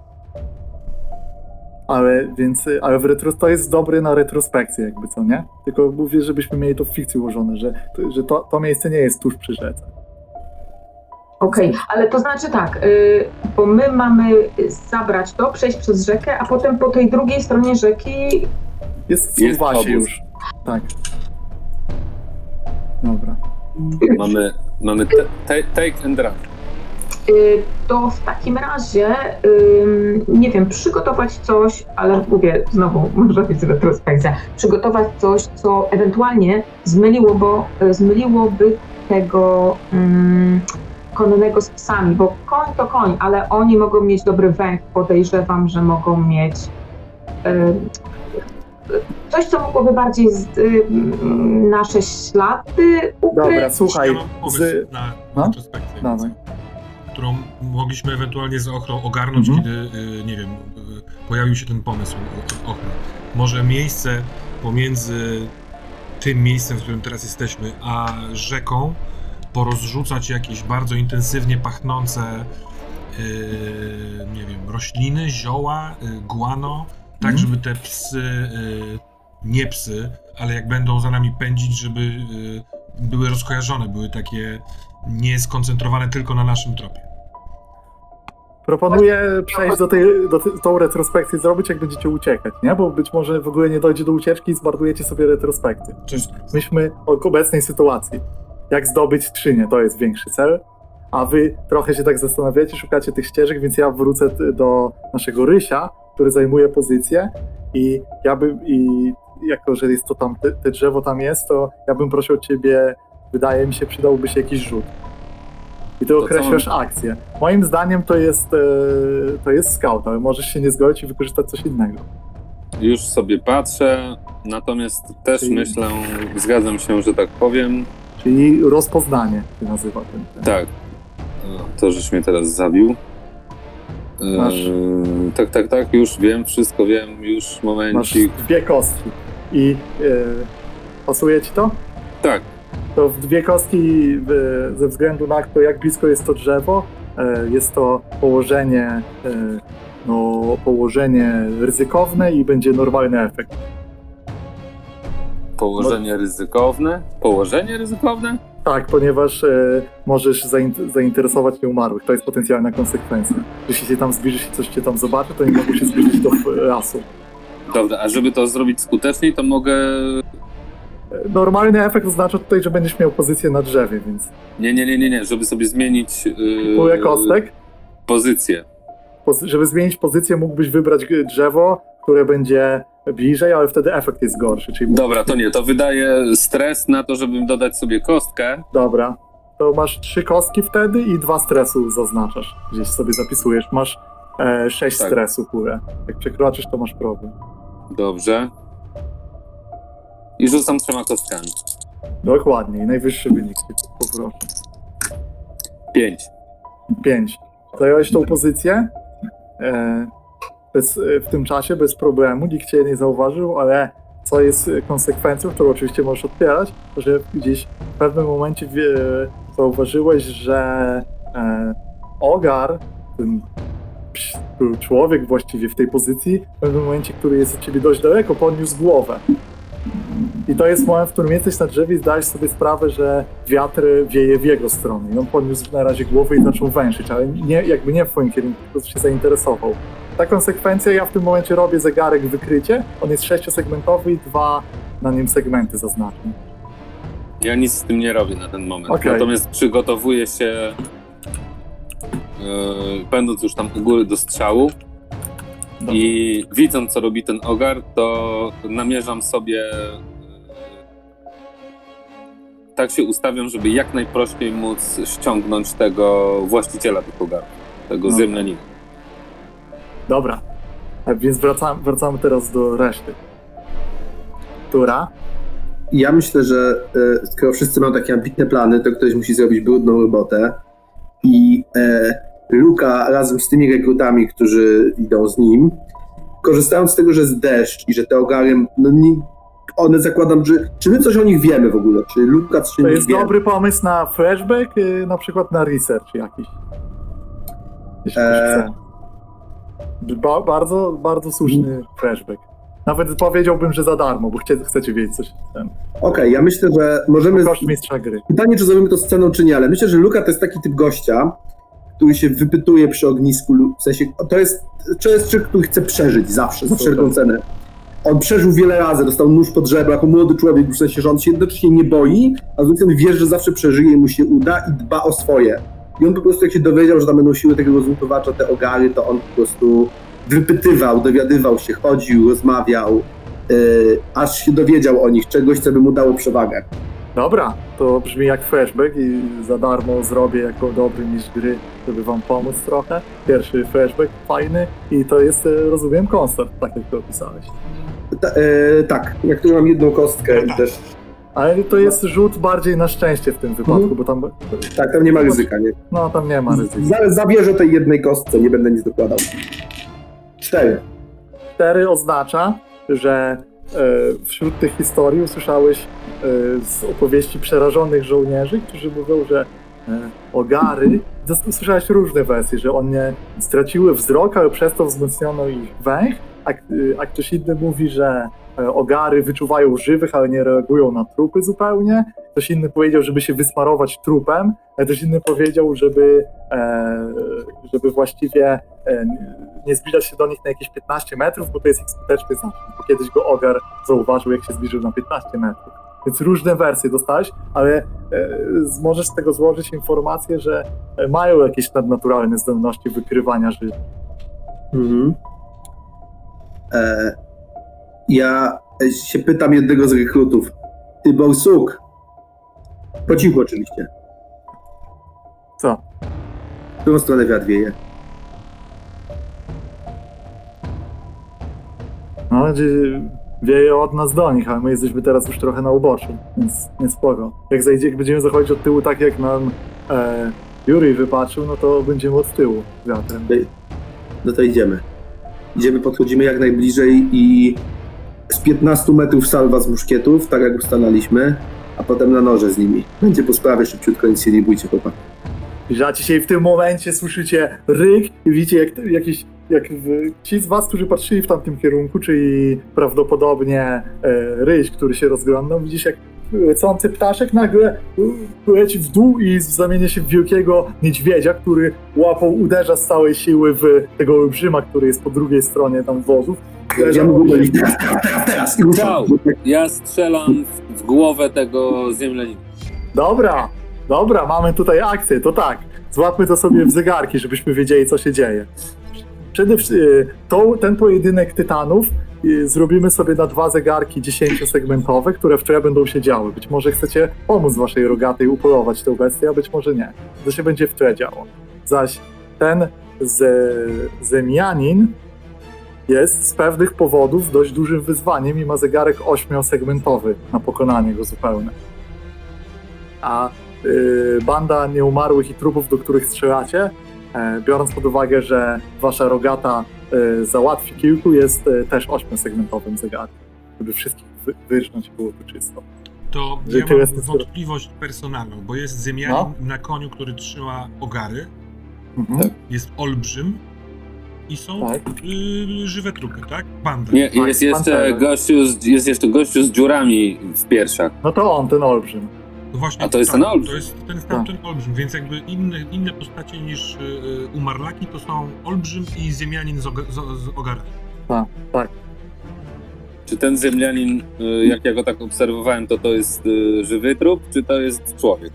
Speaker 1: Ale to jest dobry na retrospekcję, jakby, co nie? Tylko mówię, żebyśmy mieli to w fikcji ułożone, że to miejsce nie jest tuż przy rzece.
Speaker 5: Okej, ale to znaczy tak, bo my mamy zabrać to, przejść przez rzekę, a potem po tej drugiej stronie rzeki...
Speaker 1: Jest wasi już. Tak. Dobra.
Speaker 4: Mamy take and run.
Speaker 5: To w takim razie, nie wiem, przygotować coś, ale mówię, znowu może być retrospekcja, przygotować coś, co ewentualnie zmyliłoby tego konnego z psami, bo koń to koń, ale oni mogą mieć dobry węch, podejrzewam, że mogą mieć coś, co mogłoby bardziej nasze ślady ukryć.
Speaker 1: Dobra, słuchaj.
Speaker 2: Ja mam pomysł na retrospekcję.
Speaker 1: Dawaj.
Speaker 2: Którą mogliśmy ewentualnie z Ochrą ogarnąć, kiedy, nie wiem, pojawił się ten pomysł od Ochry. Może miejsce pomiędzy tym miejscem, w którym teraz jesteśmy, a rzeką porozrzucać jakieś bardzo intensywnie pachnące, nie wiem, rośliny, zioła, guano, tak żeby te psy nie psy, ale jak będą za nami pędzić, żeby były rozkojarzone, były takie nieskoncentrowane tylko na naszym tropie.
Speaker 1: Proponuję przejść tą retrospekcję zrobić, jak będziecie uciekać, nie? Bo być może w ogóle nie dojdzie do ucieczki i zmarnujecie sobie retrospekcję. Myślmy o obecnej sytuacji. Jak zdobyć skrzynię, to jest większy cel. A wy trochę się tak zastanawiacie, szukacie tych ścieżek, więc ja wrócę do naszego Rysia, który zajmuje pozycję i jako, że jest to tam, te drzewo tam jest, to ja bym prosił ciebie, wydaje mi się, przydałby się jakiś rzut. I ty określasz akcję. Moim zdaniem to jest scout, ale możesz się nie zgodzić i wykorzystać coś innego.
Speaker 4: Już sobie patrzę, natomiast też myślę, zgadzam się, że tak powiem.
Speaker 1: Czyli rozpoznanie się nazywa ten.
Speaker 4: Tak. To żeś mnie teraz zabił. Tak, już wiem, wszystko wiem, już momencik.
Speaker 1: Masz 2 kostki. I pasuje ci to?
Speaker 4: Tak.
Speaker 1: To w 2 kostki ze względu na to, jak blisko jest to drzewo, jest to położenie ryzykowne i będzie normalny efekt.
Speaker 4: Położenie ryzykowne? Położenie ryzykowne?
Speaker 1: Tak, ponieważ możesz zainteresować nieumarłych. To jest potencjalna konsekwencja. Jeśli się tam zbliżysz i coś cię tam zobaczy, to nie mogą się zbliżyć do lasu.
Speaker 4: Dobra, a żeby to zrobić skuteczniej, to mogę...
Speaker 1: Normalny efekt oznacza tutaj, że będziesz miał pozycję na drzewie, więc...
Speaker 4: Nie, żeby sobie zmienić...
Speaker 1: Pulę kostek?
Speaker 4: Pozycję.
Speaker 1: Żeby zmienić pozycję, mógłbyś wybrać drzewo, które będzie bliżej, ale wtedy efekt jest gorszy. Czyli...
Speaker 4: Dobra, to nie, to wydaje stres na to, żebym dodać sobie kostkę.
Speaker 1: Dobra, to masz 3 kostki wtedy i 2 stresu zaznaczasz. Gdzieś sobie zapisujesz. Masz 6
Speaker 4: Tak.
Speaker 1: stresu pulę. Jak przekroczysz, to masz problem.
Speaker 4: Dobrze. I rzucam 3 kostkami.
Speaker 1: Dokładnie, i najwyższy wynik. Poproszę.
Speaker 4: 5.
Speaker 1: 5. Zająłeś tą pozycję w tym czasie bez problemu, nikt cię nie zauważył, ale co jest konsekwencją, którą oczywiście możesz odpierać, to że gdzieś w pewnym momencie zauważyłeś, że Ogar, ten człowiek właściwie w tej pozycji, w pewnym momencie, który jest od ciebie dość daleko, podniósł głowę. I to jest moment, w którym jesteś na drzewie i zdajesz sobie sprawę, że wiatr wieje w jego stronę. I on podniósł na razie głowę i zaczął węszyć, ale nie w twoim kierunku, po prostu się zainteresował. Ta konsekwencja, ja w tym momencie robię zegarek wykrycie, on jest 6-segmentowy i 2 na nim segmenty zaznaczam.
Speaker 4: Ja nic z tym nie robię na ten moment.
Speaker 1: Okay.
Speaker 4: Natomiast przygotowuję się, będąc już tam u góry do strzału.
Speaker 1: Dobrze.
Speaker 4: I widząc, co robi ten ogar, to namierzam sobie, tak się ustawiam, żeby jak najprościej móc ściągnąć tego właściciela tych ogarów, tego ziemnianina.
Speaker 1: Dobra, a więc wracamy teraz do reszty. Która?
Speaker 3: Ja myślę, że skoro wszyscy mają takie ambitne plany, to ktoś musi zrobić brudną robotę i Luka razem z tymi rekrutami, którzy idą z nim, korzystając z tego, że jest deszcz i że te ogary, one zakładam, że czy my coś o nich wiemy w ogóle, czy Luka coś o
Speaker 1: To
Speaker 3: nich
Speaker 1: jest
Speaker 3: wie?
Speaker 1: dobry pomysł na flashback, na przykład na research jakiś. Jeśli ktoś chce. Bardzo, bardzo słuszny flashback. Nawet powiedziałbym, że za darmo, bo chcecie wiedzieć coś.
Speaker 3: Okej, ja myślę, że możemy...
Speaker 1: Koszt mistrza gry.
Speaker 3: Pytanie, czy zrobimy to sceną, czy nie, ale myślę, że Luka to jest taki typ gościa, który się wypytuje przy ognisku, w sensie, to jest człowiek, który chce przeżyć zawsze, za wszelką cenę. On przeżył wiele razy, dostał nóż pod żebra jako młody człowiek, w sensie, że on się jednocześnie nie boi, a z drugiej strony wie, że zawsze przeżyje i mu się uda i dba o swoje. I on po prostu, jak się dowiedział, że tam będą siły tego rozlutowacza, te ogary, to on po prostu wypytywał, dowiadywał się, chodził, rozmawiał, aż się dowiedział o nich, czegoś, co by mu dało przewagę.
Speaker 1: Dobra, to brzmi jak flashback i za darmo zrobię jako dobry mistrz gry, żeby wam pomóc trochę. Pierwszy flashback fajny i to jest, rozumiem, koncert, tak jak to opisałeś.
Speaker 3: Tak, na którym mam jedną kostkę i też...
Speaker 1: Ale to jest rzut bardziej na szczęście w tym wypadku, bo tam...
Speaker 3: Tak, tam nie ma ryzyka, nie?
Speaker 1: No, tam nie ma ryzyka.
Speaker 3: Zabierze tej jednej kostce, nie będę nic dokładał. 4.
Speaker 1: 4 oznacza, że wśród tych historii usłyszałeś z opowieści przerażonych żołnierzy, którzy mówią, że ogary, usłyszałeś różne wersje, że one straciły wzrok, ale przez to wzmocniono ich węch, a ktoś inny mówi, że ogary wyczuwają żywych, ale nie reagują na trupy zupełnie. Ktoś inny powiedział, żeby się wysmarować trupem, a ktoś inny powiedział, żeby właściwie nie zbliżać się do nich na jakieś 15 metrów, bo to jest ich skuteczny zasięg, bo kiedyś go ogar zauważył, jak się zbliżył na 15 metrów. Więc różne wersje dostałeś, ale możesz z tego złożyć informację, że mają jakieś nadnaturalne zdolności wykrywania życia.
Speaker 3: Mhm. Ja się pytam jednego z rekrutów. Ty, Borsuk. Po cichu oczywiście.
Speaker 1: Co?
Speaker 3: W którą stronę wiatr wieje?
Speaker 1: No, wieje od nas do nich, ale my jesteśmy teraz już trochę na uboczu, więc nie spoko. Jak będziemy zachodzić od tyłu tak, jak nam Juri wypatrzył, no to będziemy od tyłu wiatrem.
Speaker 3: No to idziemy. Podchodzimy jak najbliżej i z 15 metrów salwa z muszkietów, tak jak ustalaliśmy, a potem na noże z nimi. Będzie po sprawie szybciutko, nic się nie bójcie, chłopaki.
Speaker 1: I dzisiaj w tym momencie słyszycie ryk i widzicie ci z was, którzy patrzyli w tamtym kierunku, czyli prawdopodobnie ryś, który się rozglądał, widzisz jak lecący ptaszek nagle leci w dół i zamienia się w wielkiego niedźwiedzia, który łapą uderza z całej siły w tego olbrzyma, który jest po drugiej stronie tam wozów.
Speaker 3: Ja mówię, teraz.
Speaker 4: Ciao. Ja strzelam w głowę tego ziemlęcika.
Speaker 1: Dobra, mamy tutaj akcję, to tak. Złapmy to sobie w zegarki, żebyśmy wiedzieli, co się dzieje. Przede wszystkim ten pojedynek tytanów zrobimy sobie na 2 zegarki 10-segmentowe, które wczoraj będą się działy. Być może chcecie pomóc waszej rogatej upolować tę bestię, a być może nie. To się będzie wczoraj działo. Zaś ten Zemianin jest z pewnych powodów dość dużym wyzwaniem i ma zegarek 8-segmentowy na pokonanie go zupełne. A banda nieumarłych i trupów, do których strzelacie, biorąc pod uwagę, że wasza rogata załatwi kilku, jest też 8-segmentowym zegarkiem, żeby wszystkich wyrżnąć i było to czysto.
Speaker 2: To
Speaker 1: Że
Speaker 2: ja
Speaker 1: ty
Speaker 2: mam
Speaker 1: jesteś-
Speaker 2: wątpliwość personalną, bo jest Zemianin na koniu, który trzyma ogary,
Speaker 1: Mhm.
Speaker 4: Tak.
Speaker 2: jest olbrzym i są
Speaker 1: Tak.
Speaker 2: żywe trupy, tak? Banda.
Speaker 4: Nie,
Speaker 1: Tak,
Speaker 4: jest jeszcze
Speaker 1: pancerze.
Speaker 4: gościu z dziurami w piersiach.
Speaker 1: No to on, ten olbrzym.
Speaker 2: To właśnie,
Speaker 4: A to jest ten olbrzym.
Speaker 2: To jest ten olbrzym, więc jakby inne postacie niż umarlaki to są olbrzym i Ziemianin z ogarami.
Speaker 1: Tak.
Speaker 4: Czy ten ziemlianin, jak ja go tak obserwowałem, to jest żywy trup, czy to jest człowiek?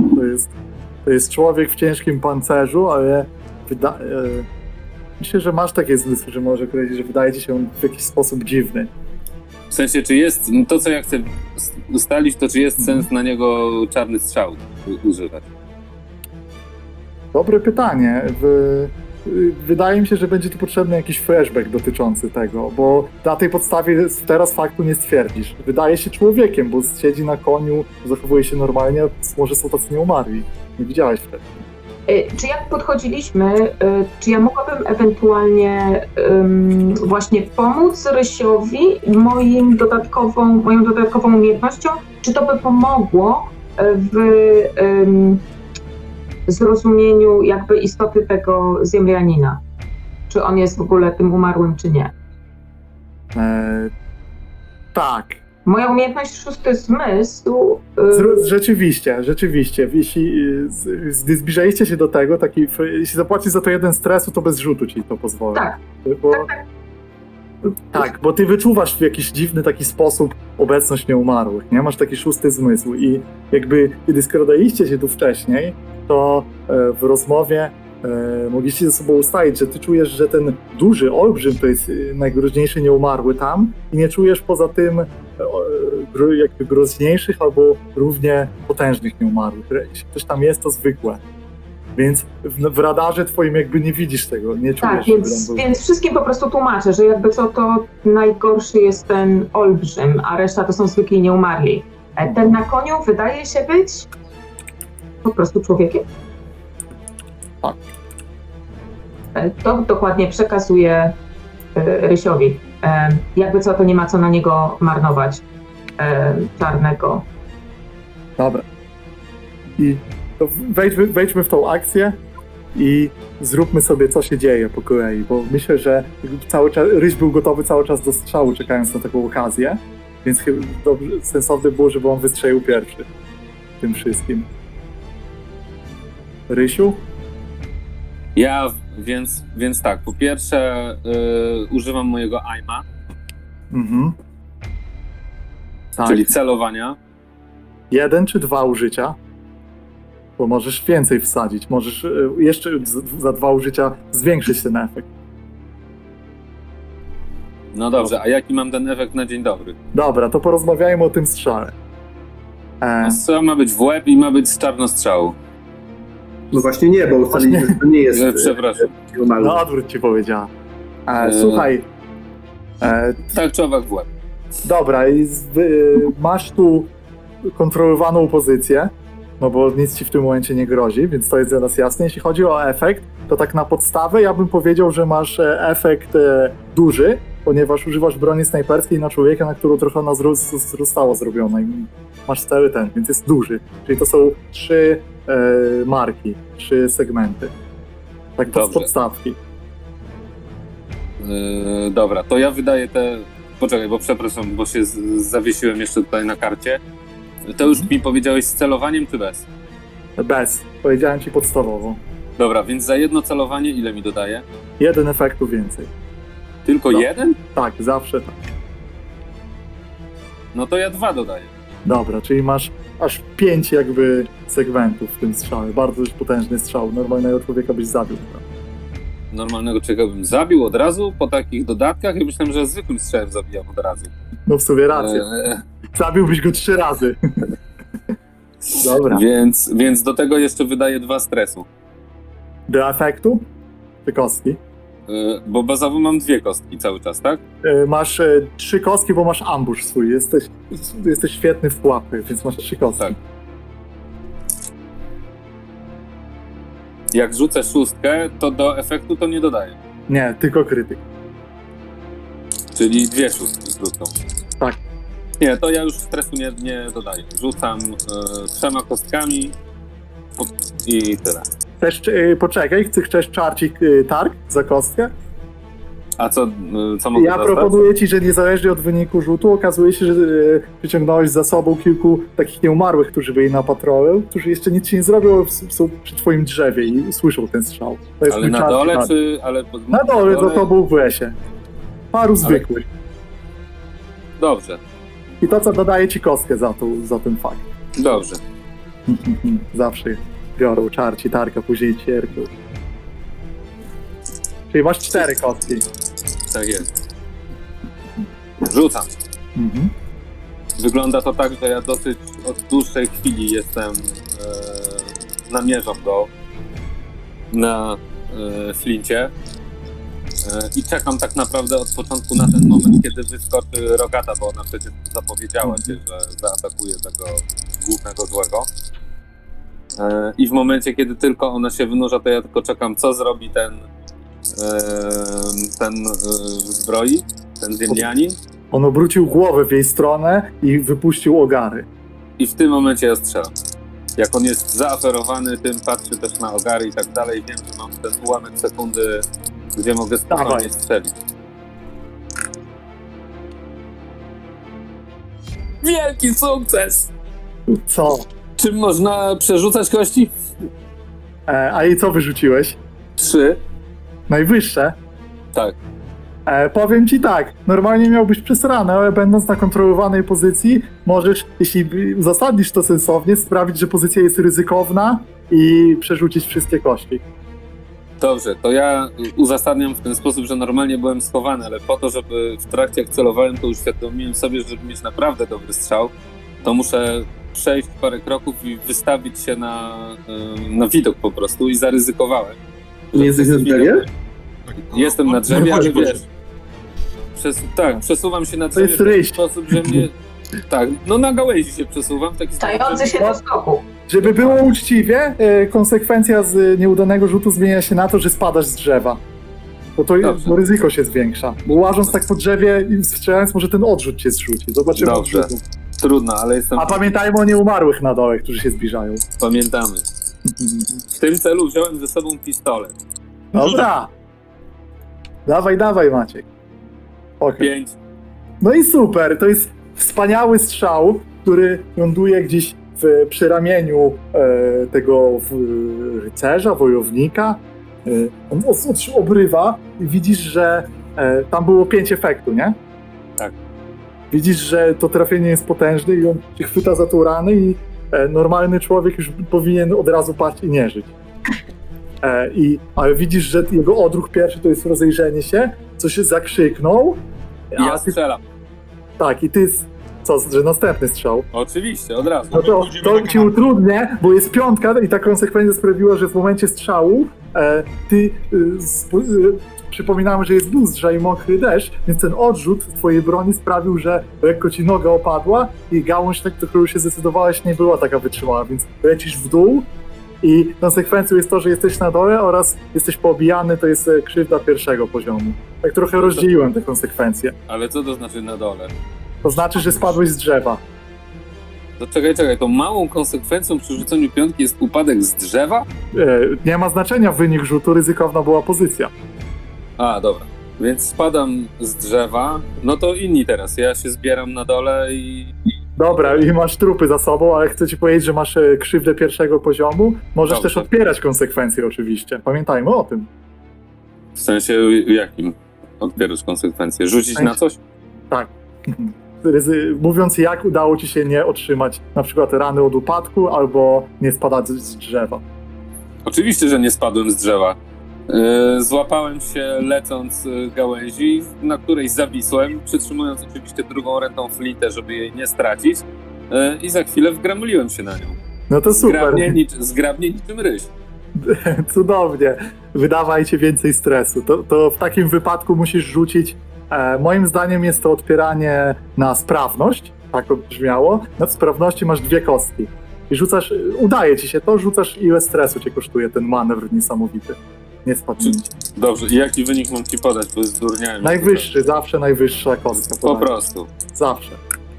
Speaker 1: To jest człowiek w ciężkim pancerzu, ale myślę, że masz takie zmysły, że może powiedzieć, że wydaje ci się on w jakiś sposób dziwny.
Speaker 4: W sensie, czy jest, to co ja chcę ustalić, to czy jest sens na niego czarny strzał używać?
Speaker 1: Dobre pytanie. Wydaje mi się, że będzie tu potrzebny jakiś flashback dotyczący tego, bo na tej podstawie teraz faktu nie stwierdzisz. Wydaje się człowiekiem, bo siedzi na koniu, zachowuje się normalnie, a może są tacy nieumarli. Nie widziałeś wcześniej.
Speaker 5: Czy jak podchodziliśmy, czy ja mogłabym ewentualnie właśnie pomóc Rysiowi moją dodatkową umiejętnością? Czy to by pomogło w zrozumieniu jakby istoty tego Ziemlianina? Czy on jest w ogóle tym umarłym, czy nie?
Speaker 1: Tak.
Speaker 5: Moja umiejętność 6 zmysł...
Speaker 1: Rzeczywiście. Jeśli zbliżaliście się do tego, jeśli zapłacisz za to 1 stresu, to bez rzutu ci to pozwolę.
Speaker 5: Tak.
Speaker 1: Tak, bo ty wyczuwasz w jakiś dziwny taki sposób obecność nieumarłych, nie? Masz taki 6 zmysł i jakby kiedy skradaliście się tu wcześniej, to w rozmowie mogliście ze sobą ustalić, że ty czujesz, że ten duży olbrzym to jest najgroźniejszy nieumarły tam i nie czujesz poza tym jakby groźniejszych albo równie potężnych nieumarłych. Jeśli ktoś tam jest, to zwykłe. Więc w radarze twoim jakby nie widzisz tego, nie czujesz.
Speaker 5: Tak, więc wszystkim po prostu tłumaczę, że jakby co, to najgorszy jest ten olbrzym, a reszta to są zwykli nieumarli. Ten na koniu wydaje się być po prostu człowiekiem.
Speaker 1: Tak.
Speaker 5: To dokładnie przekazuję Rysiowi. Jakby co, to nie ma co na niego marnować czarnego.
Speaker 1: Dobra. I to wejdźmy w tą akcję. i zróbmy sobie, co się dzieje po kolei, bo myślę, że cały czas, Ryś był gotowy cały czas do strzału, czekając na taką okazję, więc chyba sensowne było, żeby on wystrzelił pierwszy w tym wszystkim. Rysiu?
Speaker 4: Więc tak, po pierwsze używam mojego aima,
Speaker 1: Mhm. Tak.
Speaker 4: czyli celowania.
Speaker 1: 1 czy 2 użycia? Bo możesz więcej wsadzić, możesz jeszcze za 2 użycia zwiększyć ten efekt.
Speaker 4: No dobrze, a jaki mam ten efekt na dzień dobry?
Speaker 1: Dobra, to porozmawiajmy o tym strzale.
Speaker 4: No, strzał ma być w łeb i ma być z czarnostrzału.
Speaker 3: No właśnie nie, bo ustaliliśmy, że to nie jest...
Speaker 4: Przepraszam.
Speaker 3: normalne.
Speaker 1: No odwrót ci powiedziała. Słuchaj,
Speaker 4: Tak czy owak w łeb.
Speaker 1: dobra, masz tu kontrolowaną pozycję, no bo nic ci w tym momencie nie grozi, więc to jest dla nas jasne. Jeśli chodzi o efekt, to tak na podstawę ja bym powiedział, że masz efekt duży, ponieważ używasz broni snajperskiej na człowieka, na którą trochę ona została zrobiona i masz cały ten, więc jest duży. Czyli to są 3 marki, 3 segmenty. Tak to z
Speaker 4: Dobrze.
Speaker 1: podstawki.
Speaker 4: Dobra, to ja wydaję te... Poczekaj, bo przepraszam, bo się zawiesiłem jeszcze tutaj na karcie. To już mi powiedziałeś z celowaniem czy bez?
Speaker 1: Bez. Powiedziałem ci podstawowo.
Speaker 4: Dobra, więc za jedno celowanie ile mi dodaje?
Speaker 1: 1 efektu więcej.
Speaker 4: Tylko
Speaker 1: No.
Speaker 4: 1?
Speaker 1: Tak, zawsze tak.
Speaker 4: No to ja 2 dodaję.
Speaker 1: Dobra, czyli masz aż 5 jakby segmentów w tym strzale. Bardzo już potężny strzał. Normalnego człowieka byś zabił.
Speaker 4: Normalnego człowieka bym zabił od razu po takich dodatkach i myślałem, że zwykłym strzałem zabijam od razu.
Speaker 1: No w sumie rację. Zabiłbyś go 3 razy. Dobra.
Speaker 4: Więc do tego jeszcze wydaję 2 stresu.
Speaker 1: Do efektu? Czy kostki?
Speaker 4: Bo bazowo mam 2 kostki cały czas, tak?
Speaker 1: Masz 3 kostki, bo masz ambush swój. Jesteś świetny w pułapy, więc masz 3 kostki.
Speaker 4: Tak. Jak rzucę 6, to do efektu to nie dodaję.
Speaker 1: Nie, tylko krytyk.
Speaker 4: Czyli 2 szóstki krótką.
Speaker 1: Tak.
Speaker 4: Nie, to ja już stresu nie dodaję. Rzucam 3 kostkami i tyle.
Speaker 1: Chcesz, poczekaj, chcesz czarcik targ za kostkę?
Speaker 4: A co mogę
Speaker 1: Ja
Speaker 4: dostać?
Speaker 1: proponuję ci, że niezależnie od wyniku rzutu okazuje się, że wyciągnąłeś za sobą kilku takich nieumarłych, którzy byli na patrolu, którzy jeszcze nic ci nie zrobią, ale są przy twoim drzewie i słyszą ten strzał. To jest
Speaker 4: Ale
Speaker 1: mój
Speaker 4: na
Speaker 1: czarny
Speaker 4: dole
Speaker 1: targ.
Speaker 4: czy...
Speaker 1: Na dole za tobą w lesie. Paru zwykłych.
Speaker 4: Dobrze,
Speaker 1: I to, co dodaje ci kostkę za ten fakt.
Speaker 4: dobrze.
Speaker 1: Zawsze biorą czarci tarka, później cierpią. Czyli masz 4 kostki.
Speaker 4: Tak jest. Rzucam.
Speaker 1: Mhm.
Speaker 4: Wygląda to tak, że ja dosyć od dłuższej chwili namierzam go na flincie i czekam tak naprawdę od początku na ten moment, kiedy wyskoczy Rogata, bo ona przecież zapowiedziała się, że zaatakuje tego głównego złego. I w momencie, kiedy tylko ona się wynurza, to ja tylko czekam, co zrobi ten zbroi, ten ziemnianin.
Speaker 1: On obrócił głowę w jej stronę i wypuścił ogary.
Speaker 4: I w tym momencie ja strzelam. Jak on jest zaaferowany tym, patrzy też na ogary i tak dalej, wiem, że mam ten ułamek sekundy, gdzie mogę spokojnie
Speaker 1: Dawaj.
Speaker 4: strzelić. Wielki sukces!
Speaker 1: Co?
Speaker 4: Czym można przerzucać kości?
Speaker 1: A i co wyrzuciłeś?
Speaker 4: 3.
Speaker 1: Najwyższe?
Speaker 4: Tak.
Speaker 1: Powiem ci tak, normalnie miałbyś przesrane, ale będąc na kontrolowanej pozycji, możesz, jeśli uzasadnisz to sensownie, sprawić, że pozycja jest ryzykowna i przerzucić wszystkie kości.
Speaker 4: Dobrze, to ja uzasadniam w ten sposób, że normalnie byłem schowany, ale po to, żeby w trakcie jak celowałem, to uświadomiłem sobie, że żeby mieć naprawdę dobry strzał, to muszę przejść parę kroków i wystawić się na widok po prostu i zaryzykowałem.
Speaker 3: Nie jesteś na drzewie?
Speaker 4: Jestem na drzewie, ale
Speaker 2: Chodź,
Speaker 4: wiesz, przesuwam się na
Speaker 1: To jest
Speaker 4: drzewie w
Speaker 1: ryś.
Speaker 4: taki sposób, że mnie... Tak, no na gałęzi się przesuwam. W taki sposób,
Speaker 5: Stający się do skoku.
Speaker 1: Żeby było uczciwie, konsekwencja z nieudanego rzutu zmienia się na to, że spadasz z drzewa.
Speaker 4: Dobrze.
Speaker 1: Bo ryzyko się zwiększa. Bo łażąc tak po drzewie i strzelając, może ten odrzut cię zrzuci. Zobaczymy
Speaker 4: Dobrze.
Speaker 1: odrzutu.
Speaker 4: Trudno, ale jestem...
Speaker 1: A pamiętajmy o nieumarłych na dole, którzy się zbliżają.
Speaker 4: Pamiętamy. W tym celu wziąłem ze sobą pistolet.
Speaker 1: Dobra. Dawaj, Maciek. Okay.
Speaker 4: 5.
Speaker 1: No i super, to jest wspaniały strzał, który ląduje gdzieś przy ramieniu tego rycerza, wojownika. On obrywa i widzisz, że tam było 5 efektu, nie?
Speaker 4: Tak.
Speaker 1: Widzisz, że to trafienie jest potężne i on się chwyta za tą ranę i normalny człowiek już powinien od razu paść i nie żyć. Ale widzisz, że jego odruch pierwszy to jest rozejrzenie się, coś zakrzyknął.
Speaker 4: Ja strzelam.
Speaker 1: Tak, i ty co, że następny strzał.
Speaker 4: Oczywiście, od razu.
Speaker 1: No to ci utrudnię, bo jest 5 i ta konsekwencja sprawiła, że w momencie strzału przypominamy, że jest burza i mokry deszcz, więc ten odrzut twojej broni sprawił, że lekko ci noga opadła i gałąź, na którą się zdecydowałeś, nie była taka wytrzymała, więc lecisz w dół i konsekwencją jest to, że jesteś na dole oraz jesteś poobijany, to jest krzywda 1. poziomu. Tak trochę rozdzieliłem te konsekwencje.
Speaker 4: Ale co to znaczy na dole?
Speaker 1: To znaczy, że spadłeś z drzewa.
Speaker 4: To czekaj, to małą konsekwencją przy rzuceniu 5 jest upadek z drzewa?
Speaker 1: Nie ma znaczenia wynik rzutu, ryzykowna była pozycja.
Speaker 4: A, dobra. Więc spadam z drzewa, no to inni teraz. Ja się zbieram na dole i...
Speaker 1: Dobra, i masz trupy za sobą, ale chcę ci powiedzieć, że masz krzywdę 1. poziomu. Możesz
Speaker 4: Dobrze.
Speaker 1: też odpierać konsekwencje oczywiście. Pamiętajmy o tym.
Speaker 4: W sensie jakim odpierasz konsekwencje? Rzucić na coś?
Speaker 1: Tak. Mówiąc jak udało ci się nie otrzymać na przykład rany od upadku albo nie spadać z drzewa.
Speaker 4: Oczywiście, że nie spadłem z drzewa. Złapałem się lecąc gałęzi, na której zawisłem, przytrzymując oczywiście drugą ręką flintę, żeby jej nie stracić, i za chwilę wgramuliłem się na nią.
Speaker 1: No to super.
Speaker 4: Zgrabnie niczym ryś.
Speaker 1: Cudownie. Wydawajcie więcej stresu. To w takim wypadku musisz rzucić, moim zdaniem jest to odpieranie na sprawność, tak to brzmiało. Na sprawności masz 2 kostki. I rzucasz, udaje ci się to, rzucasz ile stresu cię kosztuje ten manewr niesamowity. Nie spadnięcie.
Speaker 4: Dobrze, i jaki wynik mam ci podać, bo zdurniałem.
Speaker 1: Najwyższy, zawsze najwyższa kostka.
Speaker 4: Po prostu.
Speaker 1: Zawsze.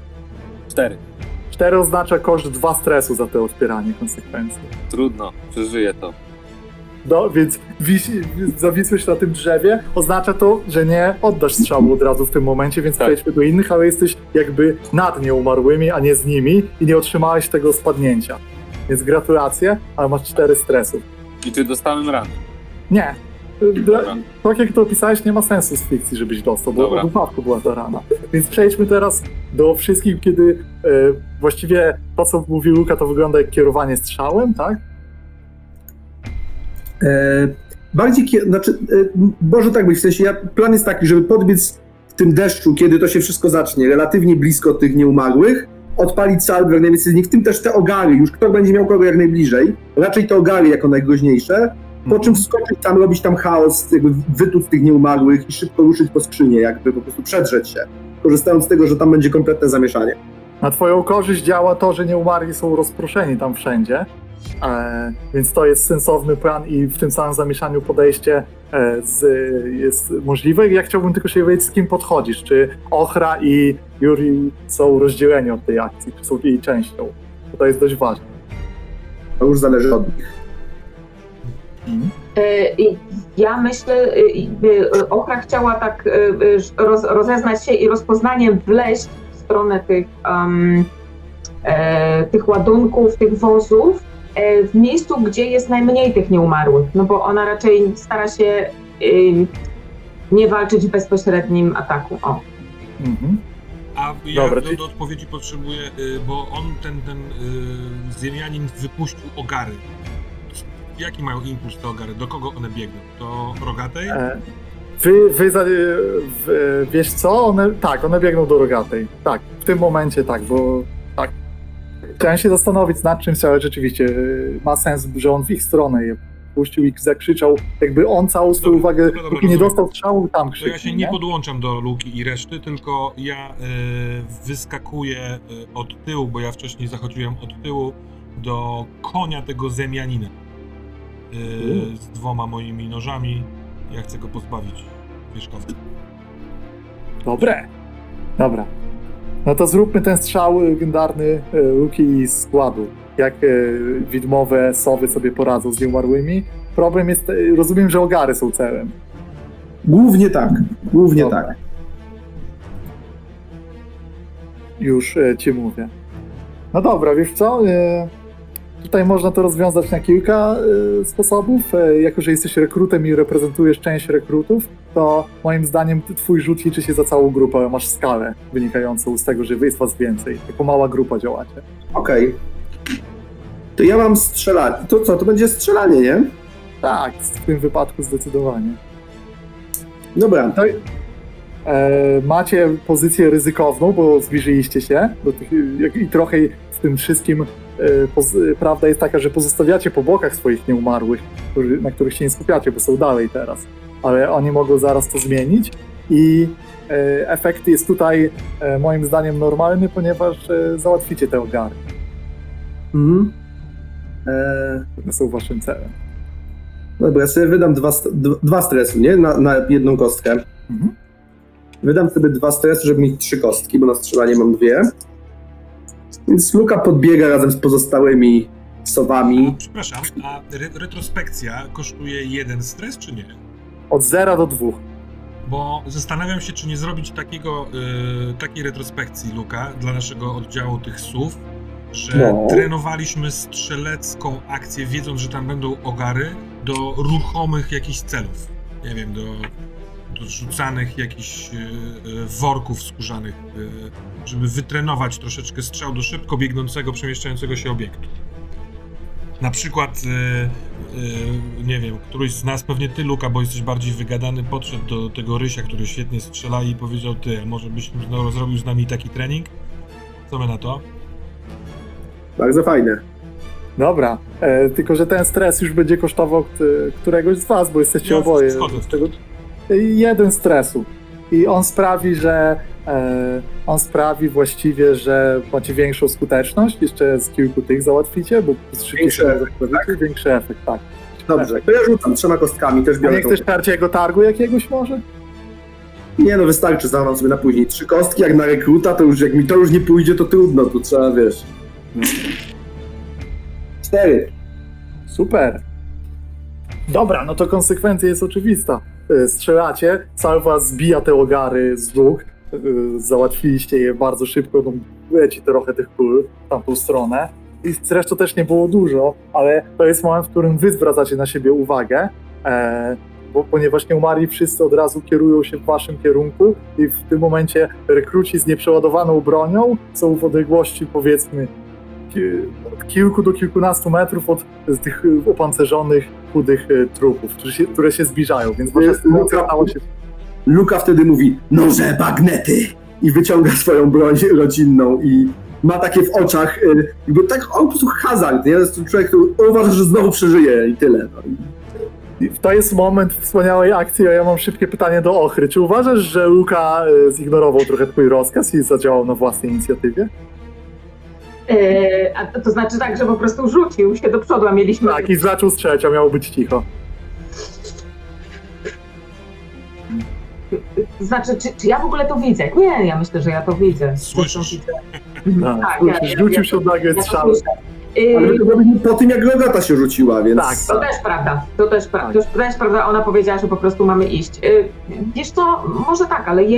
Speaker 4: 4.
Speaker 1: 4 oznacza koszt 2 stresu za to odpieranie konsekwencji.
Speaker 4: Trudno, przeżyję to.
Speaker 1: Więc zawisłeś na tym drzewie, oznacza to, że nie oddasz strzału od razu w tym momencie, więc przejdźmy do innych, ale jesteś jakby nad nieumarłymi, a nie z nimi i nie otrzymałeś tego spadnięcia. Więc gratulacje, ale masz 4 stresów.
Speaker 4: I czy dostałem rany?
Speaker 1: Nie.
Speaker 4: Dobra.
Speaker 1: Tak jak to opisałeś, nie ma sensu z fikcji, żebyś dostał, bo
Speaker 4: Dobra.
Speaker 1: w upadku była ta rana. Więc przejdźmy teraz do wszystkich, kiedy właściwie to, co mówił Luka, to wygląda jak kierowanie strzałem, tak?
Speaker 3: Może tak być, w sensie plan jest taki, żeby podbiec w tym deszczu, kiedy to się wszystko zacznie, relatywnie blisko tych nieumarłych, odpalić salwę jak najwięcej z nich, w tym też te ogary, już kto będzie miał kogo jak najbliżej, raczej te ogary jako najgroźniejsze, po czym wskoczyć tam, robić tam chaos, jakby wytłuc tych nieumarłych i szybko ruszyć po skrzynię, jakby po prostu przedrzeć się, korzystając z tego, że tam będzie kompletne zamieszanie.
Speaker 1: Na twoją korzyść działa to, że nieumarli są rozproszeni tam wszędzie, więc to jest sensowny plan i w tym samym zamieszaniu podejście jest możliwe. Ja chciałbym tylko się wiedzieć, z kim podchodzisz. Czy Ochra i Yuri są rozdzieleni od tej akcji, czy są jej częścią. To jest dość ważne.
Speaker 3: To już zależy od nich.
Speaker 5: Ja myślę, Ochra chciała tak rozeznać się i rozpoznaniem wleźć w stronę tych ładunków, tych wozów, w miejscu, gdzie jest najmniej tych nieumarłych, no bo ona raczej stara się nie walczyć w bezpośrednim ataku. O.
Speaker 1: Mhm.
Speaker 2: A ja
Speaker 1: Dobra,
Speaker 2: do odpowiedzi potrzebuję, bo on, ten Ziemianin wypuścił ogary. Jaki mają impuls te ogary? Do kogo one biegną? Do Rogatej?
Speaker 1: Wiesz co? One biegną do Rogatej. Tak, w tym momencie tak, bo tak. Chciałem się zastanowić nad czymś, ale rzeczywiście ma sens, że on w ich stronę je puścił i zakrzyczał, jakby on całą swoją uwagę, póki nie dostał strzału, tam krzyknął.
Speaker 2: To ja się nie podłączam do Luki i reszty, tylko ja wyskakuję od tyłu, bo ja wcześniej zachodziłem od tyłu do konia tego Zemianina. Z 2 moimi nożami. Ja chcę go pozbawić wierzchowca.
Speaker 1: Dobra. No to zróbmy ten strzał legendarny Luki z składu. jak widmowe sowy sobie poradzą z nieumarłymi. Problem jest, rozumiem, że ogary są celem.
Speaker 3: Głównie tak. Głównie
Speaker 1: Dobra.
Speaker 3: tak.
Speaker 1: Już ci mówię. No dobra, wiesz co? Tutaj można to rozwiązać na kilka sposobów. Jako że jesteś rekrutem i reprezentujesz część rekrutów, to moim zdaniem twój rzut liczy się za całą grupę. Masz skalę wynikającą z tego, że jest was więcej. Jako mała grupa działacie.
Speaker 3: Okej. To ja mam strzelanie. To co? To będzie strzelanie, nie?
Speaker 1: Tak, w tym wypadku zdecydowanie.
Speaker 3: Dobra.
Speaker 1: To, macie pozycję ryzykowną, bo zbliżyliście się do tych, i trochę w tym wszystkim prawda jest taka, że pozostawiacie po bokach swoich nieumarłych, na których się nie skupiacie, bo są dalej teraz, ale oni mogą zaraz to zmienić i efekt jest tutaj moim zdaniem normalny, ponieważ załatwicie te ogary,
Speaker 3: Mhm.
Speaker 1: które są waszym celem.
Speaker 3: Dobra, ja sobie wydam dwa stresy, nie? Na jedną kostkę.
Speaker 1: Mhm.
Speaker 3: Wydam sobie 2 stresy, żeby mieć 3 kostki, bo na strzelanie mam 2. Więc Luka podbiega razem z pozostałymi sowami.
Speaker 2: Przepraszam, a retrospekcja kosztuje 1 stres, czy nie?
Speaker 1: Od 0 do 2.
Speaker 2: Bo zastanawiam się, czy nie zrobić takiej retrospekcji, Luka, dla naszego oddziału tych SUV, że trenowaliśmy strzelecką akcję, wiedząc, że tam będą ogary, do ruchomych jakichś celów. Nie wiem, do rzucanych jakichś worków skórzanych, żeby wytrenować troszeczkę strzał do szybko biegnącego, przemieszczającego się obiektu. Na przykład, nie wiem, któryś z nas, pewnie ty, Luka, bo jesteś bardziej wygadany, podszedł do tego Rysia, który świetnie strzela i powiedział: ty, a może byś zrobił z nami taki trening? Co my na to?
Speaker 3: Bardzo fajne.
Speaker 1: Dobra, tylko że ten stres już będzie kosztował któregoś z was, bo jesteście
Speaker 2: Ja
Speaker 1: oboje.
Speaker 2: schodzę.
Speaker 1: Z tego, 1 stresu. I on sprawi właściwie, że macie większą skuteczność, jeszcze z kilku tych załatwicie, bo większy efekt, tak.
Speaker 3: Dobrze, to ja rzucam 3 kostkami, też
Speaker 1: A
Speaker 3: biorę.
Speaker 1: nie chcesz tarciego targu jakiegoś może?
Speaker 3: Nie no, wystarczy, zachowam sobie na później. 3 kostki, jak na rekruta, to już jak mi to już nie pójdzie, to trudno, tu trzeba, wiesz. 4.
Speaker 1: Super. Dobra, no to konsekwencja jest oczywista. Strzelacie, Salwa zbija te ogary z nóg, załatwiliście je bardzo szybko, no, leci trochę tych kul w tamtą stronę. I zresztą też nie było dużo, ale to jest moment, w którym wy zwracacie na siebie uwagę, ponieważ nieumarli wszyscy od razu kierują się w waszym kierunku i w tym momencie rekruci z nieprzeładowaną bronią są w odległości, powiedzmy, od kilku do kilkunastu metrów od tych opancerzonych, chudych trupów, które się zbliżają, więc wasza sytuacja stała się...
Speaker 3: Luka wtedy mówi: noże, bagnety! I wyciąga swoją broń rodzinną i ma takie w oczach, jakby tak, on po prostu hazard, nie? To jest człowiek, który uważa, że znowu przeżyje i tyle. No.
Speaker 1: I to jest moment wspaniałej akcji, a ja mam szybkie pytanie do Ochry. Czy uważasz, że Luka zignorował trochę twój rozkaz i zadziałał na własnej inicjatywie?
Speaker 5: A to znaczy tak, że po prostu rzucił się do przodu, a mieliśmy...
Speaker 1: Tak, i zaczął strzelać, a miało być cicho.
Speaker 5: Znaczy, czy ja w ogóle to widzę? Nie, ja myślę, że ja to widzę.
Speaker 2: Słyszysz?
Speaker 1: Tak, rzucił się nagle strzał.
Speaker 3: Ale to robi po tym, jak Rogata się rzuciła, więc...
Speaker 1: Tak,
Speaker 5: To też prawda, to też prawda, ona powiedziała, że po prostu mamy iść. Wiesz co, może tak, ale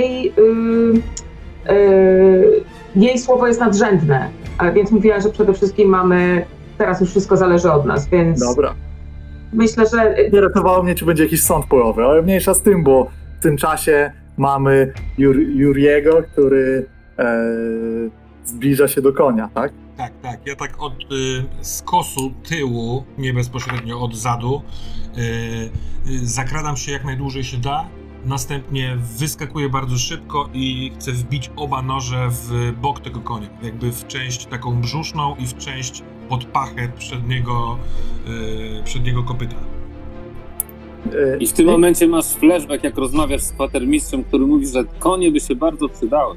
Speaker 5: jej słowo jest nadrzędne, więc mówiła, że przede wszystkim teraz już wszystko zależy od nas, więc
Speaker 1: Dobra.
Speaker 5: myślę, że...
Speaker 1: Nie ratowało mnie, czy będzie jakiś sąd polowy, ale mniejsza z tym, bo w tym czasie mamy Juriego, który zbliża się do konia, tak?
Speaker 2: Tak. Ja tak od skosu tyłu, nie bezpośrednio od zadu, zakradam się jak najdłużej się da, następnie wyskakuję bardzo szybko i chcę wbić oba noże w bok tego konia, jakby w część taką brzuszną i w część pod pachę przedniego kopyta.
Speaker 4: I w tym momencie masz flashback, jak rozmawiasz z kwatermistrzem, który mówi, że konie by się bardzo przydały.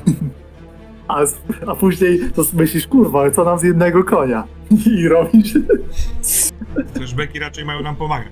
Speaker 1: A później to myślisz, kurwa, ale co nam z jednego konia? I robisz...
Speaker 2: Flashbacki raczej mają nam pomagać.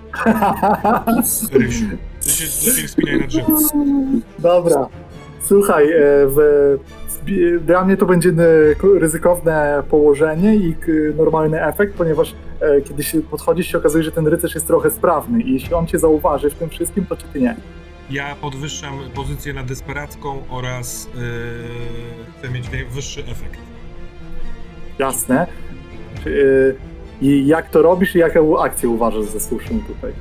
Speaker 2: Rysiu, ty się lepiej wspinaj na drzewo.
Speaker 1: Dobra. Słuchaj, Dla mnie to będzie ryzykowne położenie i normalny efekt, ponieważ kiedy się podchodzi, się okazuje, że ten rycerz jest trochę sprawny i jeśli on cię zauważy w tym wszystkim, to czy ty nie?
Speaker 2: Ja podwyższam pozycję na desperacką oraz chcę mieć wyższy efekt.
Speaker 1: Jasne. I jak to robisz i jaką akcję uważasz za słuszną tutaj?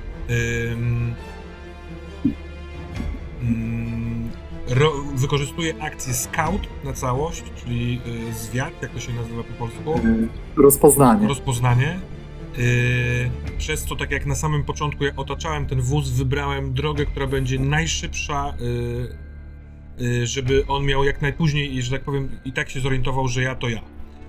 Speaker 2: Wykorzystuję akcję Scout na całość, czyli zwiat, jak to się nazywa po polsku?
Speaker 1: Rozpoznanie.
Speaker 2: Przez co, tak jak na samym początku ja otaczałem ten wóz, wybrałem drogę, która będzie najszybsza, żeby on miał jak najpóźniej i, że tak powiem, i tak się zorientował, że ja to ja.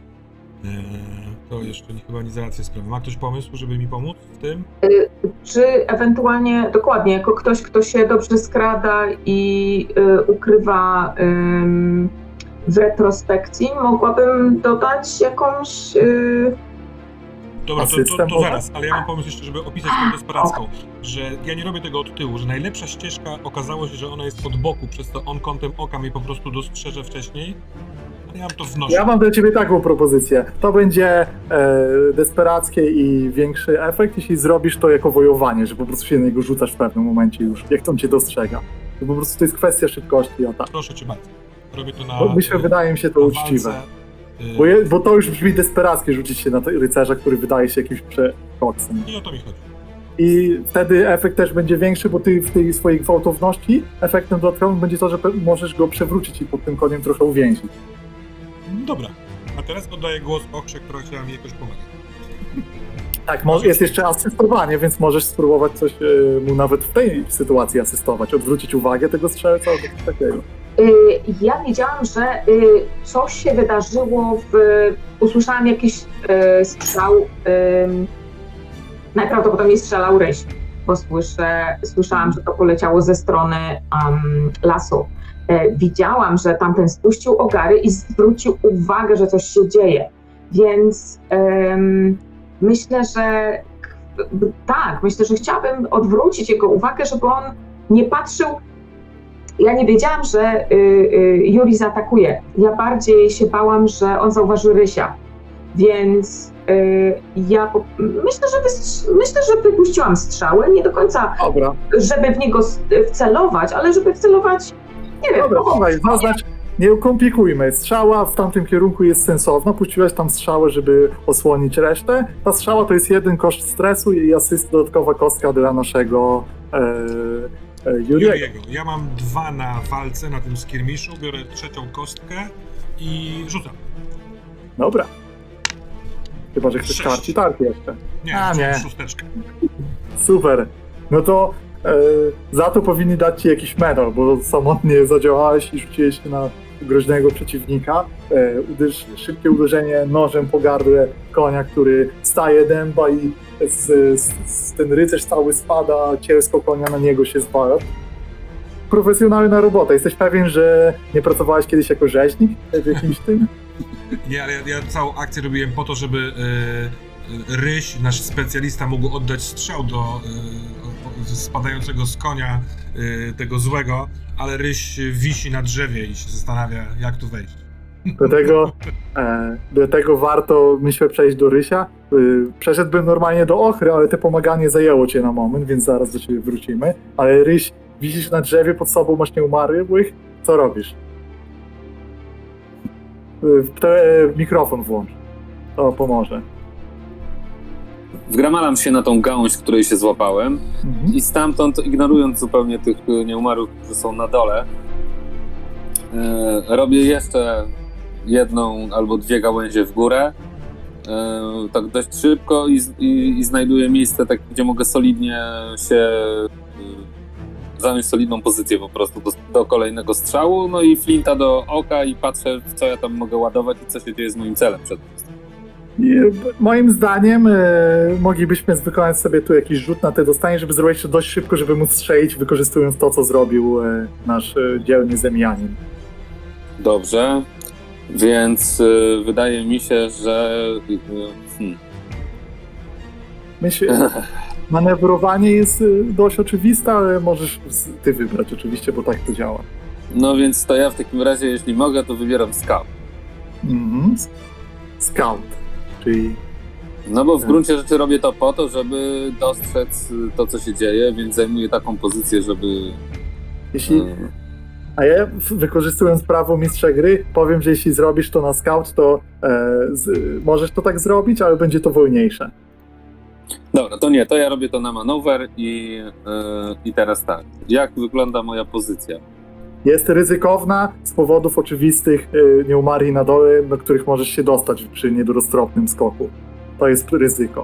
Speaker 2: To jeszcze chyba nie załatwię sprawy. Ma ktoś pomysł, żeby mi pomóc w tym?
Speaker 5: Czy ewentualnie, dokładnie, jako ktoś, kto się dobrze skrada i ukrywa w retrospekcji, mogłabym dodać jakąś...
Speaker 2: Dobra, to zaraz, ale ja mam pomysł jeszcze, żeby opisać tą desperacką, że ja nie robię tego od tyłu, że najlepsza ścieżka okazało się, że ona jest od boku, przez to on kątem oka mnie po prostu dostrzeże wcześniej. Ja mam to w nosie.
Speaker 1: Ja mam do ciebie taką propozycję. To będzie desperackie i większy efekt, jeśli zrobisz to jako wojowanie, że po prostu się na niego rzucasz w pewnym momencie już, jak on cię dostrzega. To po prostu to jest kwestia szybkości.
Speaker 2: Proszę cię bardzo. Robię to na...
Speaker 1: Wydaje mi się to uczciwe. Bo to już brzmi desperackie, rzucić się na rycerza, który wydaje się jakimś przekoksem.
Speaker 2: I o to mi chodzi.
Speaker 1: I wtedy efekt też będzie większy, bo ty w tej swojej gwałtowności efektem dodatkowym będzie to, że możesz go przewrócić i pod tym koniem trochę uwięzić.
Speaker 2: Dobra, a teraz oddaję głos Ochrze, która chciała mi jakoś pomagać.
Speaker 1: Tak, jest jeszcze asystowanie, więc możesz spróbować coś mu nawet w tej sytuacji asystować, odwrócić uwagę tego strzelca albo coś takiego.
Speaker 5: Ja wiedziałam, że coś się wydarzyło usłyszałam jakiś strzał, najprawdopodobniej strzelał ryś, bo słyszałam, że to poleciało ze strony lasu. Widziałam, że tamten spuścił ogary i zwrócił uwagę, że coś się dzieje, więc myślę, że chciałabym odwrócić jego uwagę, żeby on nie patrzył. Ja nie wiedziałam, że Yuri zaatakuje. Ja bardziej się bałam, że on zauważy rysia, więc myślę, że wypuściłam strzały, nie do końca, żeby w niego wcelować, ale żeby wcelować, nie wiem.
Speaker 1: Dobra, zaznacz, nie komplikujmy. Strzała w tamtym kierunku jest sensowna. Puściłeś tam strzałę, żeby osłonić resztę. Ta strzała to jest 1 koszt stresu i dodatkowa kostka dla naszego Yuriego.
Speaker 2: Ja mam 2 na walce, na tym skirmiszu. Biorę 3. kostkę i rzucam.
Speaker 1: Dobra. Chyba, że chcesz karci tarki jeszcze.
Speaker 2: Nie. 6.
Speaker 1: Super. No to za to powinni dać ci jakiś medal, bo samotnie zadziałałeś i rzuciłeś się na groźnego przeciwnika. Szybkie uderzenie nożem po gardle konia, który staje dęba i ten rycerz cały spada, cielsko konia na niego się zwala. Profesjonalna robota. Jesteś pewien, że nie pracowałeś kiedyś jako rzeźnik w jakimś tym?
Speaker 2: Nie, ale ja całą akcję robiłem po to, żeby Ryś, nasz specjalista, mógł oddać strzał do spadającego z konia tego złego, ale Ryś wisi na drzewie i się zastanawia, jak tu wejść.
Speaker 1: Dlatego warto, myślę, przejść do Rysia. Przeszedłbym normalnie do Ochry, ale te pomaganie zajęło cię na moment, więc zaraz do ciebie wrócimy. Ale Ryś, wisisz na drzewie, pod sobą masz nieumarłych. Co robisz? Mikrofon włącz. To pomoże.
Speaker 4: Wgramalam się na tą gałąź, której się złapałem i stamtąd, ignorując zupełnie tych nieumarłych, którzy są na dole, robię jeszcze 1 albo 2 gałęzie w górę, tak dość szybko i znajduję miejsce, tak, gdzie mogę solidnie się zająć solidną pozycję po prostu do kolejnego strzału, no i flinta do oka i patrzę, w co ja tam mogę ładować i co się dzieje z moim celem przed tym.
Speaker 1: Moim zdaniem moglibyśmy wykonać sobie tu jakiś rzut na te dostanie, żeby zrobić to dość szybko, żeby móc strzelić, wykorzystując to, co zrobił nasz dzielny Zemianin.
Speaker 4: Dobrze, więc wydaje mi się, że...
Speaker 1: Myślę, manewrowanie jest dość oczywiste, ale możesz ty wybrać oczywiście, bo tak to działa.
Speaker 4: No więc to ja w takim razie, jeśli mogę, to wybieram scout.
Speaker 1: Mhm. Scout, czyli
Speaker 4: No bo w gruncie rzeczy robię to po to, żeby dostrzec to, co się dzieje, więc zajmuję taką pozycję, żeby...
Speaker 1: jeśli... A ja, wykorzystując prawo mistrza gry, powiem, że jeśli zrobisz to na scout, to możesz to tak zrobić, ale będzie to wolniejsze.
Speaker 4: Dobra, to nie, to ja robię to na manewr i teraz tak. Jak wygląda moja pozycja?
Speaker 1: Jest ryzykowna z powodów oczywistych nieumarli na dole, do których możesz się dostać przy niedoroztropnym skoku. To jest ryzyko.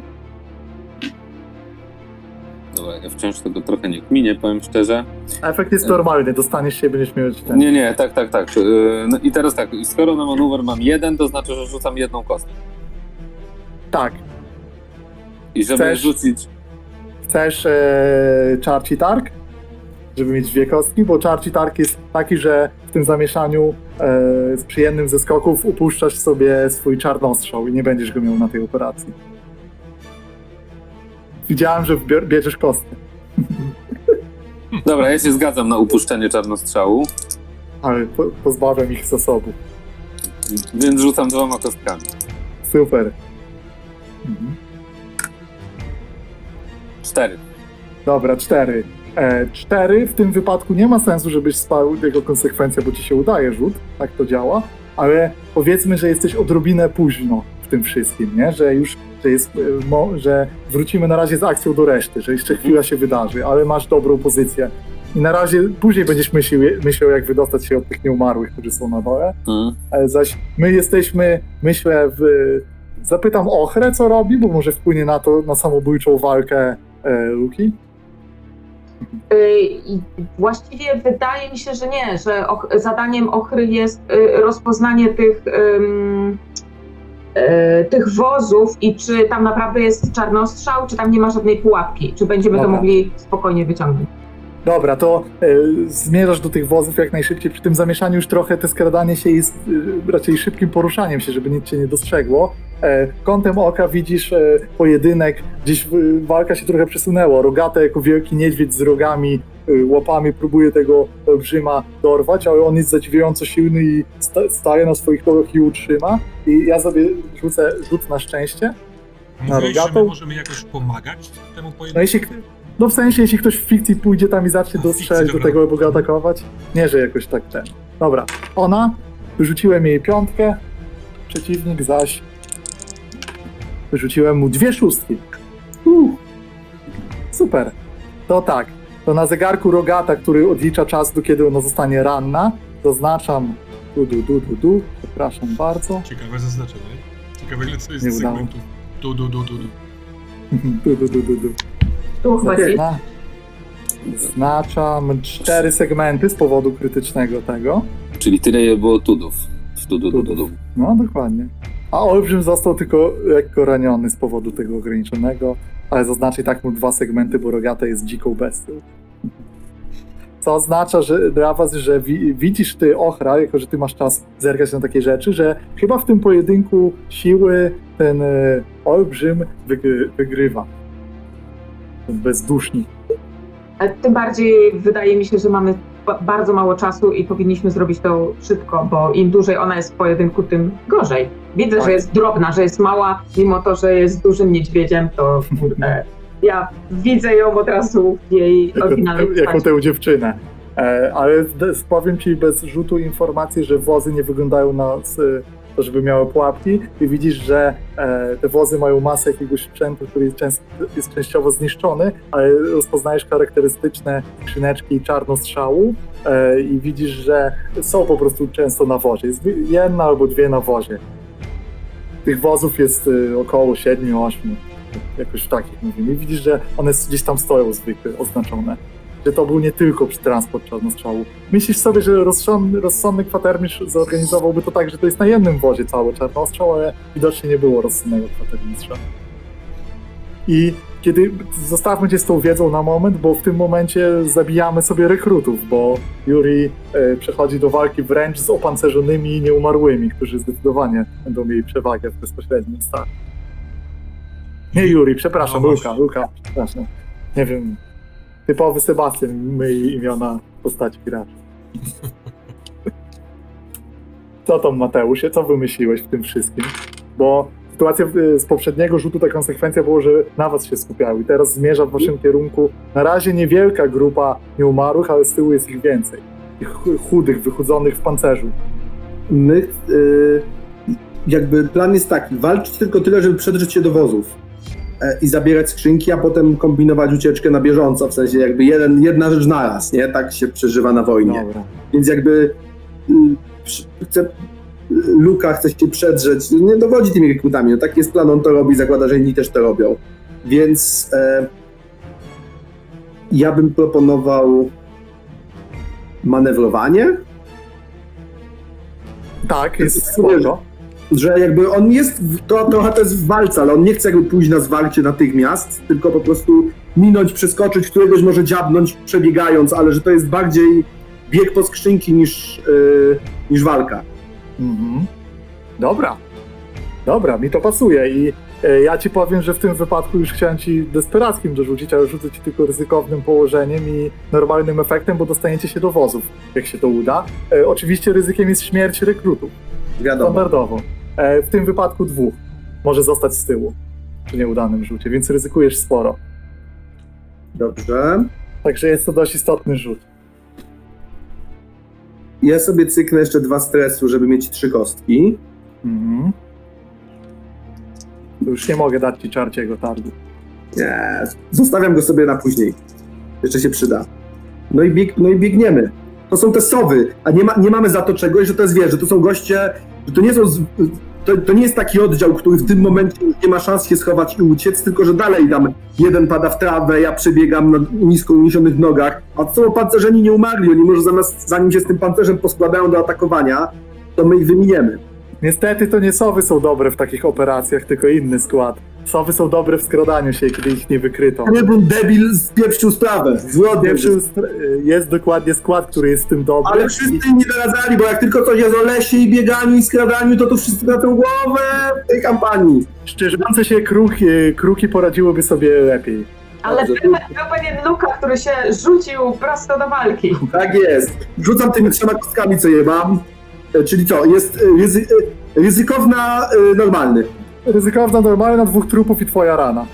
Speaker 4: Dobra, ja wciąż tego trochę nie kminię, powiem szczerze.
Speaker 1: A efekt jest normalny, dostaniesz się i będziesz miał ten.
Speaker 4: Nie, tak. No i teraz tak, skoro na manewr mam 1, to znaczy, że rzucam jedną kostkę.
Speaker 1: Tak.
Speaker 4: I żeby
Speaker 1: Chcesz?
Speaker 4: rzucić...
Speaker 1: Chcesz Charge Targ? Żeby mieć 2 kostki, bo Charge Targ jest taki, że w tym zamieszaniu przy jednym ze skoków upuszczasz sobie swój czarnostrzał i nie będziesz go miał na tej operacji. Widziałem, że bierzesz kostkę,
Speaker 4: Dobra, ja się zgadzam na upuszczenie czarnostrzału,
Speaker 1: ale pozbawiam ich zasobu.
Speaker 4: więc rzucam 2 kostkami.
Speaker 1: Super. Mhm.
Speaker 4: 4.
Speaker 1: Dobra, 4. 4 w tym wypadku nie ma sensu, żebyś spał jego konsekwencja, bo ci się udaje rzut, tak to działa, ale powiedzmy, że jesteś odrobinę późno w tym wszystkim, nie? Że już że wrócimy na razie z akcją do reszty, że jeszcze chwila się wydarzy, ale masz dobrą pozycję. I na razie później będziesz myślał, jak wydostać się od tych nieumarłych, którzy są na dole. Zaś my jesteśmy, myślę, zapytam Ochrę, co robi, bo może wpłynie na to, na samobójczą walkę Luki.
Speaker 5: Właściwie wydaje mi się, że nie, że zadaniem Ochry jest rozpoznanie tych wozów i czy tam naprawdę jest czarnostrzał, czy tam nie ma żadnej pułapki, czy będziemy to mogli spokojnie wyciągnąć.
Speaker 1: Dobra, to zmierzasz do tych wozów jak najszybciej. Przy tym zamieszaniu już trochę te skradanie się jest raczej szybkim poruszaniem się, żeby nic cię nie dostrzegło. Kątem oka widzisz pojedynek, gdzieś walka się trochę przesunęła. Rogate jako wielki niedźwiedź z rogami, łapami próbuje tego olbrzyma dorwać, ale on jest zadziwiająco silny i staje na swoich nogach i utrzyma. I ja sobie rzucę rzut na szczęście.
Speaker 2: Mówiłeś, że
Speaker 1: rogatą?
Speaker 2: my możemy jakoś pomagać temu pojedynkowi?
Speaker 1: No w sensie, jeśli ktoś w fikcji pójdzie tam i zacznie dostrzelać do tego, by go atakować. Nie, że jakoś tak ten. Dobra, ona, wyrzuciłem jej 5, przeciwnik zaś wyrzuciłem mu 2 szóstki. Super. To tak, to na zegarku Rogata, który odlicza czas, do kiedy ona zostanie ranna, zaznaczam przepraszam bardzo.
Speaker 2: Ciekawe zaznaczenie. Ciekawe, ile co jest
Speaker 1: Nie
Speaker 2: z
Speaker 1: udało.
Speaker 2: segmentów.
Speaker 5: Tu chyba jest.
Speaker 1: Zaznaczam 4 segmenty z powodu krytycznego tego.
Speaker 4: Czyli tyle je było tudów.
Speaker 1: No, dokładnie. A olbrzym został tylko lekko raniony z powodu tego ograniczonego, ale zaznaczę i tak mu 2 segmenty, bo Rogata jest dziką bestią. Co oznacza, że dla was, że widzisz ty, Ochra, jako że ty masz czas zerkać na takie rzeczy, że chyba w tym pojedynku siły ten olbrzym wygrywa. Ten bezdusznik.
Speaker 5: Tym bardziej wydaje mi się, że mamy bardzo mało czasu i powinniśmy zrobić to szybko, bo im dłużej ona jest w pojedynku, tym gorzej. Widzę, że jest drobna, że jest mała, mimo to, że jest dużym niedźwiedziem, to kurde, ja widzę ją od razu w jej oryginalnej postaci.
Speaker 1: Jako tę dziewczynę. Ale powiem ci bez rzutu informacji, że wozy nie wyglądają na to, żeby miały pułapki i widzisz, że te wozy mają masę jakiegoś sprzętu, który jest częściowo zniszczony, ale rozpoznajesz charakterystyczne skrzyneczki czarnostrzału i widzisz, że są po prostu często na wozie. Jest 1 albo 2 na wozie. Tych wozów jest około 7-8, jakoś w takich mówimy. I widzisz, że one gdzieś tam stoją zwykle, oznaczone. Że to był nie tylko transport czarnostrzału. Myślisz sobie, że rozsądny kwatermistrz zorganizowałby to tak, że to jest na jednym wozie cały czarnostrzał, ale widocznie nie było rozsądnego kwatermistrza. I kiedy zostawmy cię z tą wiedzą na moment, bo w tym momencie zabijamy sobie rekrutów, bo Yuri przechodzi do walki wręcz z opancerzonymi nieumarłymi, którzy zdecydowanie będą mieli przewagę w bezpośrednim starcie. Nie Yuri, przepraszam, Luka, przepraszam. Nie wiem, typowy Sebastian, my imiona postaci graczy. Co tam, Mateusz? Co wymyśliłeś w tym wszystkim? Bo sytuacja z poprzedniego rzutu, ta konsekwencja było, że na was się skupiały. I teraz zmierza w waszym kierunku na razie niewielka grupa nieumarłych, ale z tyłu jest ich więcej. Tych chudych, wychudzonych w pancerzu.
Speaker 3: My, jakby plan jest taki, walczyć tylko tyle, żeby przedrzeć się do wozów i zabierać skrzynki, a potem kombinować ucieczkę na bieżąco, w sensie jakby jedna rzecz naraz, nie? Tak się przeżywa na wojnie.
Speaker 1: Dobra.
Speaker 3: Więc jakby Luka chce się przedrzeć, nie dowodzi tymi rekrutami, no tak jest plan, on to robi, zakłada, że inni też to robią. Więc ja bym proponował manewrowanie.
Speaker 1: Tak, jest spoko.
Speaker 3: Że jakby on jest, trochę to jest w walce, ale on nie chce jakby pójść na zwarcie natychmiast, tylko po prostu minąć, przeskoczyć, któregoś może dziabnąć przebiegając, ale że to jest bardziej bieg po skrzynki niż walka.
Speaker 1: Mhm. Dobra, mi to pasuje i ja ci powiem, że w tym wypadku już chciałem ci desperackim dorzucić, ale rzucę ci tylko ryzykownym położeniem i normalnym efektem, bo dostaniecie się do wozów, jak się to uda. Oczywiście ryzykiem jest śmierć rekrutów.
Speaker 3: Wiadomo.
Speaker 1: Standardowo. W tym wypadku 2 może zostać z tyłu przy nieudanym rzucie, więc ryzykujesz sporo.
Speaker 3: Dobrze.
Speaker 1: Także jest to dość istotny rzut.
Speaker 3: Ja sobie cyknę jeszcze 2 stresu, żeby mieć 3 kostki.
Speaker 1: Mhm. To już nie mogę dać ci czarciego targu.
Speaker 3: Nie, zostawiam go sobie na później. Jeszcze się przyda. No i biegniemy. To są te sowy, a nie mamy za to czegoś, że to jest, wiesz, że to są goście, że to nie są... To nie jest taki oddział, który w tym momencie nie ma szans się schować i uciec, tylko że dalej tam jeden pada w trawę, ja przebiegam na nisko uniesionych nogach, a to są opancerzeni nie umarli, oni może zanim się z tym pancerzem poskładają do atakowania, to my ich wyminiemy.
Speaker 1: Niestety to nie sowy są dobre w takich operacjach, tylko inny skład. Sowy są dobre w skradaniu się, kiedy ich nie wykryto.
Speaker 3: Nie był debil, spieprzył sprawę.
Speaker 1: Jest dokładnie skład, który jest w tym dobry.
Speaker 3: Ale wszyscy inni doradzali, bo jak tylko coś jest o lesie i bieganiu i skradaniu, to wszyscy na tę głowę w tej kampanii.
Speaker 1: Szczerzące się kruki poradziłyby sobie lepiej.
Speaker 5: Ale był pewien Luka, który się rzucił prosto do walki.
Speaker 3: Tak jest. Rzucam tymi 3 kostkami, co je mam. Czyli co? Jest ryzykowna, normalny.
Speaker 1: Ryzykowna, normalna, 2 trupów i twoja rana.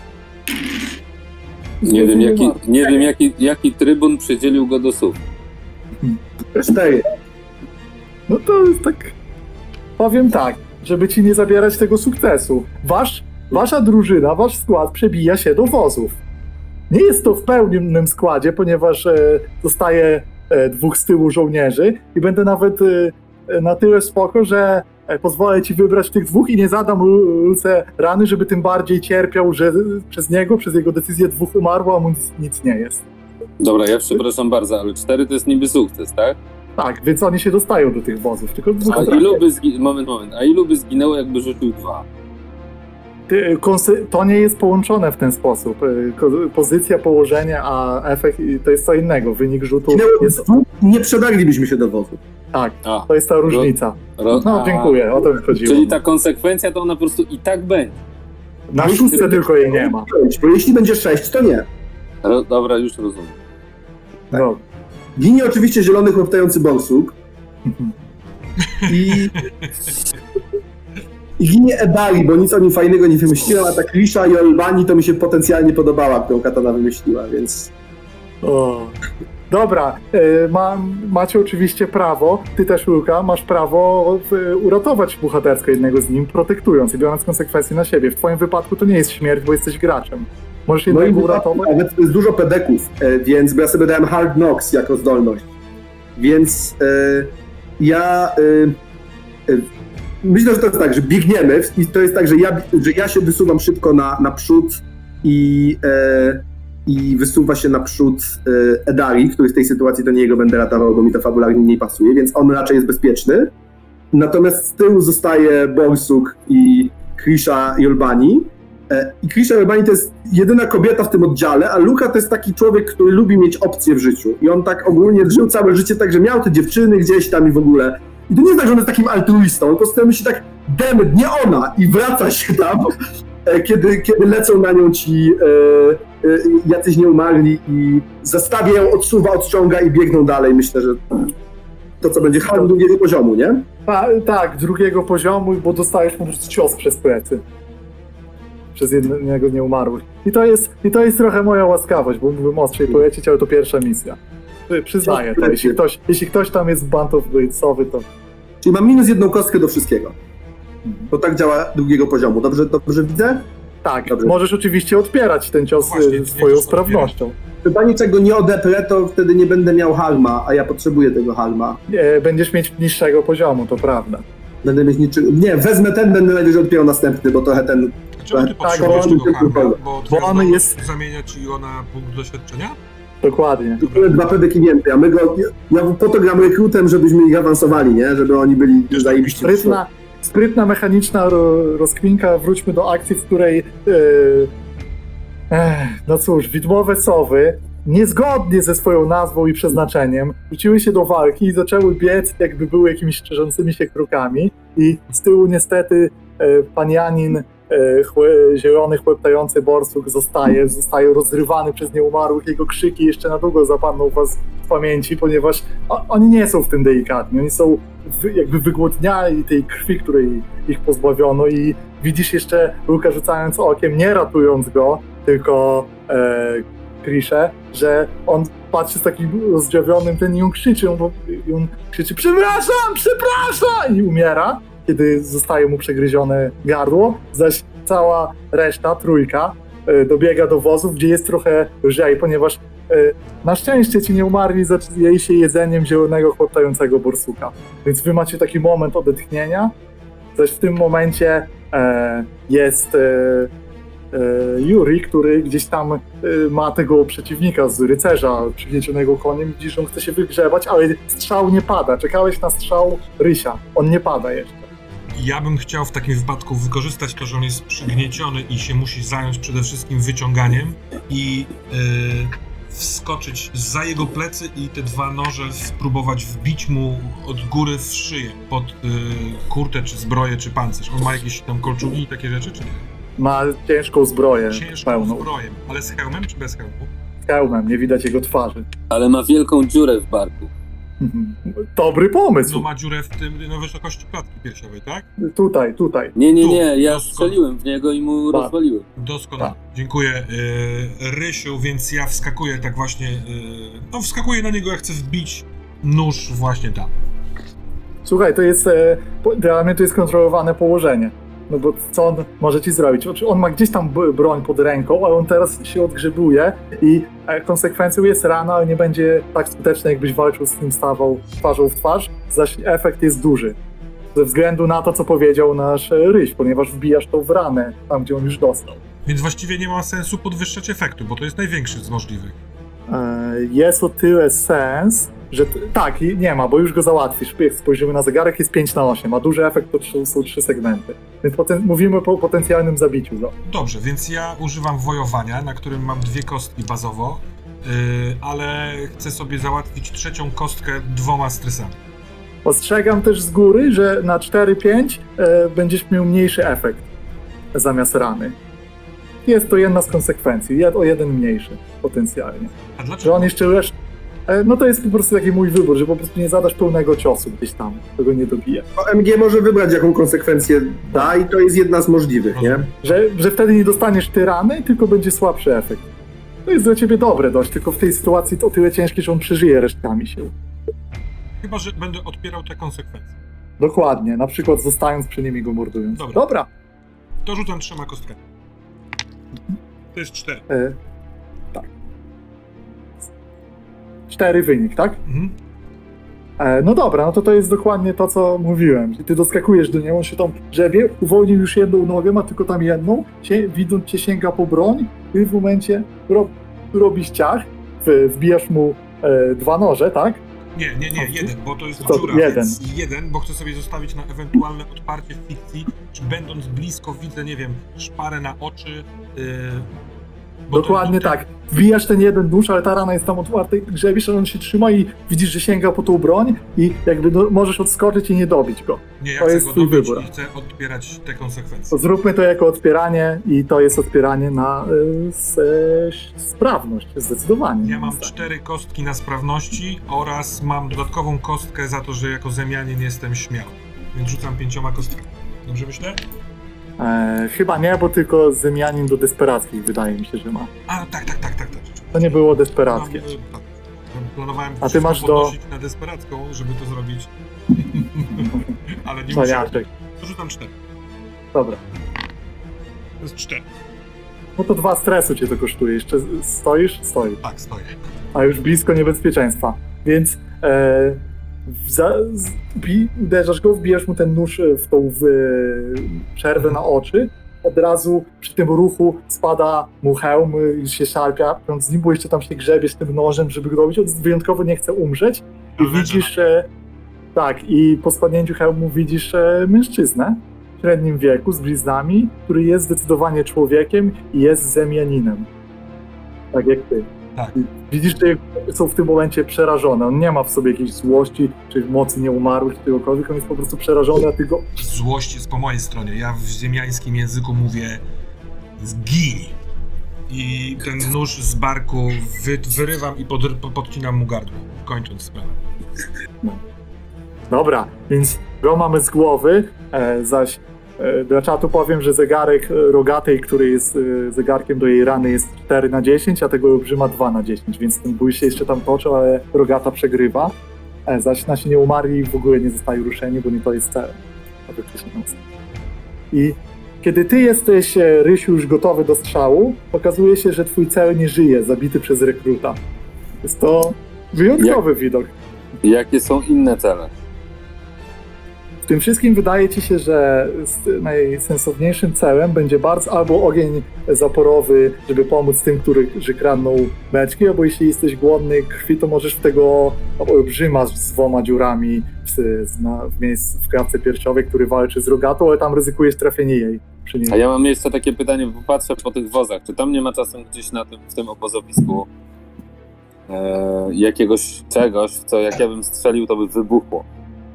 Speaker 4: Nie wiem jaki trybun przydzielił go do SUV.
Speaker 3: 4.
Speaker 1: No to jest tak... Powiem tak, żeby ci nie zabierać tego sukcesu. Wasza drużyna, wasz skład przebija się do wozów. Nie jest to w pełnym składzie, ponieważ zostaje 2 z tyłu żołnierzy i będę nawet na tyle spoko, że pozwolę ci wybrać tych 2 i nie zadam Luce rany, żeby tym bardziej cierpiał, że przez jego decyzję 2 umarło, a mu nic nie jest.
Speaker 4: Dobra, ja przepraszam bardzo, ale 4 to jest niby sukces, tak?
Speaker 1: Tak, więc oni się dostają do tych wozów, tylko 2
Speaker 4: A ilu by zginęło, jakby rzucił 2?
Speaker 1: To nie jest połączone w ten sposób. Pozycja, położenie, a efekt to jest co innego. Wynik rzutu jest...
Speaker 3: Nie przedarlibyśmy się do wozu.
Speaker 1: Tak, to jest ta różnica. No, dziękuję, o to mi chodziło.
Speaker 4: Czyli ta konsekwencja to ona po prostu i tak będzie.
Speaker 1: Na 6 tylko jej nie ma.
Speaker 3: Bo jeśli będzie 6, to nie.
Speaker 4: Dobra, już rozumiem.
Speaker 3: Tak.
Speaker 1: No.
Speaker 3: Ginie oczywiście zielony chłoptający borsuk. I ginie Edari, bo nic o nim fajnego nie wymyśliła, a ta Krisha i Olbani to mi się potencjalnie podobała, którą Katana wymyśliła, więc...
Speaker 1: Dobra, macie oczywiście prawo, ty też, Luka, masz prawo uratować bohatersko jednego z nim, protektując i biorąc konsekwencje na siebie. W twoim wypadku to nie jest śmierć, bo jesteś graczem. Możesz jednego uratować.
Speaker 3: Nawet jest dużo pedeków, więc bo ja sobie dałem Hard Knocks jako zdolność. Więc myślę, że to jest tak, że biegniemy i to jest tak, że ja się wysuwam szybko naprzód i wysuwa się naprzód Edari, który w tej sytuacji to nie jego będę ratował, bo mi to fabularnie nie pasuje, więc on raczej jest bezpieczny. Natomiast z tyłu zostaje Borsuk i Krisha Yolbani. I Krisha Yolbani to jest jedyna kobieta w tym oddziale, a Luka to jest taki człowiek, który lubi mieć opcje w życiu. I on tak ogólnie żył całe życie tak, że miał te dziewczyny gdzieś tam i w ogóle. I to nie jest tak, że on jest takim altruistą, po prostu myśli tak, demet, nie ona! I wraca się tam, kiedy lecą na nią ci jacyś nieumarli i zastawia ją, odsuwa, odciąga i biegną dalej. Myślę, że To co będzie harm drugiego poziomu, nie?
Speaker 1: Tak, drugiego poziomu, bo dostajesz po prostu cios przez plecy. Przez jednego nieumarłych. I to jest trochę moja łaskawość, bo mógłbym ostrzej polecieć, ale to pierwsza misja. Przyznaję to, jeśli ktoś tam jest bantowy, to...
Speaker 3: Czyli mam minus 1 kostkę do wszystkiego. To tak działa drugiego poziomu. Dobrze widzę?
Speaker 1: Tak,
Speaker 3: Dobrze.
Speaker 1: Możesz oczywiście odpierać ten cios
Speaker 2: Właśnie,
Speaker 1: swoją
Speaker 2: nie
Speaker 1: sprawnością.
Speaker 3: Chyba niczego nie odeprę, to wtedy nie będę miał harma, a ja potrzebuję tego harma.
Speaker 1: Będziesz mieć niższego poziomu, to prawda.
Speaker 3: Będę mieć niczego... Nie, wezmę ten, będę najwyżej odpierał następny, bo trochę ten...
Speaker 2: Czemu ty
Speaker 3: Tak,
Speaker 2: potrzebujesz
Speaker 3: bo on-
Speaker 2: tego harma? Bo twoja
Speaker 1: on
Speaker 2: zdolność
Speaker 1: jest-
Speaker 2: zamienia ci go na punkt doświadczenia?
Speaker 1: Dokładnie.
Speaker 3: Tyle 2 pedyki więcej, a my go... Ja po to gram rekrutem, żebyśmy ich awansowali, nie? Żeby oni byli
Speaker 2: Też
Speaker 3: zajebiści.
Speaker 1: Sprytna mechaniczna rozkminka. Wróćmy do akcji, w której no cóż, widmowe sowy niezgodnie ze swoją nazwą i przeznaczeniem rzuciły się do walki i zaczęły biec, jakby były jakimiś szczerzącymi się krokami, i z tyłu niestety pan Janin, zielony chłeptający borsuk zostaje rozrywany przez nieumarłych. Jego krzyki jeszcze na długo zapadną w was w pamięci, ponieważ oni nie są w tym delikatni. Oni są jakby wygłodniali tej krwi, której ich pozbawiono, i widzisz jeszcze Luka rzucając okiem, nie ratując go, tylko Kriszę, że on patrzy z takim rozdziawionym ten i on krzyczy, przepraszam i umiera, kiedy zostaje mu przegryzione gardło, zaś cała reszta, trójka, dobiega do wozów, gdzie jest trochę lżej, ponieważ na szczęście ci nieumarli jej się jedzeniem zielonego chłoptającego borsuka. Więc wy macie taki moment odetchnienia, zaś w tym momencie jest Yuri, który gdzieś tam ma tego przeciwnika z rycerza przygniecionego koniem. Widzisz, że on chce się wygrzebać, ale strzał nie pada. Czekałeś na strzał Rysia. On nie pada jeszcze.
Speaker 2: Ja bym chciał w takim wypadku wykorzystać to, że on jest przygnieciony i się musi zająć przede wszystkim wyciąganiem i wskoczyć za jego plecy i te 2 noże spróbować wbić mu od góry w szyję, pod kurtę, czy zbroję, czy pancerz. On ma jakieś tam kolczugi i takie rzeczy, czy nie?
Speaker 1: Ma ciężką zbroję
Speaker 2: Ciężką
Speaker 1: pełną.
Speaker 2: zbroję, ale z hełmem, czy bez hełmu?
Speaker 1: Z hełmem, nie widać jego twarzy.
Speaker 4: Ale ma wielką dziurę w barku.
Speaker 1: Dobry pomysł.
Speaker 2: No ma dziurę w tym, na wysokości klatki piersiowej, tak?
Speaker 1: Tutaj.
Speaker 4: Nie, ja
Speaker 2: Tu,
Speaker 4: strzeliłem w niego i mu
Speaker 1: Tak.
Speaker 4: rozwaliłem.
Speaker 2: Doskonale. Dziękuję, Rysiu, więc ja wskakuję tak właśnie, wskakuję na niego, jak chcę wbić nóż właśnie tam.
Speaker 1: Słuchaj, to jest dla mnie to jest kontrolowane położenie. No bo co on może ci zrobić? On ma gdzieś tam broń pod ręką, ale on teraz się odgrzebuje i konsekwencją jest rana, ale nie będzie tak skuteczna, jakbyś walczył z tym stawał twarzą w twarz, zaś efekt jest duży. Ze względu na to, co powiedział nasz Ryś, ponieważ wbijasz to w ranę, tam gdzie on już dostał.
Speaker 2: Więc właściwie nie ma sensu podwyższać efektu, bo to jest największy z możliwych.
Speaker 1: Jest o tyle sens, że tak, nie ma, bo już go załatwisz. Jak spojrzymy na zegarek, jest 5/8, a duży efekt to są 3 segmenty. Więc mówimy o potencjalnym zabiciu go.
Speaker 2: Dobrze, więc ja używam wojowania, na którym mam 2 kostki bazowo, ale chcę sobie załatwić 3. kostkę 2 stresami.
Speaker 1: Ostrzegam też z góry, że na 4-5 będziesz miał mniejszy efekt zamiast rany. Jest to jedna z konsekwencji, o 1 mniejszy potencjalnie.
Speaker 2: A
Speaker 1: Że
Speaker 2: dlaczego?
Speaker 1: on jeszcze no to jest po prostu taki mój wybór, że po prostu nie zadasz pełnego ciosu gdzieś tam, tego nie dobije.
Speaker 3: No, MG może wybrać, jaką konsekwencję da, i to jest jedna z możliwych, nie?
Speaker 1: Że wtedy nie dostaniesz ty rany, tylko będzie słabszy efekt. To jest dla ciebie dobre dość, tylko w tej sytuacji to o tyle ciężkie, że on przeżyje resztkami sił.
Speaker 2: Chyba, że będę odpierał te konsekwencje.
Speaker 1: Dokładnie, na przykład zostając przy nim i go mordując. Dobra.
Speaker 2: To rzucam 3 kostkami. To jest 4.
Speaker 1: Tak. 4 wynik, tak?
Speaker 2: Mhm.
Speaker 1: No dobra, no to jest dokładnie to, co mówiłem. Ty doskakujesz do niego, on się tam grzebie, uwolnił już jedną nogę, ma tylko tam jedną, widząc cię sięga po broń, i w momencie robisz ciach, wbijasz mu 2 noże, tak?
Speaker 2: Nie, 1, bo to jest
Speaker 1: To
Speaker 2: dziura,
Speaker 1: 1.
Speaker 2: więc 1, bo chcę sobie zostawić na ewentualne odparcie fikcji, czy będąc blisko widzę, nie wiem, szparę na oczy, Bo
Speaker 1: Dokładnie tak. Wbijasz ten jeden nóż, ale ta rana jest tam otwarta i grzebisz, a on się trzyma i widzisz, że sięga po tą broń i jakby możesz odskoczyć i nie dobić go.
Speaker 2: Nie, ja
Speaker 1: To
Speaker 2: chcę
Speaker 1: jest
Speaker 2: go
Speaker 1: twój
Speaker 2: dobyć
Speaker 1: wybór.
Speaker 2: i chcę odbierać te konsekwencje.
Speaker 1: To zróbmy to jako odpieranie i to jest odpieranie na sprawność, zdecydowanie.
Speaker 2: Ja mam 4 kostki na sprawności oraz mam dodatkową kostkę za to, że jako zemianin jestem śmiały. Więc rzucam 5 kostkami. Dobrze myślę?
Speaker 1: Chyba nie, bo tylko zemianin do desperackich wydaje mi się, że ma.
Speaker 2: A, tak.
Speaker 1: To nie było desperackie.
Speaker 2: Tak. Planowałem
Speaker 1: A ty masz
Speaker 2: podnosić na desperacką, żeby to zrobić. Ale nie musiałem.
Speaker 1: Cwaniaczek.
Speaker 2: To rzucam 4.
Speaker 1: Dobra.
Speaker 2: To jest 4.
Speaker 1: No to 2 stresu cię to kosztuje. Jeszcze stoisz? Stoisz.
Speaker 2: Tak, stoję.
Speaker 1: A już blisko niebezpieczeństwa. Więc uderzasz go, wbijasz mu ten nóż w tą przerwę na oczy. Od razu przy tym ruchu spada mu hełm i się szarpia, z nim, bo jeszcze tam się grzebiesz tym nożem, żeby go robić. On wyjątkowo nie chce umrzeć. I
Speaker 2: Ale
Speaker 1: widzisz, tak, i po spadnięciu hełmu widzisz mężczyznę w średnim wieku z bliznami, który jest zdecydowanie człowiekiem i jest zemianinem. Tak jak ty.
Speaker 2: Tak.
Speaker 1: Widzisz, że jego oczy są w tym momencie przerażone. On nie ma w sobie jakiejś złości, czy mocy nieumarłych, czy czegokolwiek. On jest po prostu przerażony, a ty go...
Speaker 2: Złość jest po mojej stronie. Ja w ziemiańskim języku mówię zgij. I ten nóż z barku wyrywam i podcinam mu gardło, kończąc sprawę.
Speaker 1: Dobra, więc go mamy z głowy, zaś dla czatu powiem, że zegarek rogatej, który jest zegarkiem do jej rany, jest 4/10, a tego olbrzyma 2/10, więc ten bój się jeszcze tam toczył, ale rogata przegrywa. Zaś nasi nieumarli w ogóle nie zostali ruszeni, bo nie to jest cel. I kiedy ty jesteś, Rysiu, już gotowy do strzału, okazuje się, że twój cel nie żyje, zabity przez rekruta. Jest to wyjątkowy widok.
Speaker 4: Jakie są inne cele?
Speaker 1: W tym wszystkim wydaje ci się, że najsensowniejszym celem będzie bardzo albo ogień zaporowy, żeby pomóc tym, którzy kradną beczki, albo jeśli jesteś głodny krwi, to możesz w tego olbrzyma z 2 dziurami w klatce piersiowej, który walczy z rogatą, ale tam ryzykujesz trafienie jej.
Speaker 4: A ja mam jeszcze takie pytanie, bo patrzę po tych wozach. Czy tam nie ma czasem gdzieś w tym obozowisku jakiegoś czegoś, w co jak ja bym strzelił, to by wybuchło?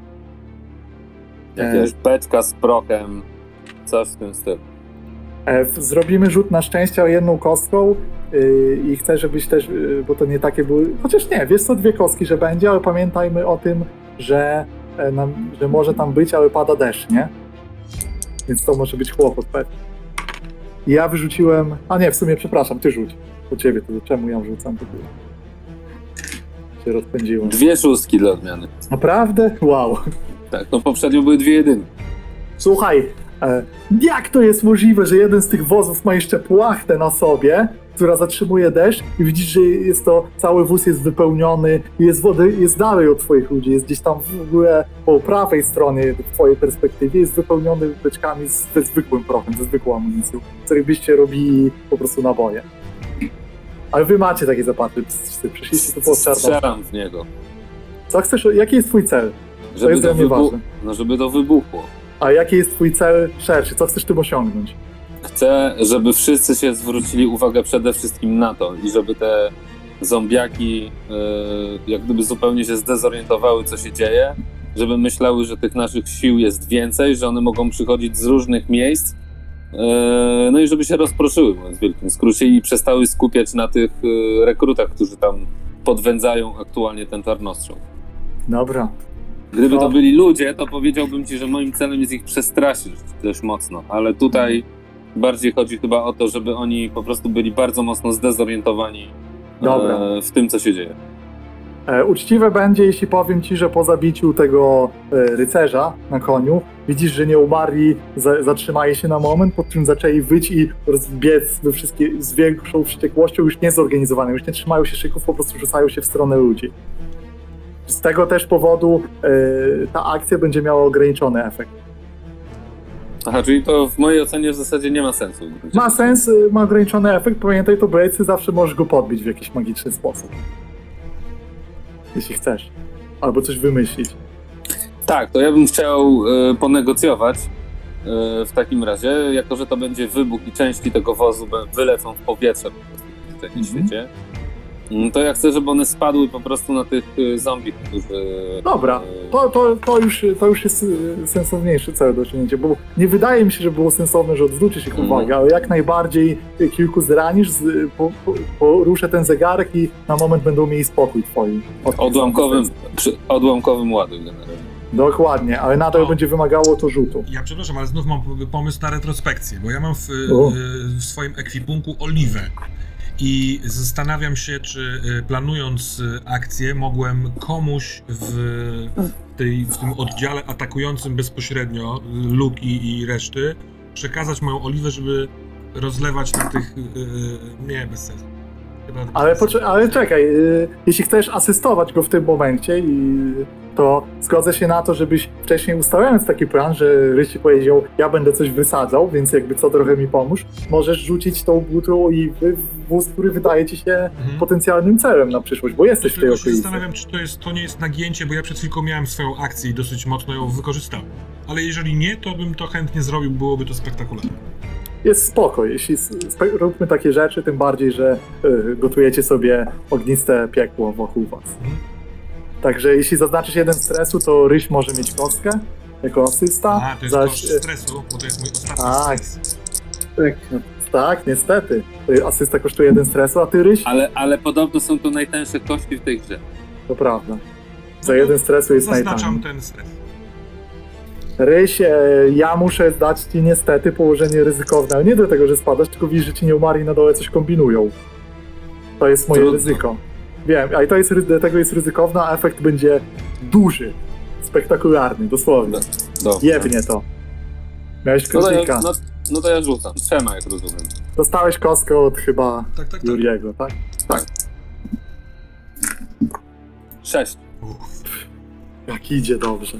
Speaker 4: Jakaś beczka z prochem, coś w tym stylu.
Speaker 1: Zrobimy rzut na szczęście o 1 kostką i chcę, żebyś też, bo to nie takie były, chociaż nie, wiesz co, 2 kostki, że będzie, ale pamiętajmy o tym, że może tam być, ale pada deszcz, nie? Więc to może być kłopot pewnie. I ja wyrzuciłem, a nie, w sumie przepraszam, ty rzuć. Po ciebie, to czemu ja rzucam? To się rozpędziłem.
Speaker 4: 2 szóstki dla odmiany.
Speaker 1: Naprawdę? Wow.
Speaker 4: Tak, no poprzednio były 2 jedynki.
Speaker 1: Słuchaj, jak to jest możliwe, że jeden z tych wozów ma jeszcze płachtę na sobie, która zatrzymuje deszcz i widzisz, że cały wóz jest wypełniony, jest dalej od twoich ludzi, jest gdzieś tam w ogóle po prawej stronie w twojej perspektywie, jest wypełniony beczkami ze zwykłym prochem, ze zwykłą amunicją, z których byście robili po prostu naboje. Ale wy macie takie zapasy, przyszliście to po
Speaker 4: Strzelam w niego.
Speaker 1: Co chcesz, jaki jest twój cel?
Speaker 4: Żeby
Speaker 1: jest dla mnie ważne.
Speaker 4: Żeby to wybuchło.
Speaker 1: A jaki jest twój cel szerszy? Co chcesz tym osiągnąć?
Speaker 4: Chcę, żeby wszyscy się zwrócili uwagę przede wszystkim na to i żeby te zombiaki jak gdyby zupełnie się zdezorientowały, co się dzieje, żeby myślały, że tych naszych sił jest więcej, że one mogą przychodzić z różnych miejsc, no i żeby się rozproszyły, mówiąc w wielkim skrócie, i przestały skupiać na tych rekrutach, którzy tam podwędzają aktualnie ten czarnostrzał.
Speaker 1: Dobra.
Speaker 4: Gdyby to byli ludzie, to powiedziałbym ci, że moim celem jest ich przestraszyć dość mocno, ale tutaj bardziej chodzi chyba o to, żeby oni po prostu byli bardzo mocno zdezorientowani w tym, co się dzieje.
Speaker 1: Uczciwe będzie, jeśli powiem ci, że po zabiciu tego rycerza na koniu widzisz, że nieumarli zatrzymali się na moment, po czym zaczęli wyć i biec z większą wściekłością, już nie zorganizowane, już nie trzymają się szyków, po prostu rzucają się w stronę ludzi. Z tego też powodu ta akcja będzie miała ograniczony efekt.
Speaker 4: Aha, czyli to w mojej ocenie w zasadzie nie ma sensu.
Speaker 1: Ma sens, ma ograniczony efekt. Pamiętaj, to bejcy zawsze możesz go podbić w jakiś magiczny sposób. Jeśli chcesz. Albo coś wymyślić.
Speaker 4: Tak, to ja bym chciał ponegocjować w takim razie, jako że to będzie wybuch i części tego wozu wylecą w powietrze po prostu w tym świecie, to ja chcę, żeby one spadły po prostu na tych zombie, którzy...
Speaker 1: Dobra, to już jest sensowniejszy cel do osiągnięcia, bo nie wydaje mi się, że było sensowne, że odwrócisz ich uwagę, ale jak najbardziej kilku zranisz, poruszę ten zegarek i na moment będą mieli spokój twoi.
Speaker 4: Odłamkowym ładuj generalnie.
Speaker 1: Dokładnie, ale nadal będzie wymagało to rzutu.
Speaker 2: Ja przepraszam, ale znów mam pomysł na retrospekcję, bo ja mam w swoim ekwipunku oliwę i zastanawiam się, czy planując akcję mogłem komuś w tym oddziale atakującym bezpośrednio Luki i reszty przekazać moją oliwę, żeby rozlewać na tych... nie, bez sensu.
Speaker 1: Ale czekaj, jeśli chcesz asystować go w tym momencie, to zgodzę się na to, żebyś wcześniej ustawiając taki plan, że Rysi powiedział, ja będę coś wysadzał, więc jakby co trochę mi pomóż, możesz rzucić tą butlą oliwy w wóz, który wydaje ci się potencjalnym celem na przyszłość, bo jesteś w tej okolicy.
Speaker 2: Ja się zastanawiam, czy to nie jest nagięcie, bo ja przed chwilką miałem swoją akcję i dosyć mocno ją wykorzystałem. Ale jeżeli nie, to bym to chętnie zrobił, byłoby to spektakularne.
Speaker 1: Jest spoko, jeśli róbmy takie rzeczy, tym bardziej, że gotujecie sobie ogniste piekło wokół was. Także jeśli zaznaczysz 1 stresu, to Ryś może mieć kostkę jako asysta.
Speaker 2: To jest koszt stresu, bo to jest mój ostatni stres.
Speaker 1: Tak, niestety. Asysta kosztuje 1 stresu, a ty Ryś?
Speaker 4: Ale podobno są to najtańsze kości w tej grze.
Speaker 1: To prawda. Za 1 stresu jest najtańszy.
Speaker 2: Zaznaczam ten stres.
Speaker 1: Ryś, ja muszę dać ci niestety położenie ryzykowne, ale nie do tego, że spadasz, tylko widzisz, że ci nie umarli na dole coś kombinują. To jest moje ryzyko. Wiem, a i dlatego jest ryzykowne, a efekt będzie duży, spektakularny, dosłownie. Jebnie to. Miałeś krytyka.
Speaker 4: No to ja rzucam, 3, jak rozumiem.
Speaker 1: Dostałeś kostkę od chyba Juriego, tak?
Speaker 4: Tak. 6.
Speaker 1: Jak idzie dobrze.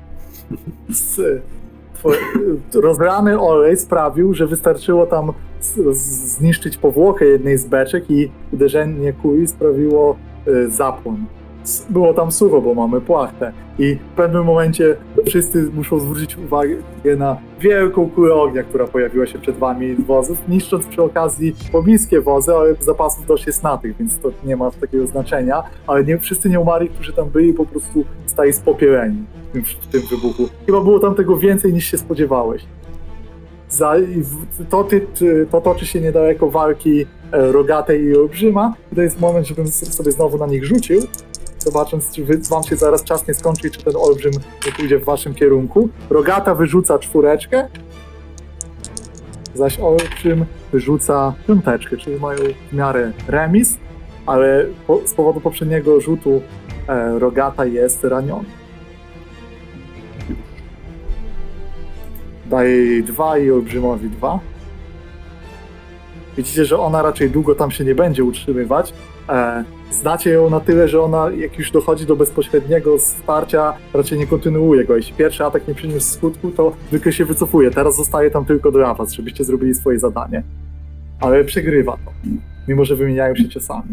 Speaker 1: Rozrany olej sprawił, że wystarczyło tam zniszczyć powłokę jednej z beczek i uderzenie kuli sprawiło zapłon. Było tam sucho, bo mamy płachtę i w pewnym momencie wszyscy muszą zwrócić uwagę na wielką kulę ognia, która pojawiła się przed wami z wozów, niszcząc przy okazji pobliskie wozy, ale zapasów dość jest na tych, więc to nie ma takiego znaczenia, ale wszyscy nie umarli, którzy tam byli, po prostu stali spopieleni w tym wybuchu. Chyba było tam tego więcej niż się spodziewałeś. To toczy się niedaleko walki Rogatej i Olbrzyma i to jest moment, żebym sobie znowu na nich rzucił, zobacząc, czy wam się zaraz czas nie skończy i czy ten Olbrzym nie pójdzie w waszym kierunku. Rogata wyrzuca 4, zaś Olbrzym wyrzuca 5, czyli mają w miarę remis, ale z powodu poprzedniego rzutu Rogata jest raniony. Daje jej 2 i Olbrzymowi 2. Widzicie, że ona raczej długo tam się nie będzie utrzymywać. Znacie ją na tyle, że ona, jak już dochodzi do bezpośredniego starcia, raczej nie kontynuuje go. Jeśli pierwszy atak nie przyniósł skutku, to zwykle się wycofuje. Teraz zostaje tam tylko dla was, żebyście zrobili swoje zadanie. Ale przegrywa to, mimo że wymieniają się ciosami.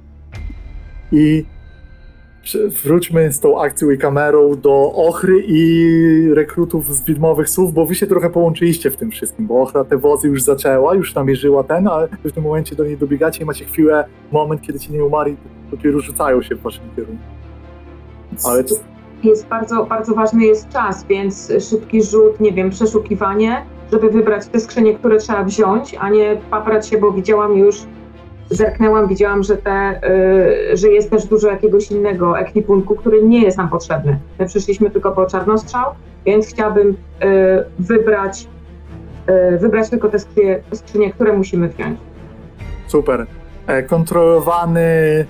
Speaker 1: I wróćmy z tą akcją i kamerą do Ochry i rekrutów z widmowych słów, bo wy się trochę połączyliście w tym wszystkim, bo Ochra te wozy już zaczęła, już namierzyła ale w tym momencie do niej dobiegacie i macie chwilę, moment, kiedy ci nie umarli, dopiero rzucają się w waszym kierunku. Ale to...
Speaker 5: Jest bardzo, bardzo ważny jest czas, więc szybki rzut, nie wiem, przeszukiwanie, żeby wybrać te skrzynie, które trzeba wziąć, a nie paprać się, bo zerknęłam, widziałam, że jest też dużo jakiegoś innego ekwipunku, który nie jest nam potrzebny. My przyszliśmy tylko po czarnostrzał, więc chciałabym wybrać tylko te skrzynie, które musimy wziąć.
Speaker 1: Super. Kontrolowany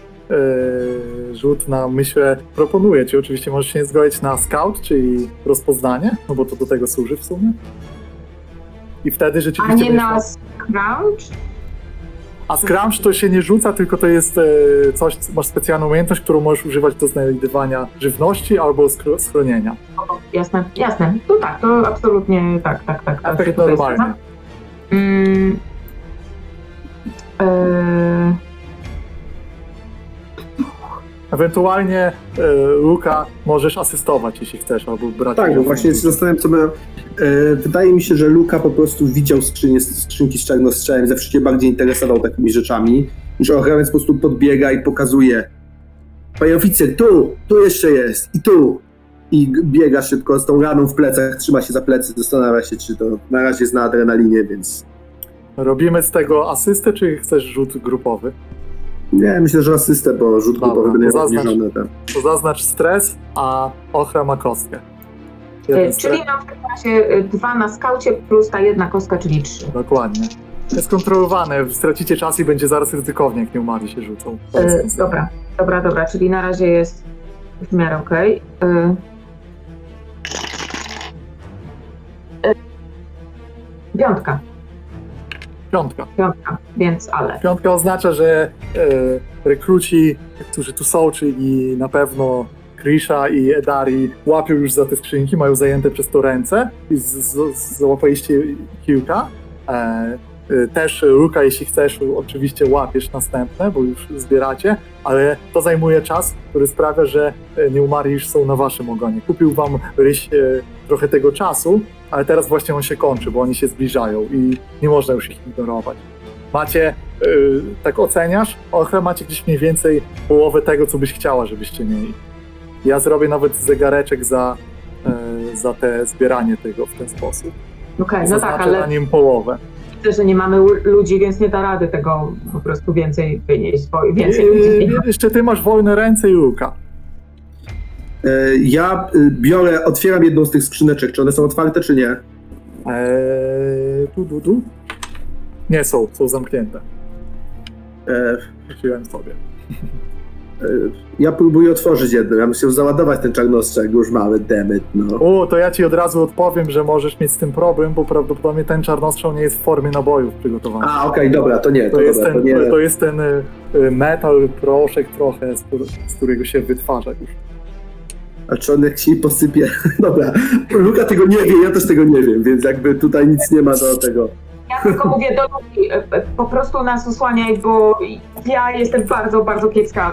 Speaker 1: rzut na myślę proponuję ci. Oczywiście możesz się nie zgodzić na scout, czyli rozpoznanie, no bo to do tego służy w sumie. I wtedy rzeczywiście...
Speaker 5: A nie na scrunch?
Speaker 1: A scrunch to się nie rzuca, tylko to jest coś, masz specjalną umiejętność, którą możesz używać do znajdywania żywności albo schronienia.
Speaker 5: Jasne. To tak, to absolutnie tak.
Speaker 1: Efekt normalny. Ewentualnie Luka możesz asystować, jeśli chcesz, albo brać...
Speaker 3: Tak, bo właśnie się zastanawiam, co by... Wydaje mi się, że Luka po prostu widział skrzynki z czarnostrzałem, zawsze się bardziej interesował takimi rzeczami, niż ochroniec po prostu podbiega i pokazuje: panie oficer, tu jeszcze jest i tu. I biega szybko z tą raną w plecach, trzyma się za plecy, zastanawia się, czy to na razie jest na adrenalinie, więc...
Speaker 1: Robimy z tego asystę, czy chcesz rzut grupowy?
Speaker 3: Nie, myślę, że asystę, bo rzut
Speaker 1: Dobra,
Speaker 3: grupowy będzie
Speaker 1: to
Speaker 3: obniżony.
Speaker 1: To zaznacz stres, a ochra ma kostkę.
Speaker 5: Czyli mam w takim razie 2 na skaucie plus ta jedna kostka, czyli 3.
Speaker 1: Dokładnie. Jest kontrolowane, stracicie czas i będzie zaraz ryzykownie, jak nieumali się rzucą.
Speaker 5: Dobra, czyli na razie jest w miarę okej. Piątka, więc ale.
Speaker 1: Piątka oznacza, że rekruci, którzy tu są, czyli na pewno Krisha i Edari, łapią już za te skrzynki, mają zajęte przez to ręce i złapaliście kilka. Też Luka, jeśli chcesz, oczywiście łapiesz następne, bo już zbieracie, ale to zajmuje czas, który sprawia, że nieumari już są na waszym ogonie. Kupił wam Ryś trochę tego czasu, ale teraz właśnie on się kończy, bo oni się zbliżają i nie można już ich ignorować. Macie, tak oceniasz, ochra macie gdzieś mniej więcej połowę tego, co byś chciała, żebyście mieli. Ja zrobię nawet zegareczek za te zbieranie tego w ten sposób.
Speaker 5: Okej, no
Speaker 1: Zaznaczę
Speaker 5: tak, ale
Speaker 1: na nim połowę.
Speaker 5: widzę, że nie mamy ludzi, więc nie da rady tego po prostu więcej wynieść, bo więcej ludzi nie ma.
Speaker 1: Jeszcze ty masz wolne ręce i Luka.
Speaker 3: Ja otwieram jedną z tych skrzyneczek. Czy one są otwarte, czy nie?
Speaker 1: Tu. Nie są zamknięte. Rzuciłem sobie.
Speaker 3: Ja próbuję otworzyć jedną. Ja muszę załadować ten czarnostrzeg, już mamy, dammit, no.
Speaker 1: To ja ci od razu odpowiem, że możesz mieć z tym problem, bo prawdopodobnie ten czarnostrzał nie jest w formie nabojów przygotowany.
Speaker 3: Okej, dobra, to nie.
Speaker 1: To jest ten metal, proszek trochę, z którego się wytwarza już.
Speaker 3: A czy on jak się posypie? Dobra, Luka tego nie wie, ja też tego nie wiem, więc jakby tutaj nic nie ma do tego.
Speaker 5: Ja tylko mówię do ludzi, po prostu nas osłaniaj, bo ja jestem bardzo, bardzo kiepska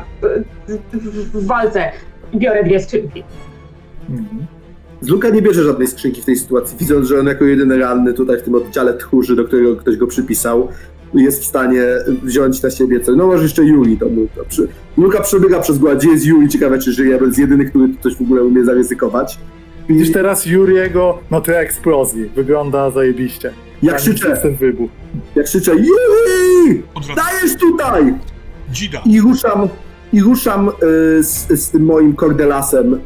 Speaker 5: w walce i biorę 2 skrzynki.
Speaker 3: Luka nie bierze żadnej skrzynki w tej sytuacji, widząc, że on jako jedyny ranny tutaj w tym oddziale tchórzy, do którego ktoś go przypisał, jest w stanie wziąć na siebie coś. No może jeszcze Juli. Luka przebiega przez głowę, gdzie jest Juli, ciekawe czy żyje, bo jest jedyny, który coś w ogóle umie zaryzykować.
Speaker 1: Widzisz teraz Juriego na tej eksplozji. Wygląda zajebiście.
Speaker 3: Jak krzyczę,
Speaker 1: ten wybuch.
Speaker 3: Juli!
Speaker 2: Odwracam.
Speaker 3: Dajesz tutaj!
Speaker 2: Dzida.
Speaker 3: I ruszam z tym moim kordelasem,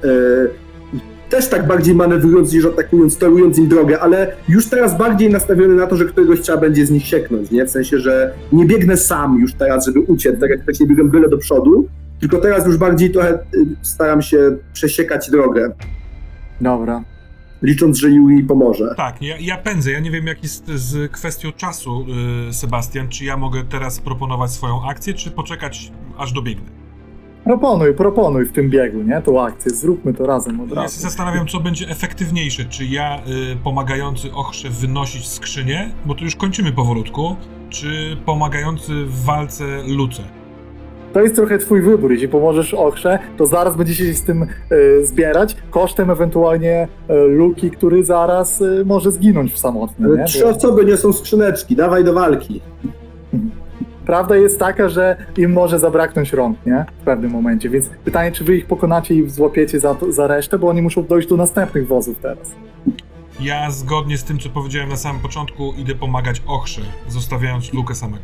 Speaker 3: też tak bardziej manewrując niż atakując, torując im drogę, ale już teraz bardziej nastawiony na to, że któregoś trzeba będzie z nich sieknąć, nie? W sensie, że nie biegnę sam już teraz, żeby uciec, tak jak wcześniej biegłem byle do przodu, tylko teraz już bardziej trochę staram się przesiekać drogę.
Speaker 1: Dobra.
Speaker 3: Licząc, że Yuri pomoże.
Speaker 2: Tak, ja pędzę. Ja nie wiem, jak jest z kwestią czasu, Sebastian. Czy ja mogę teraz proponować swoją akcję, czy poczekać, aż dobiegnę?
Speaker 1: Proponuj w tym biegu, nie? Tą akcję. Zróbmy to razem od razu.
Speaker 2: Ja się zastanawiam, co będzie efektywniejsze. Czy ja, pomagający ochrze, wynosić skrzynię, bo tu już kończymy powolutku, czy pomagający w walce Luce?
Speaker 1: To jest trochę twój wybór. Jeśli pomożesz ochrze, to zaraz będziecie się z tym zbierać, kosztem ewentualnie Luki, który zaraz może zginąć w samotnie. Nie?
Speaker 3: 3 osoby niosą skrzyneczki, dawaj do walki.
Speaker 1: Prawda jest taka, że im może zabraknąć rąk, nie? W pewnym momencie, więc pytanie, czy wy ich pokonacie i złapiecie za resztę, bo oni muszą dojść do następnych wozów teraz.
Speaker 2: Ja zgodnie z tym, co powiedziałem na samym początku, idę pomagać ochrze, zostawiając Lukę samego.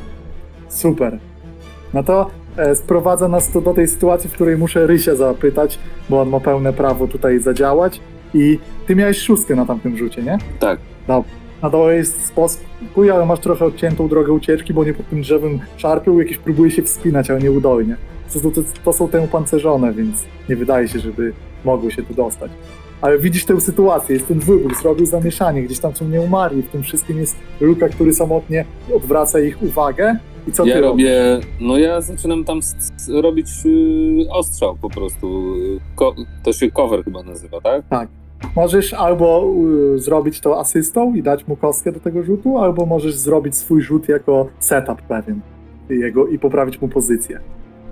Speaker 1: Super. No to sprowadza nas to do tej sytuacji, w której muszę Rysia zapytać, bo on ma pełne prawo tutaj zadziałać. I ty miałeś 6 na tamtym rzucie, nie?
Speaker 4: Tak.
Speaker 1: Na dole jest sposób, ale masz trochę odciętą drogę ucieczki, bo nie pod tym drzewem szarpią, jakiś próbuje się wspinać, ale nieudolnie. To są te upancerzone, więc nie wydaje się, żeby mogły się tu dostać. Ale widzisz tę sytuację, jest ten wybór, zrobił zamieszanie, gdzieś tam są nieumarli, w tym wszystkim jest Luka, który samotnie odwraca ich uwagę. I co ty
Speaker 4: Ja
Speaker 1: robisz?
Speaker 4: ja zaczynam tam robić ostrzał po prostu. To się cover chyba nazywa, tak?
Speaker 1: Tak. Możesz albo zrobić to asystą i dać mu kostkę do tego rzutu, albo możesz zrobić swój rzut jako setup pewien i poprawić mu pozycję.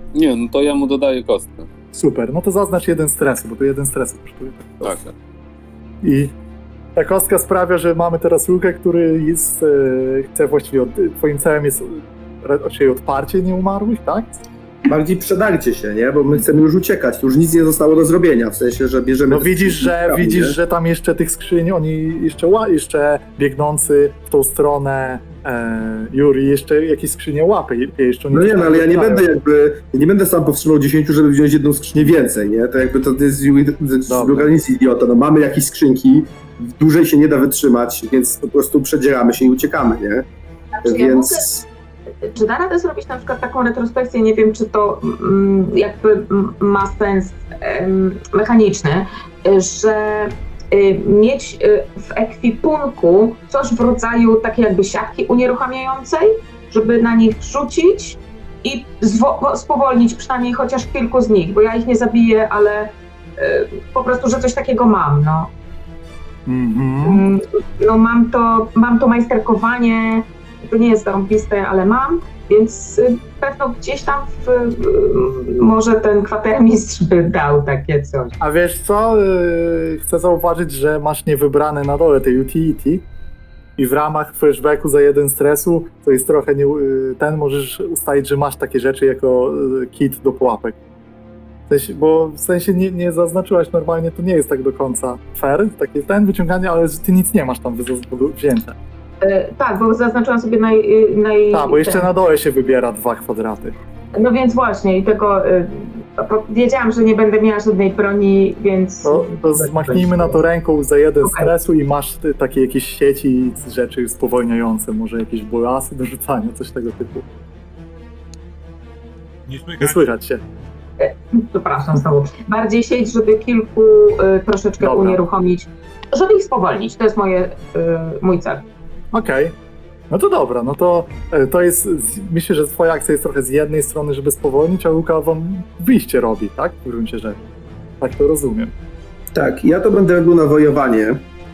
Speaker 4: Nie, no to ja mu dodaję kostkę.
Speaker 1: Super, no to zaznacz 1 stresu, bo tu 1 stresu kosztuje.
Speaker 4: Tak.
Speaker 1: I ta kostka sprawia, że mamy teraz lukę, który jest, chce właściwie, twoim celem jest raczej odparcie nieumarłych, tak?
Speaker 3: Bardziej przedarcie się, nie? Bo my chcemy już uciekać, tu już nic nie zostało do zrobienia, w sensie, że bierzemy...
Speaker 1: No widzisz, że tam jeszcze tych skrzyń, oni jeszcze biegnący w tą stronę Yuri, jeszcze jakieś skrzynie łapy. Jeszcze
Speaker 3: No nie, no ale ja nie będę sam powstrzymał 10, żeby wziąć jedną skrzynię więcej, nie? To jakby to jest organizm idiota, no mamy jakieś skrzynki, dłużej się nie da wytrzymać, więc po prostu przedzieramy się i uciekamy, nie?
Speaker 5: Znaczy,
Speaker 3: Więc...
Speaker 5: Czy da radę zrobić na przykład taką retrospekcję, nie wiem, czy to jakby ma sens mechaniczny, że mieć w ekwipunku coś w rodzaju takiej jakby siatki unieruchamiającej, żeby na nich rzucić i spowolnić przynajmniej chociaż kilku z nich, bo ja ich nie zabiję, ale po prostu, że coś takiego mam, no.
Speaker 1: Mhm.
Speaker 5: No mam to majsterkowanie, to nie jest zarąbiste, ale mam, więc pewno gdzieś tam może ten kwatermistrz by dał takie coś.
Speaker 1: A wiesz co? Chcę zauważyć, że masz niewybrane na dole tej utility i w ramach flashbacku za 1 stresu, to jest trochę możesz ustalić, że masz takie rzeczy jako kit do pułapek. Bo w sensie nie zaznaczyłaś normalnie, to nie jest tak do końca fair, takie wyciąganie, ale ty nic nie masz tam wzięte.
Speaker 5: Tak, bo zaznaczyłam sobie
Speaker 1: Tak, bo jeszcze na dole się wybiera 2 kwadraty.
Speaker 5: No więc właśnie i tego wiedziałam, że nie będę miała żadnej broni, więc...
Speaker 1: To zmachnijmy na to ręką za 1 stresu i masz takie jakieś sieci, rzeczy spowolniające, może jakieś bolasy do rzucania, coś tego typu. Nie słychać się.
Speaker 5: Przepraszam znowu. Bardziej sieć, żeby kilku troszeczkę unieruchomić, żeby ich spowolnić. To jest mój cel.
Speaker 1: Okej. No to dobra, no to jest, myślę, że twoja akcja jest trochę z jednej strony, żeby spowolnić, a Luka wam wyjście robi, tak? W gruncie rzeczy. Tak to rozumiem.
Speaker 3: Tak, ja to będę robił na wojowanie,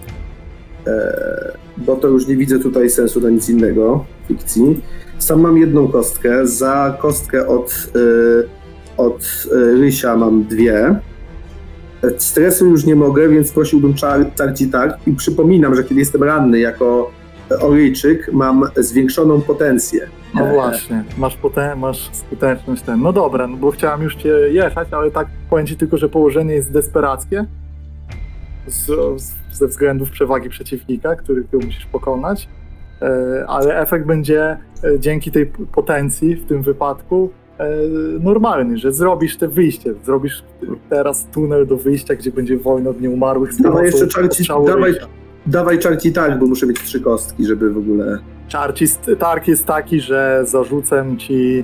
Speaker 3: bo to już nie widzę tutaj sensu na nic innego w fikcji. Sam mam 1 kostkę, za kostkę od Rysia mam 2. Stresu już nie mogę, więc prosiłbym Czarci tak i przypominam, że kiedy jestem ranny jako Oryjczyk, mam zwiększoną potencję.
Speaker 1: No właśnie, masz skuteczność No dobra, no bo chciałem już cię jechać, ale tak powiem ci tylko, że położenie jest desperackie ze względów przewagi przeciwnika, którego musisz pokonać, ale efekt będzie dzięki tej potencji w tym wypadku normalny, że zrobisz te wyjście, zrobisz teraz tunel do wyjścia, gdzie będzie wojna od nieumarłych z
Speaker 3: Dawaj jeszcze dawaj Czarci tak, bo muszę mieć 3 kostki, żeby w ogóle...
Speaker 1: Czarci targ jest taki, że zarzucę ci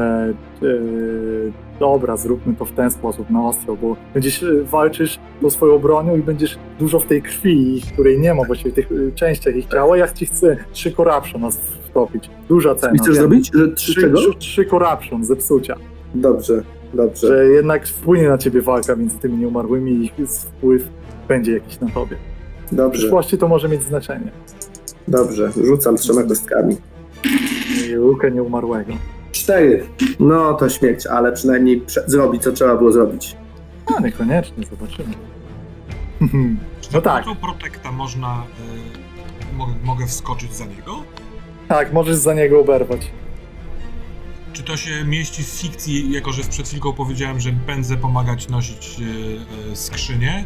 Speaker 1: dobra, zróbmy to w ten sposób, na ostro, bo walczysz tą swoją bronią i będziesz dużo w tej krwi, której nie ma właściwie w tych częściach ich ciała. Ja ci chcę 3 corruption nas wtopić. Duża cena.
Speaker 3: I chcesz zrobić? Że 3 czego?
Speaker 1: 3 corruption, zepsucia.
Speaker 3: Dobrze.
Speaker 1: Że jednak wpłynie na ciebie walka między tymi nieumarłymi i ich wpływ będzie jakiś na tobie. W przyszłości to może mieć znaczenie.
Speaker 3: Dobrze, rzucam 3 kostkami.
Speaker 1: Lukę nieumarłego.
Speaker 3: 4. No to śmierć, ale przynajmniej zrobi, co trzeba było zrobić.
Speaker 1: No niekoniecznie, zobaczymy.
Speaker 2: Czy
Speaker 1: no tak.
Speaker 2: Protekta można... mogę wskoczyć za niego?
Speaker 1: Tak, możesz za niego oberwać.
Speaker 2: Czy to się mieści w fikcji, jako że przed chwilką powiedziałem, że pędzę pomagać nosić skrzynię?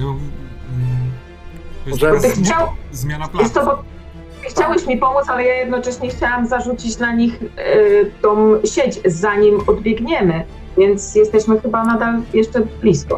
Speaker 2: To jest zmiana planu.
Speaker 5: Chciałeś mi pomóc, ale ja jednocześnie chciałam zarzucić na nich tą sieć, zanim odbiegniemy, więc jesteśmy chyba nadal jeszcze blisko.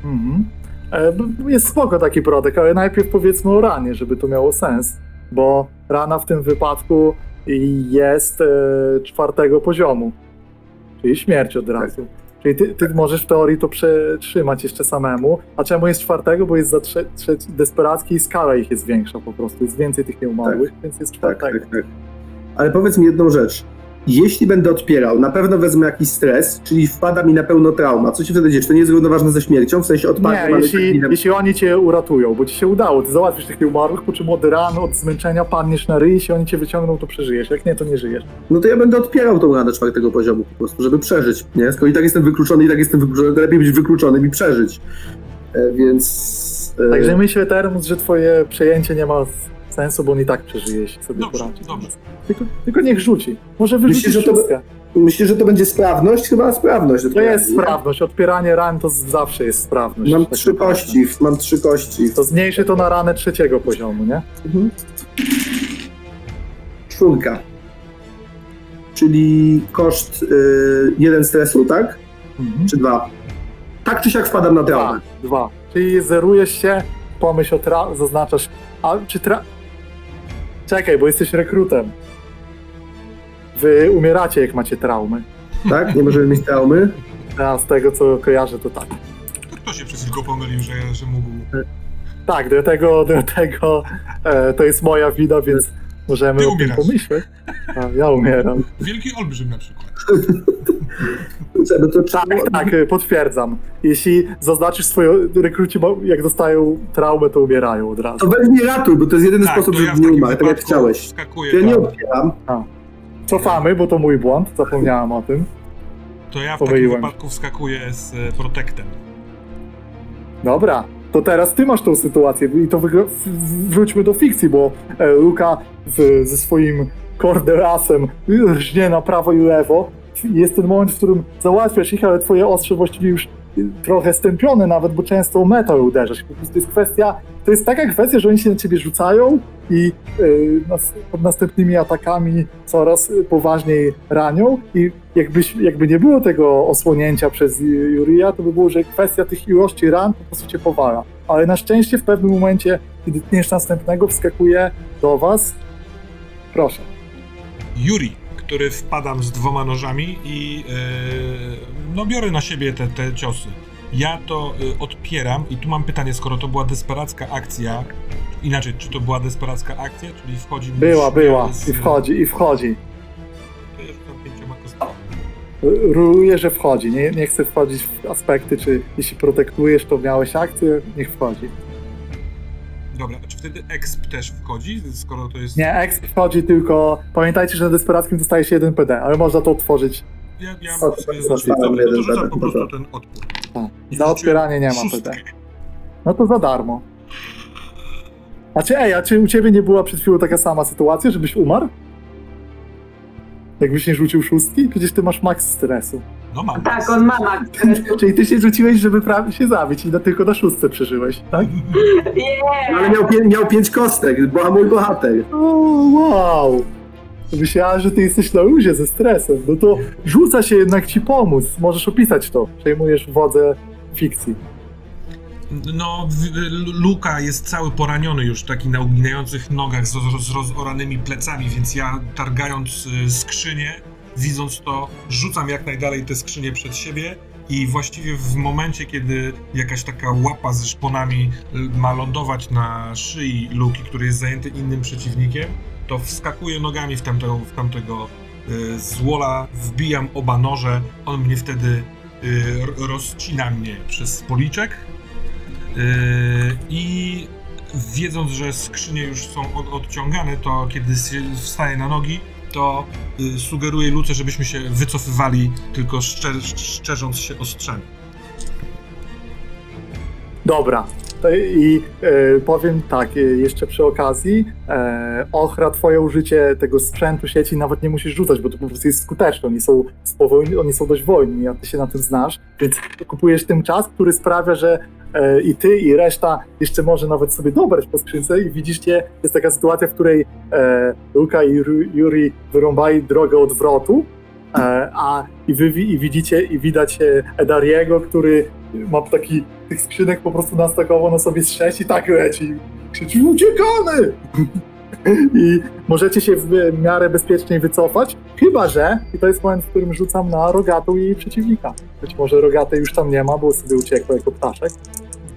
Speaker 1: Jest spoko taki protek, ale najpierw powiedzmy o ranie, żeby to miało sens, bo rana w tym wypadku jest 4. poziomu, czyli śmierć od razu. Czyli ty możesz w teorii to przetrzymać jeszcze samemu. A czemu jest 4? Bo jest za desperacki i skala ich jest większa po prostu. Jest więcej tych nieumarłych, więc jest 4.
Speaker 3: Tak. Ale powiedz mi jedną rzecz. Jeśli będę odpierał, na pewno wezmę jakiś stres, czyli wpada mi na pełno trauma. Co ci wtedy dzieje? Czy to nie jest równoważne ze śmiercią? W sensie odpadnie...
Speaker 1: Nie, jeśli oni cię uratują, bo ci się udało, ty załatwisz tych nieumarłych, po czym od ran, od zmęczenia padniesz na ryj, jeśli oni cię wyciągną, to przeżyjesz, jak nie, to nie żyjesz.
Speaker 3: No to ja będę odpierał tą ranę 4. poziomu po prostu, żeby przeżyć, nie? Skoro i tak jestem wykluczony, to lepiej być wykluczonym i przeżyć. Więc...
Speaker 1: Także myślę, Termus, że twoje przejęcie nie ma sensu, bo on i tak przeżyje, jeśli sobie
Speaker 2: Dobrze,
Speaker 1: poradzi.
Speaker 2: dobrze.
Speaker 1: Tylko niech rzuci. Może wyrzucić
Speaker 3: Myślisz, że to-
Speaker 1: szóstkę.
Speaker 3: Myślisz, że to będzie sprawność? Chyba sprawność.
Speaker 1: To jest sprawność, odpieranie ran to zawsze jest sprawność.
Speaker 3: Mam
Speaker 1: Tak
Speaker 3: 3
Speaker 1: naprawdę.
Speaker 3: kości.
Speaker 1: To zmniejszy to na ranę 3. poziomu, nie?
Speaker 3: 4. Czyli koszt 1 stresu, tak? Czy 2? Tak czy siak wpadam na traumę.
Speaker 1: 2. Czyli zerujesz się, pomyśl o zaznaczasz. A czy Czekaj, bo jesteś rekrutem. Wy umieracie, jak macie traumy.
Speaker 3: Tak? Nie możemy mieć traumy?
Speaker 1: A z tego, co kojarzę, to tak.
Speaker 2: Kto się przez chwilkę pomylił, że mógł...
Speaker 1: Tak, do tego to jest moja wina, więc możemy
Speaker 2: Ty
Speaker 1: o tym
Speaker 2: umierasz.
Speaker 1: pomyśleć. A, ja umieram.
Speaker 2: Wielki olbrzym na przykład.
Speaker 3: No to
Speaker 1: Tak, potwierdzam. Jeśli zaznaczysz swoje rekruci, jak dostają traumę, to umierają od razu.
Speaker 3: To weź mnie ratuj, bo to jest jedyny sposób,
Speaker 2: to ja
Speaker 3: żeby
Speaker 2: w
Speaker 3: nie
Speaker 2: takim
Speaker 3: umarł, tak jak
Speaker 2: wypadku
Speaker 3: chciałeś.
Speaker 2: wskakuję
Speaker 3: To ja nie
Speaker 2: tam.
Speaker 3: odpieram.
Speaker 1: Cofamy, bo to mój błąd, zapomniałem o tym.
Speaker 2: To ja w takim
Speaker 1: Pomyliłem.
Speaker 2: wypadku wskakuję z Protectem.
Speaker 1: Dobra, to teraz ty masz tą sytuację i to wróćmy do fikcji, bo Luka ze swoim kordelasem rżnie na prawo i lewo. Jest ten moment, w którym załatwiasz ich, ale twoje ostrze właściwie już trochę stępione nawet, bo często o metal uderzasz. Po prostu to jest taka kwestia, że oni się na ciebie rzucają i pod następnymi atakami coraz poważniej ranią i jakby nie było tego osłonięcia przez Jurija, to by było, że kwestia tych ilości ran po prostu cię powala. Ale na szczęście w pewnym momencie, kiedy tniesz następnego, wskakuje do was. Proszę.
Speaker 2: Yuri, który wpadam z 2 nożami i biorę na siebie te ciosy. Ja to odpieram i tu mam pytanie, skoro to była desperacka akcja, inaczej, czy to była desperacka akcja, czyli wchodzi...
Speaker 1: Była. I wchodzi.
Speaker 2: To ja rzucam 5 kostkami.
Speaker 1: Ruluję, że wchodzi. Nie chcę wchodzić w aspekty, czy jeśli protektujesz, to miałeś akcję, niech wchodzi.
Speaker 2: Dobra, a czy wtedy exp też wchodzi, skoro to jest...
Speaker 1: Nie, exp wchodzi tylko... Pamiętajcie, że na desperackim dostajesz 1 PD, ale można to otworzyć.
Speaker 2: Ja
Speaker 3: Zostawiam
Speaker 2: Dobra, to
Speaker 3: jeden
Speaker 2: rzucam
Speaker 3: PD,
Speaker 2: po prostu
Speaker 3: dobra.
Speaker 2: ten odpór.
Speaker 1: Tak. Za odpieranie nie ma
Speaker 2: 6.
Speaker 1: PD. No to za darmo. A czy u ciebie nie była przed chwilą taka sama sytuacja, żebyś umarł? Jakbyś nie rzucił 6? Przecież ty masz max stresu.
Speaker 2: No mam.
Speaker 5: Tak, on ma max stresu.
Speaker 1: Czyli ty się rzuciłeś, żeby prawie się zabić i tylko na 6 przeżyłeś, tak?
Speaker 5: Nie,
Speaker 3: Ale miał 5 kostek, była mój bohater.
Speaker 1: O, wow! Myślałem, że ty jesteś na luzie ze stresem. No to rzuca się jednak ci pomóc. Możesz opisać to. Przejmujesz wodzę fikcji.
Speaker 2: No, Luka jest cały poraniony już, taki na uginających nogach z rozoranymi plecami, więc ja targając skrzynię, widząc to, rzucam jak najdalej te skrzynie przed siebie i właściwie w momencie, kiedy jakaś taka łapa ze szponami ma lądować na szyi Luki, który jest zajęty innym przeciwnikiem, to wskakuję nogami w tamtego złola, wbijam oba noże, on mnie wtedy rozcina mnie przez policzek. I wiedząc, że skrzynie już są odciągane, to kiedy wstaję na nogi, to sugeruję Luce, żebyśmy się wycofywali, tylko szczerząc się ostrzem.
Speaker 1: Dobra. I powiem tak, jeszcze przy okazji, Ochra, twoje użycie tego sprzętu sieci nawet nie musisz rzucać, bo to po prostu jest skuteczne. Oni są dość wolni, a ty się na tym znasz, więc kupujesz tym czas, który sprawia, że i ty, i reszta jeszcze może nawet sobie dobrać po skrzynce i widzicie, jest taka sytuacja, w której Luka i Yuri wyrąbali drogę odwrotu, i widzicie, i widać Edariego, który ma tych skrzynek po prostu nastakowo na sobie z 6 i tak leci. Krzyczy, uciekamy! I możecie się w miarę bezpiecznie wycofać, chyba że, i to jest moment, w którym rzucam na Rogatą i jej przeciwnika. Być może Rogatej już tam nie ma, bo sobie uciekła jako ptaszek.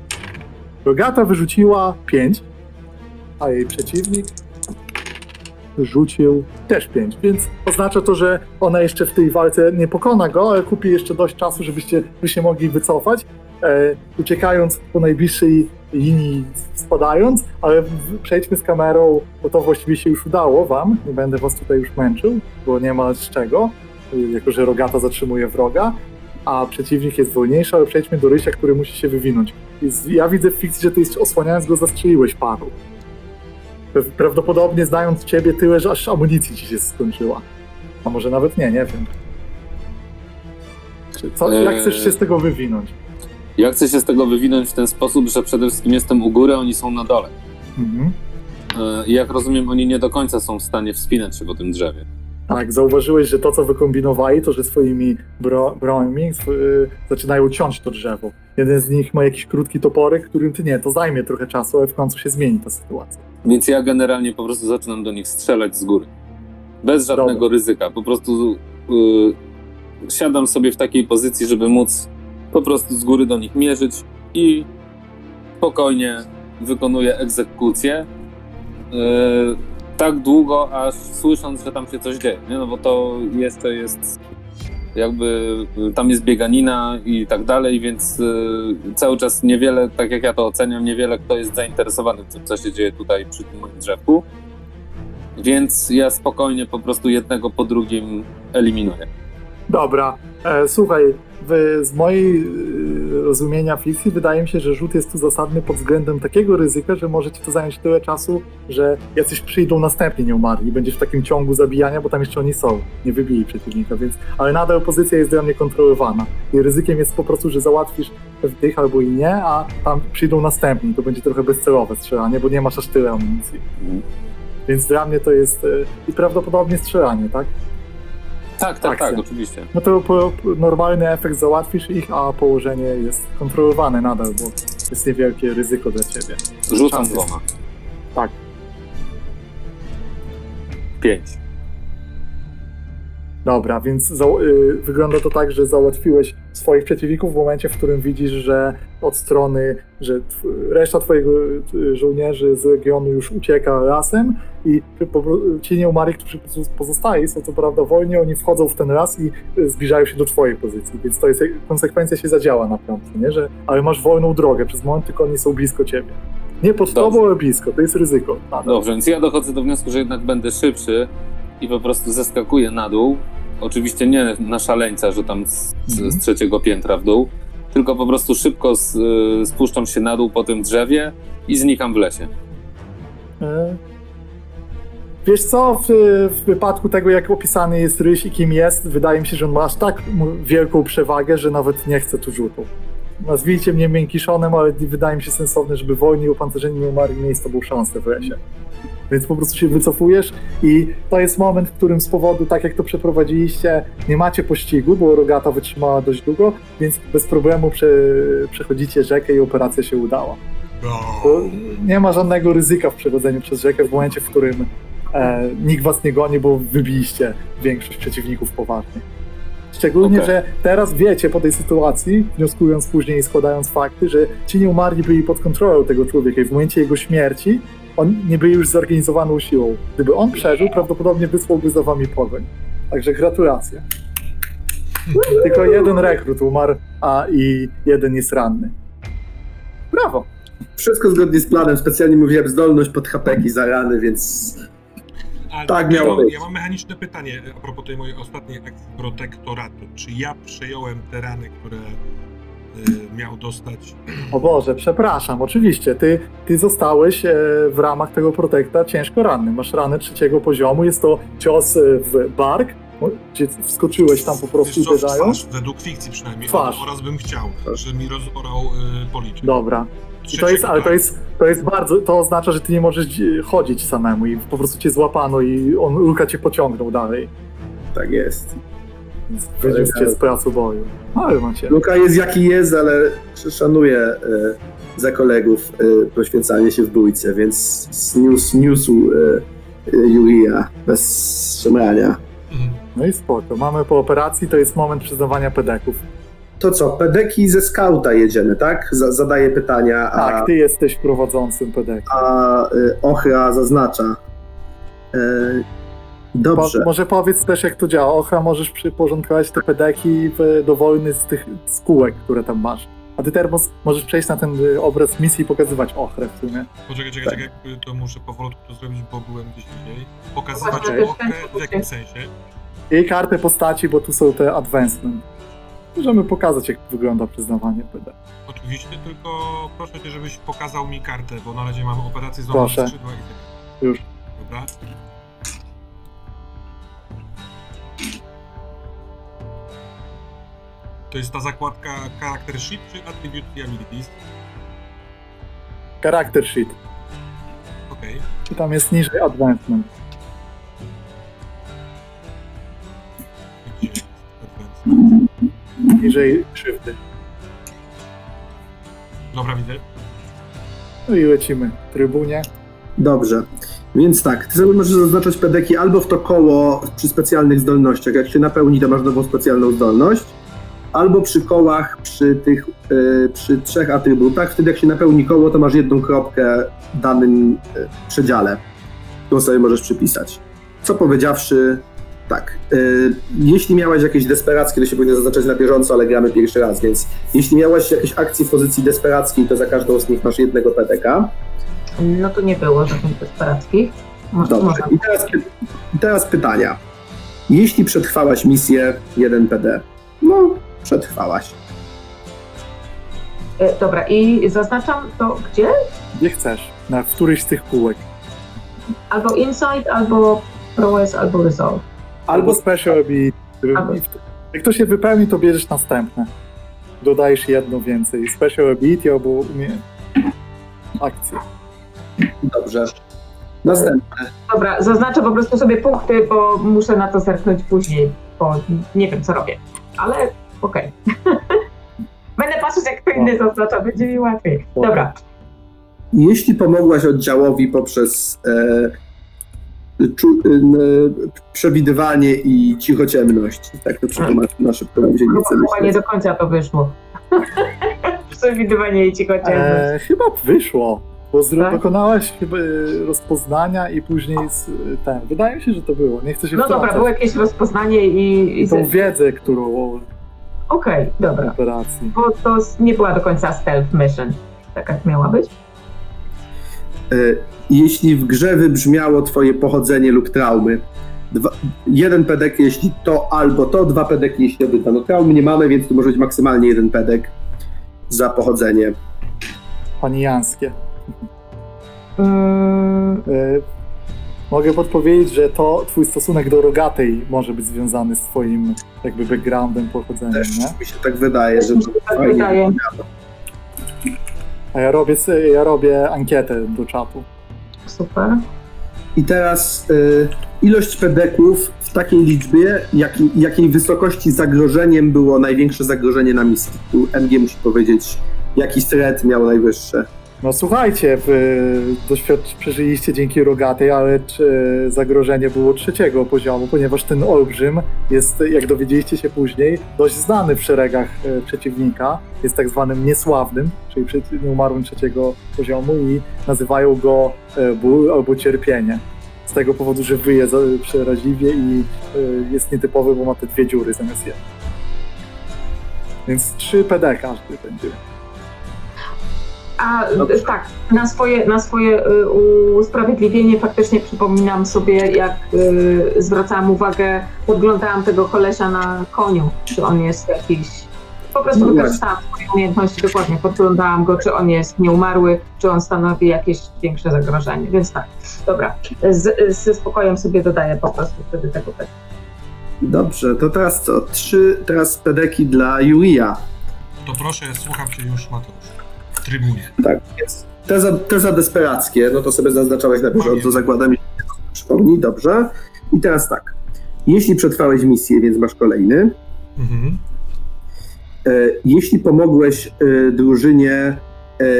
Speaker 1: Rogata wyrzuciła 5, a jej przeciwnik rzucił też 5, więc oznacza to, że ona jeszcze w tej walce nie pokona go, ale kupi jeszcze dość czasu, żebyście się mogli wycofać, uciekając po najbliższej linii, spadając, ale przejdźmy z kamerą, bo to właściwie się już udało wam, nie będę was tutaj już męczył, bo nie ma z czego, jako że Rogata zatrzymuje wroga, a przeciwnik jest wolniejszy, ale przejdźmy do Rysia, który musi się wywinąć. Ja widzę w fikcji, że ty osłaniając go zastrzeliłeś paru. Prawdopodobnie znając ciebie tyle, że aż amunicji ci się skończyła. A może nawet nie wiem. Jak chcesz się z tego wywinąć?
Speaker 4: Ja chcę się z tego wywinąć w ten sposób, że przede wszystkim jestem u góry, oni są na dole.
Speaker 1: Mhm.
Speaker 4: I jak rozumiem, oni nie do końca są w stanie wspinać się po tym drzewie.
Speaker 1: Tak, zauważyłeś, że to, co wykombinowali, to, że swoimi brońmi zaczynają ciąć to drzewo. Jeden z nich ma jakiś krótki toporek, którym ty nie, to zajmie trochę czasu, ale w końcu się zmieni ta sytuacja.
Speaker 4: Więc ja generalnie po prostu zaczynam do nich strzelać z góry. Bez żadnego ryzyka. Po prostu siadam sobie w takiej pozycji, żeby móc po prostu z góry do nich mierzyć i spokojnie wykonuję egzekucję. Tak długo, aż słysząc, że tam się coś dzieje, nie? No bo to jeszcze jest jakby, tam jest bieganina i tak dalej, więc cały czas niewiele, tak jak ja to oceniam, niewiele kto jest zainteresowany tym, co się dzieje tutaj przy tym moim drzewku, więc ja spokojnie po prostu jednego po drugim eliminuję.
Speaker 1: Dobra, słuchaj, z mojej rozumienia fikcji wydaje mi się, że rzut jest tu zasadny pod względem takiego ryzyka, że może ci to zająć tyle czasu, że jacyś przyjdą następni nieumarli i będziesz w takim ciągu zabijania, bo tam jeszcze oni są, nie wybili przeciwnika, więc, ale nadal pozycja jest dla mnie kontrolowana i ryzykiem jest po prostu, że załatwisz tych albo i nie, a tam przyjdą następni, to będzie trochę bezcelowe strzelanie, bo nie masz aż tyle amunicji. Więc dla mnie to jest i prawdopodobnie strzelanie, tak?
Speaker 4: Tak, oczywiście.
Speaker 1: No to normalny efekt załatwisz ich, a położenie jest kontrolowane nadal, bo jest niewielkie ryzyko dla ciebie.
Speaker 4: Rzucam dwoma.
Speaker 1: Tak.
Speaker 4: 5.
Speaker 1: Dobra, więc wygląda to tak, że załatwiłeś swoich przeciwników w momencie, w którym widzisz, że od strony, że reszta twojego żołnierzy z regionu już ucieka lasem i ci nieumarli, którzy pozostali, są co prawda wolni, oni wchodzą w ten las i zbliżają się do twojej pozycji, więc to jest, konsekwencja się zadziała na piątce, nie? Ale masz wolną drogę przez moment, tylko oni są blisko ciebie. Nie pod tobą, ale blisko, to jest ryzyko.
Speaker 4: Dobrze, więc ja dochodzę do wniosku, że jednak będę szybszy i po prostu zeskakuję na dół. Oczywiście nie na szaleńca, że tam z trzeciego piętra w dół, tylko po prostu szybko spuszczam się na dół po tym drzewie i znikam w lesie.
Speaker 1: Wiesz co, w wypadku tego, jak opisany jest Ryś i kim jest, wydaje mi się, że on ma aż tak wielką przewagę, że nawet nie chce tu rzutu. Nazwijcie mnie miękiszonem, ale wydaje mi się sensowne, żeby wolni opancerzeni nieumarli mieli z tobą szansę w lesie. Więc po prostu się wycofujesz i to jest moment, w którym z powodu, tak jak to przeprowadziliście, nie macie pościgu, bo Rogata wytrzymała dość długo, więc bez problemu przechodzicie rzekę i operacja się udała. Bo nie ma żadnego ryzyka w przechodzeniu przez rzekę w momencie, w którym nikt was nie goni, bo wybiliście większość przeciwników poważnie. Szczególnie, że teraz wiecie po tej sytuacji, wnioskując później i składając fakty, że ci nieumarli byli pod kontrolą tego człowieka i w momencie jego śmierci on nie był już zorganizowaną siłą. Gdyby on przeżył, prawdopodobnie wysłałby za wami pogoń. Także gratulacje. Tylko jeden rekrut umarł, i jeden jest ranny. Brawo!
Speaker 3: Wszystko zgodnie z planem. Specjalnie mówiłem zdolność pod hapeki za rany, więc tak miało być.
Speaker 2: Ja mam mechaniczne pytanie a propos tej mojej ostatniej akcji protektoratu. Czy ja przejąłem te rany, które miał dostać?
Speaker 1: O Boże, przepraszam, oczywiście. Ty zostałeś w ramach tego protekta ciężko ranny. Masz ranę 3. poziomu, jest to cios w bark, gdzie wskoczyłeś tam po prostu uderzając.
Speaker 2: Według fikcji przynajmniej.
Speaker 1: Twarz.
Speaker 2: Oraz bym chciał, że mi rozorał policzek.
Speaker 1: Dobra. I to jest bardzo, to oznacza, że ty nie możesz chodzić samemu i po prostu cię złapano i Luka cię pociągnął dalej.
Speaker 3: Tak jest.
Speaker 1: Więc wyniósł cię z placu boju. Ale macie.
Speaker 3: Luka jest jaki jest, ale szanuję za kolegów poświęcanie się w bójce, więc zniósł Jurija bez szemrania.
Speaker 1: No i spoko. Mamy po operacji, to jest moment przyznawania pedeków.
Speaker 3: To co, pedeki ze skauta jedziemy, tak? Zadaję pytania.
Speaker 1: Tak, ty jesteś prowadzącym pedekiem.
Speaker 3: A Ochra zaznacza. Dobrze.
Speaker 1: Może powiedz też, jak to działa. Ochra, możesz przyporządkować te pedeki dowolny z tych kółek, które tam masz. A ty, Termos, możesz przejść na ten obraz misji i pokazywać ochrę w sumie.
Speaker 2: Poczekaj, to muszę powolutku to zrobić, bo byłem gdzieś indziej. Pokazywać
Speaker 5: Okej.
Speaker 2: ochrę w jakim sensie?
Speaker 1: I kartę postaci, bo tu są te advancement. Możemy pokazać, jak wygląda przyznawanie PD.
Speaker 2: Oczywiście, tylko proszę cię, żebyś pokazał mi kartę, bo na razie mam operację z
Speaker 1: Proszę.
Speaker 2: skrzydła i tak.
Speaker 1: Już.
Speaker 2: Dobra. To jest ta zakładka Character Sheet czy Attribute i Abilities?
Speaker 1: Character sheet.
Speaker 2: Okej.
Speaker 1: Czy tam jest niżej advancement?
Speaker 2: Gdzie jest Advancement?
Speaker 1: Niżej krzywdy.
Speaker 2: Dobra, widzę.
Speaker 1: No i lecimy. Trybunie.
Speaker 3: Dobrze. Więc tak, ty sobie możesz zaznaczać pedeki albo w to koło przy specjalnych zdolnościach. Jak się napełni, to masz nową specjalną zdolność. Albo przy kołach, przy 3 atrybutach. Wtedy jak się napełni koło, to masz jedną kropkę w danym przedziale, którą sobie możesz przypisać. Co powiedziawszy, tak, jeśli miałeś jakieś desperackie, to się powinno zaznaczać na bieżąco, ale gramy pierwszy raz, więc jeśli miałeś jakieś akcje w pozycji desperackiej, to za każdą z nich masz jednego pedeka.
Speaker 5: No to nie było żadnych desperackich.
Speaker 3: Dobrze. I teraz pytania. Jeśli przetrwałaś misję 1 PD, no przetrwałaś.
Speaker 5: Dobra, i zaznaczam to gdzie?
Speaker 1: Gdzie chcesz. Na któryś z tych kółek.
Speaker 5: Albo Insight, albo Prowess, albo Resolve.
Speaker 1: Albo special ability.
Speaker 5: Albo-
Speaker 1: Jak to się wypełni, to bierzesz następne. Dodajesz jedno więcej. Special ability albo akcję.
Speaker 3: Dobrze. Następne.
Speaker 5: Dobra, zaznaczę po prostu sobie punkty, bo muszę na to zerknąć później, bo nie wiem, co robię. Ale okej. Będę patrzeć, jak kto inny zaznacza, będzie mi łatwiej. Dobra,
Speaker 3: Jeśli pomogłaś oddziałowi poprzez przewidywanie i cichociemność, tak to przetłumaczę na szybko, bo się nie chcę
Speaker 5: chyba nie
Speaker 3: myśleć.
Speaker 5: do końca to wyszło. Przewidywanie i cichociemność.
Speaker 1: Chyba wyszło. Bo
Speaker 5: Tak?
Speaker 1: dokonałaś chyba rozpoznania i później ten. Wydaje mi się, że to było. Nie chcę się
Speaker 5: No dobra,
Speaker 1: wtrącać.
Speaker 5: było jakieś rozpoznanie i
Speaker 1: Tą wiedzę, którą
Speaker 5: Okej,
Speaker 1: o
Speaker 5: dobra.
Speaker 1: operacji.
Speaker 5: Bo to nie była do końca stealth mission, tak jak miała być.
Speaker 3: Jeśli w grze wybrzmiało twoje pochodzenie lub traumy, jeden pedek jeśli to albo to, 2 pedeki jeśli obydwa. No traumy nie mamy, więc tu może być maksymalnie 1 pedek za pochodzenie.
Speaker 1: Panijanskie.
Speaker 5: Mm,
Speaker 1: Mogę podpowiedzieć, że to twój stosunek do rogatej może być związany z twoim jakby backgroundem, pochodzeniem,
Speaker 3: Też
Speaker 1: nie?
Speaker 3: mi się tak wydaje, że to
Speaker 5: tak
Speaker 3: fajnie
Speaker 5: wydaje.
Speaker 3: brzmiało.
Speaker 1: A ja robię ankietę do czatu.
Speaker 5: super.
Speaker 3: I teraz ilość pedeków w takiej liczbie, jakiej wysokości zagrożeniem było największe zagrożenie na misji. Tu MG musi powiedzieć, jaki threat miał najwyższe.
Speaker 1: No słuchajcie, przeżyliście dzięki rogatej, ale zagrożenie było 3. poziomu, ponieważ ten olbrzym jest, jak dowiedzieliście się później, dość znany w szeregach przeciwnika. Jest tak zwanym niesławnym, czyli nieumarłym 3. poziomu i nazywają go ból albo cierpienie. Z tego powodu, że wyje przeraźliwie i jest nietypowy, bo ma te 2 dziury zamiast 1. Więc 3 PD każdy będzie.
Speaker 5: A tak, na swoje usprawiedliwienie faktycznie przypominam sobie, jak zwracałam uwagę, podglądałam tego kolesia na koniu, czy on jest jakiś... Po prostu wykorzystałam swoje umiejętności dokładnie, podglądałam go, czy on jest nieumarły, czy on stanowi jakieś większe zagrożenie, więc tak, dobra, ze spokojem sobie dodaję po prostu wtedy tego pedeka.
Speaker 3: Dobrze, to teraz co? 3 teraz pedeki dla Julia.
Speaker 2: To proszę, słucham cię już, Mateusz. W trybunie.
Speaker 3: Tak, jest. Te za desperackie, no to sobie zaznaczałeś na bieżąco, zakładam, że przypomnij, dobrze. I teraz tak, jeśli przetrwałeś misję, więc masz kolejny.
Speaker 2: Mhm.
Speaker 3: Jeśli pomogłeś drużynie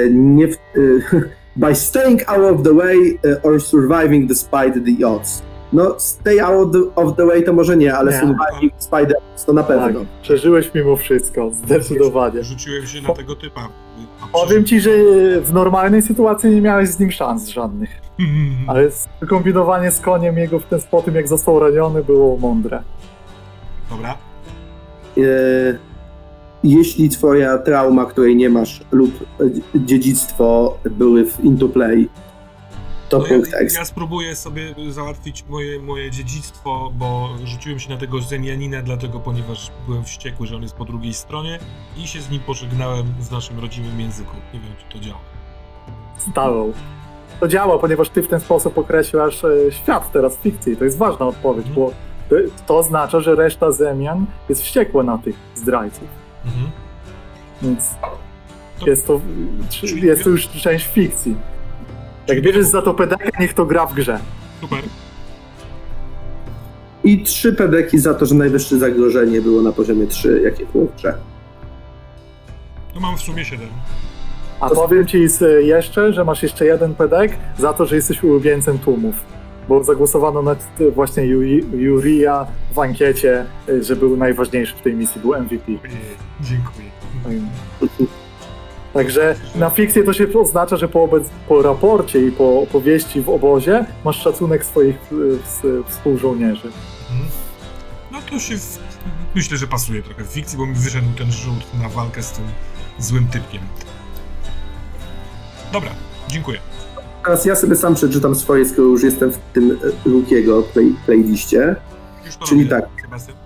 Speaker 3: by staying out of the way or surviving despite the odds. No, stay out of the way to może nie, ale
Speaker 1: Nie.
Speaker 3: surviving spider to na
Speaker 1: Tak,
Speaker 3: pewno.
Speaker 1: przeżyłeś mimo wszystko, zdecydowanie.
Speaker 2: Rzuciłem się na tego typa.
Speaker 1: Powiem ci, że w normalnej sytuacji nie miałeś z nim szans żadnych. Ale kombinowanie z koniem jego po tym, jak został raniony, było mądre.
Speaker 2: Dobra.
Speaker 3: Jeśli twoja trauma, której nie masz, lub dziedzictwo były w into play, to
Speaker 2: No
Speaker 3: punkt
Speaker 2: ja
Speaker 3: ekstra.
Speaker 2: spróbuję sobie załatwić moje dziedzictwo, bo rzuciłem się na tego Zemianina, dlatego ponieważ byłem wściekły, że on jest po drugiej stronie i się z nim pożegnałem w naszym rodzimym języku. Nie wiem, czy to działa.
Speaker 1: Stałą. To działa, ponieważ ty w ten sposób określasz świat teraz fikcji. To jest ważna odpowiedź, bo to oznacza, że reszta Zemian jest wściekła na tych zdrajców.
Speaker 2: Mhm.
Speaker 1: Więc
Speaker 2: To-
Speaker 1: jest to już część fikcji. Jak bierzesz za to pedeka, niech to gra w grze.
Speaker 2: Super.
Speaker 3: I 3 pedeki za to, że najwyższe zagrożenie było na poziomie 3, jakie było w grze.
Speaker 2: To mam w sumie 7.
Speaker 1: A powiem ci jeszcze, że masz jeszcze jeden pedek za to, że jesteś ulubieńcem tłumów. Bo zagłosowano na właśnie Jurija w ankiecie, że był najważniejszy w tej misji, był MVP.
Speaker 2: Dziękuję.
Speaker 1: Także na fikcję to się oznacza, że po raporcie i po opowieści w obozie masz szacunek swoich współżołnierzy.
Speaker 2: Mhm. No to się myślę, że pasuje trochę w fikcji, bo mi wyszedł ten rzut na walkę z tym złym typkiem. Dobra, dziękuję.
Speaker 3: Teraz ja sobie sam przeczytam swoje, skoro już jestem w tym Lukiego playliście.
Speaker 2: Już to
Speaker 3: Czyli
Speaker 2: robię,
Speaker 3: tak.
Speaker 2: Sebastian.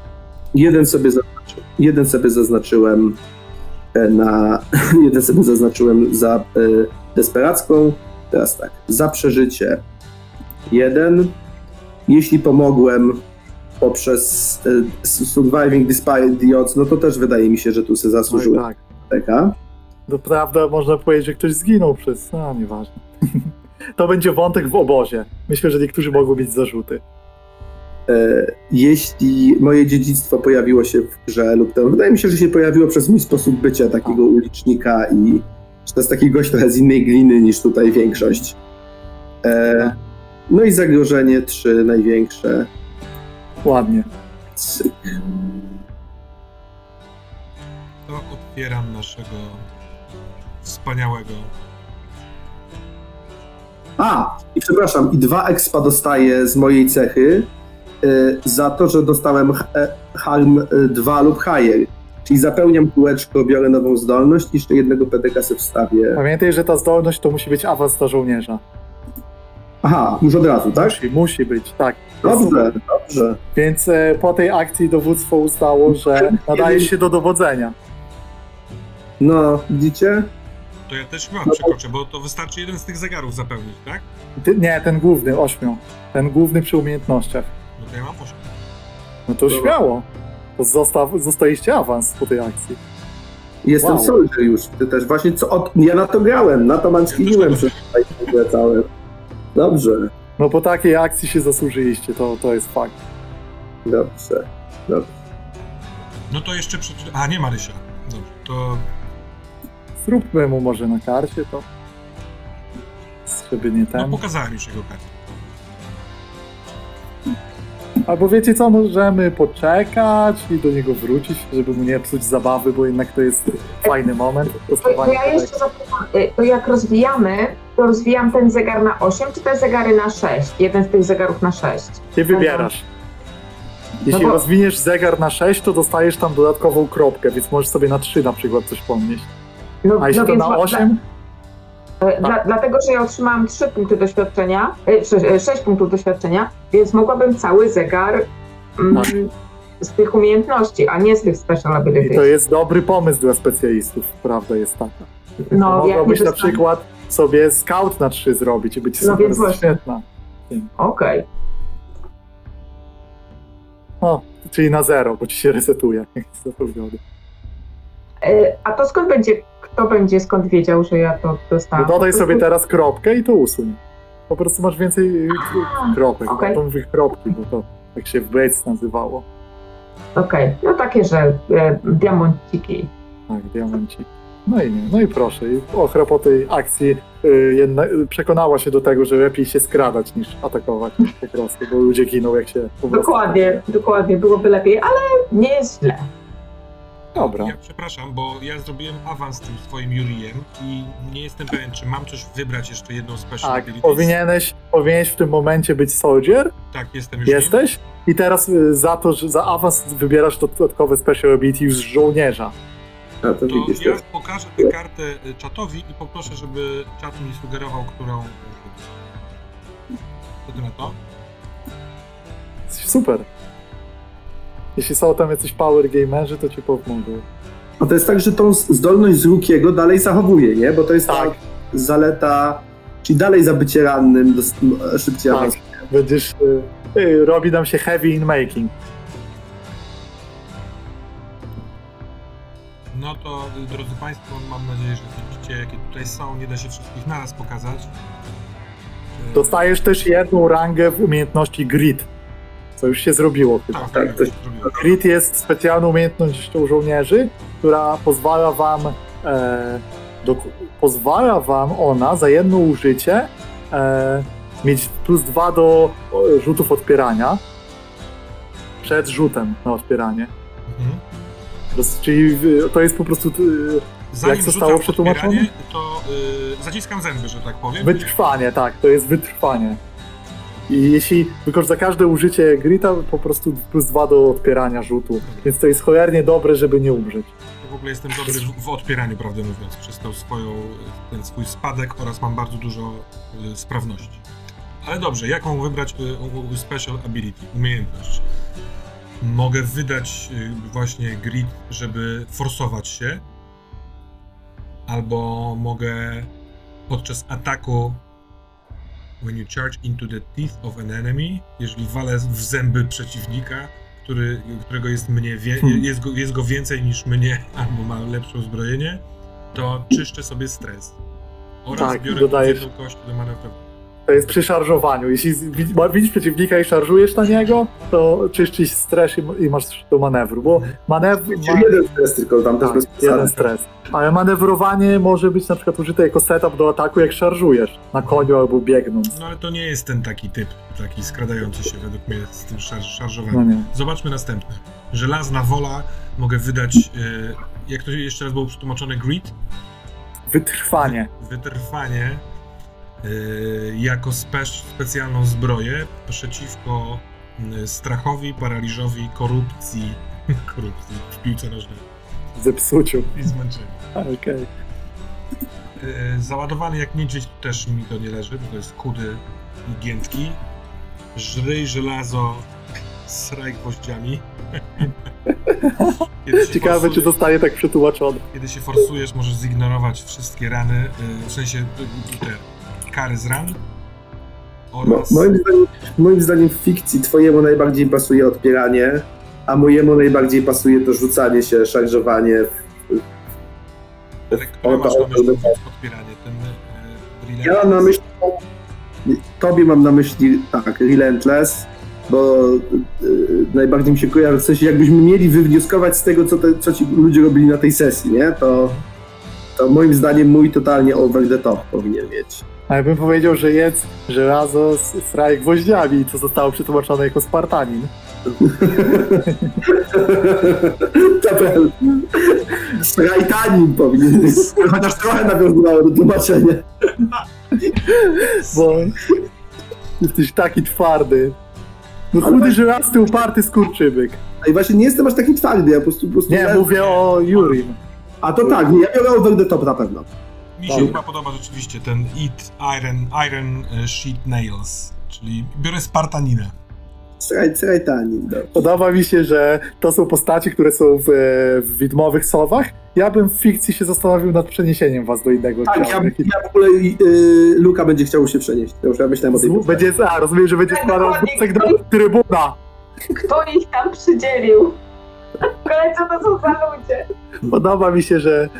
Speaker 3: Jeden sobie zaznaczyłem jeden sobie zaznaczyłem za desperacką. Teraz tak, za przeżycie 1. Jeśli pomogłem poprzez surviving despite the odds, no to też wydaje mi się, że tu sobie
Speaker 1: No i
Speaker 3: zasłużyłem.
Speaker 1: tak.
Speaker 3: Taka.
Speaker 1: To prawda, można powiedzieć, że ktoś zginął przez... No, nieważne. To będzie wątek w obozie. Myślę, że niektórzy mogą mieć zarzuty.
Speaker 3: Jeśli moje dziedzictwo pojawiło się w grze lub to wydaje mi się, że się pojawiło przez mój sposób bycia takiego ulicznika i że to jest taki gość trochę z innej gliny niż tutaj większość. No i zagrożenie 3 największe.
Speaker 1: Ładnie.
Speaker 3: Cyk.
Speaker 2: To otwieram naszego wspaniałego.
Speaker 3: I przepraszam, i 2 expa dostaję z mojej cechy za to, że dostałem harm 2 lub higher. Czyli zapełniam kółeczko, biorę nową zdolność i jeszcze jednego PDK sobie wstawię.
Speaker 1: Pamiętaj, że ta zdolność to musi być awans dla żołnierza.
Speaker 3: Aha, już od razu, tak?
Speaker 1: Musi być, tak.
Speaker 3: Dobrze, dobrze.
Speaker 1: Więc po tej akcji dowództwo uznało, że nadajesz się do dowodzenia.
Speaker 3: No, widzicie?
Speaker 2: To ja też chyba przekroczę, bo to wystarczy jeden z tych zegarów zapełnić, tak?
Speaker 1: Nie, ten główny, 8. Ten główny przy umiejętnościach.
Speaker 2: No to ja mam 8.
Speaker 1: No to
Speaker 3: Dobra.
Speaker 1: śmiało. To zostaliście awans po tej akcji.
Speaker 3: Jestem
Speaker 1: Wow.
Speaker 3: soldier już, ty też. Właśnie ja na to grałem, na to manskiniłem przez tutaj całe. Dobrze,
Speaker 1: No po takiej akcji się zasłużyliście, to jest fakt.
Speaker 3: dobrze.
Speaker 2: No to jeszcze A, nie Marysia. Dobrze, to
Speaker 1: Zróbmy mu może na karcie to. Żeby nie
Speaker 2: no,
Speaker 1: ten.
Speaker 2: pokazałem już jego kartę.
Speaker 1: Albo wiecie co, możemy poczekać i do niego wrócić, żeby mu nie psuć zabawy, bo jednak to jest fajny moment.
Speaker 5: To
Speaker 1: Dostawanie
Speaker 5: ja jeszcze zapytam, to jak rozwijamy, to rozwijam ten zegar na 8, czy te zegary na 6? Jeden z tych zegarów na 6.
Speaker 1: Ty wybierasz. Jeśli
Speaker 5: No bo-
Speaker 1: rozwiniesz zegar na 6, to dostajesz tam dodatkową kropkę, więc możesz sobie na 3 na przykład coś podnieść.
Speaker 5: No,
Speaker 1: A jeśli to
Speaker 5: więc
Speaker 1: na 8,
Speaker 5: dlatego, że ja otrzymałam 3 punkty doświadczenia, 6 punktów doświadczenia, więc mogłabym cały zegar z tych umiejętności, a nie z tych special
Speaker 1: i to
Speaker 5: abilities.
Speaker 1: jest dobry pomysł dla specjalistów, prawda jest taka.
Speaker 5: No, jak
Speaker 1: Mogłabyś
Speaker 5: nie
Speaker 1: na
Speaker 5: dostanę-
Speaker 1: przykład sobie scout na 3 zrobić i być
Speaker 5: No
Speaker 1: super
Speaker 5: więc właśnie.
Speaker 1: świetna.
Speaker 5: Okej.
Speaker 1: O, czyli na 0, bo ci się resetuje, jak jest zapełniony.
Speaker 5: A to skąd wiedział, że ja to
Speaker 1: No
Speaker 5: dostałam?
Speaker 1: dodaj sobie teraz kropkę i to usuń. Po prostu masz więcej kropek,
Speaker 5: okej.
Speaker 1: to mówię kropki, bo to tak się w Blades nazywało.
Speaker 5: Okej, no takie, że diamenciki.
Speaker 1: Tak, diamenci. No i proszę. I Ochra po tej akcji przekonała się do tego, że lepiej się skradać niż atakować po prostu, bo ludzie giną jak się po prostu...
Speaker 5: Dokładnie, byłoby lepiej, ale nie jest źle.
Speaker 1: Dobra.
Speaker 2: Ja przepraszam, bo ja zrobiłem awans tym swoim Jurijem i nie jestem pewien, czy mam coś wybrać jeszcze jedną special
Speaker 1: Tak,
Speaker 2: abilities.
Speaker 1: powinieneś w tym momencie być soldier.
Speaker 2: Tak, jestem już.
Speaker 1: Jesteś? I teraz za awans wybierasz dodatkowe special ability już z żołnierza.
Speaker 3: A to
Speaker 2: To
Speaker 3: widzisz,
Speaker 2: ja
Speaker 3: to
Speaker 2: pokażę tę kartę czatowi i poproszę, żeby czat mi sugerował, którą... Co ty na to?
Speaker 1: Super. Jeśli są tam jacyś power gamerzy, to ci pomogą.
Speaker 3: A to jest tak, że tą zdolność z Rukiego dalej zachowuje, nie? Bo to jest
Speaker 1: Tak.
Speaker 3: ta zaleta, czyli dalej za bycie rannym, szybciej
Speaker 1: Tak.
Speaker 3: awansuje.
Speaker 1: Będziesz... robi nam się heavy in making.
Speaker 2: No to, drodzy Państwo, mam nadzieję, że widzicie, jakie tutaj są. Nie da się wszystkich naraz pokazać.
Speaker 1: Dostajesz też jedną rangę w umiejętności grit. Co już się zrobiło chyba.
Speaker 2: Tak,
Speaker 3: tak, to się
Speaker 2: zrobiłem.
Speaker 1: Grit jest specjalną umiejętnością żołnierzy, która pozwala wam pozwala wam ona za jedno użycie mieć +2 do rzutów odpierania przed rzutem na odpieranie.
Speaker 2: Mhm.
Speaker 1: Czyli to jest po prostu
Speaker 2: Zanim
Speaker 1: zostało
Speaker 2: rzucam
Speaker 1: przetłumaczone?
Speaker 2: odpieranie, to zaciskam zęby, że tak powiem.
Speaker 1: wytrwanie, tak, to jest wytrwanie. I jeśli tylko za każde użycie grita po prostu +2 do odpierania rzutu, więc to jest cholernie dobre, żeby nie umrzeć.
Speaker 2: Ja w ogóle jestem dobry w odpieraniu, prawdę mówiąc, przez ten swój spadek oraz mam bardzo dużo sprawności. Ale dobrze, jaką wybrać special ability, umiejętność? Mogę wydać właśnie grit, żeby forsować się, albo mogę podczas ataku when you charge into the teeth of an enemy, jeżeli walę w zęby przeciwnika, którego jest jest go więcej niż mnie, albo ma lepsze uzbrojenie, to czyszczę sobie stres. Oraz
Speaker 1: Tak,
Speaker 2: biorę
Speaker 1: dodajesz-
Speaker 2: jedną kość do manewru.
Speaker 1: To jest przy szarżowaniu. Jeśli widzisz przeciwnika i szarżujesz na niego, to czyścisz stres i masz do manewru, bo manewr...
Speaker 3: Jeden stres tylko, tam też
Speaker 1: Tak,
Speaker 3: bez
Speaker 1: jeden
Speaker 3: przesady.
Speaker 1: stres. Ale manewrowanie może być na przykład użyte jako setup do ataku, jak szarżujesz na koniu albo biegnąc.
Speaker 2: No ale to nie jest ten taki typ, taki skradający się według mnie z tym
Speaker 1: No
Speaker 2: szarżowaniem.
Speaker 1: nie.
Speaker 2: Zobaczmy następne. Żelazna wola, mogę wydać, jak to jeszcze raz było przetłumaczone, grit?
Speaker 1: Wytrwanie.
Speaker 2: Wytrwanie jako specjalną zbroję przeciwko strachowi, paraliżowi, korupcji w piłce nożnej
Speaker 1: Zepsuciu.
Speaker 2: i zmęczeniu.
Speaker 1: Okej.
Speaker 2: Załadowany jak niedźwiedź też mi to nie leży, bo to jest chudy i giętki. Żryj żelazo, sraj gwoździami.
Speaker 1: Ciekawe, czy zostanie tak przetłumaczone.
Speaker 2: Kiedy się forsujesz, możesz zignorować wszystkie rany, w sensie te kary z ran. Oraz...
Speaker 3: Moim zdaniem w fikcji twojemu najbardziej pasuje odpieranie, a mojemu najbardziej pasuje to rzucanie się, szarżowanie.
Speaker 2: Ale które masz na myśli odpieranie? Ten
Speaker 3: Ja mam na myśli, tobie mam na myśli, tak, Relentless, bo najbardziej mi się kojarzy, w sensie jakbyśmy mieli wywnioskować z tego, co ci ludzie robili na tej sesji, nie? To moim zdaniem mój totalnie over the top powinien mieć.
Speaker 1: A ja bym powiedział, że jedz żelazo z sraj gwoździami, co zostało przetłumaczone jako Spartanin.
Speaker 3: To prawda. Strajtanin powinien być, chociaż trochę nawiązywało do tłumaczenia.
Speaker 1: Bo jesteś taki twardy. No chudy, żelazny, uparty skurczybyk.
Speaker 3: I właśnie nie jestem aż taki twardy, ja po prostu
Speaker 1: Nie, mówię o Jurim.
Speaker 3: A to tak, nie, ja biorę over the top na pewno.
Speaker 2: Mi się chyba podoba rzeczywiście ten Eat Iron Sheet Nails, czyli biorę Spartaninę.
Speaker 3: Strajtanin, dobrze.
Speaker 1: Podoba mi się, że to są postaci, które są w widmowych sowach. Ja bym w fikcji się zastanowił nad przeniesieniem was do innego
Speaker 3: Tak,
Speaker 1: oddziału.
Speaker 3: ja w ogóle Luka będzie chciał się przenieść. To już ja myślałem o tej postaci.
Speaker 1: Rozumiem, że będzie składał wniosek do trybuna.
Speaker 5: Kto ich tam przydzielił? Ale co to są za ludzie?
Speaker 1: Podoba mi się, że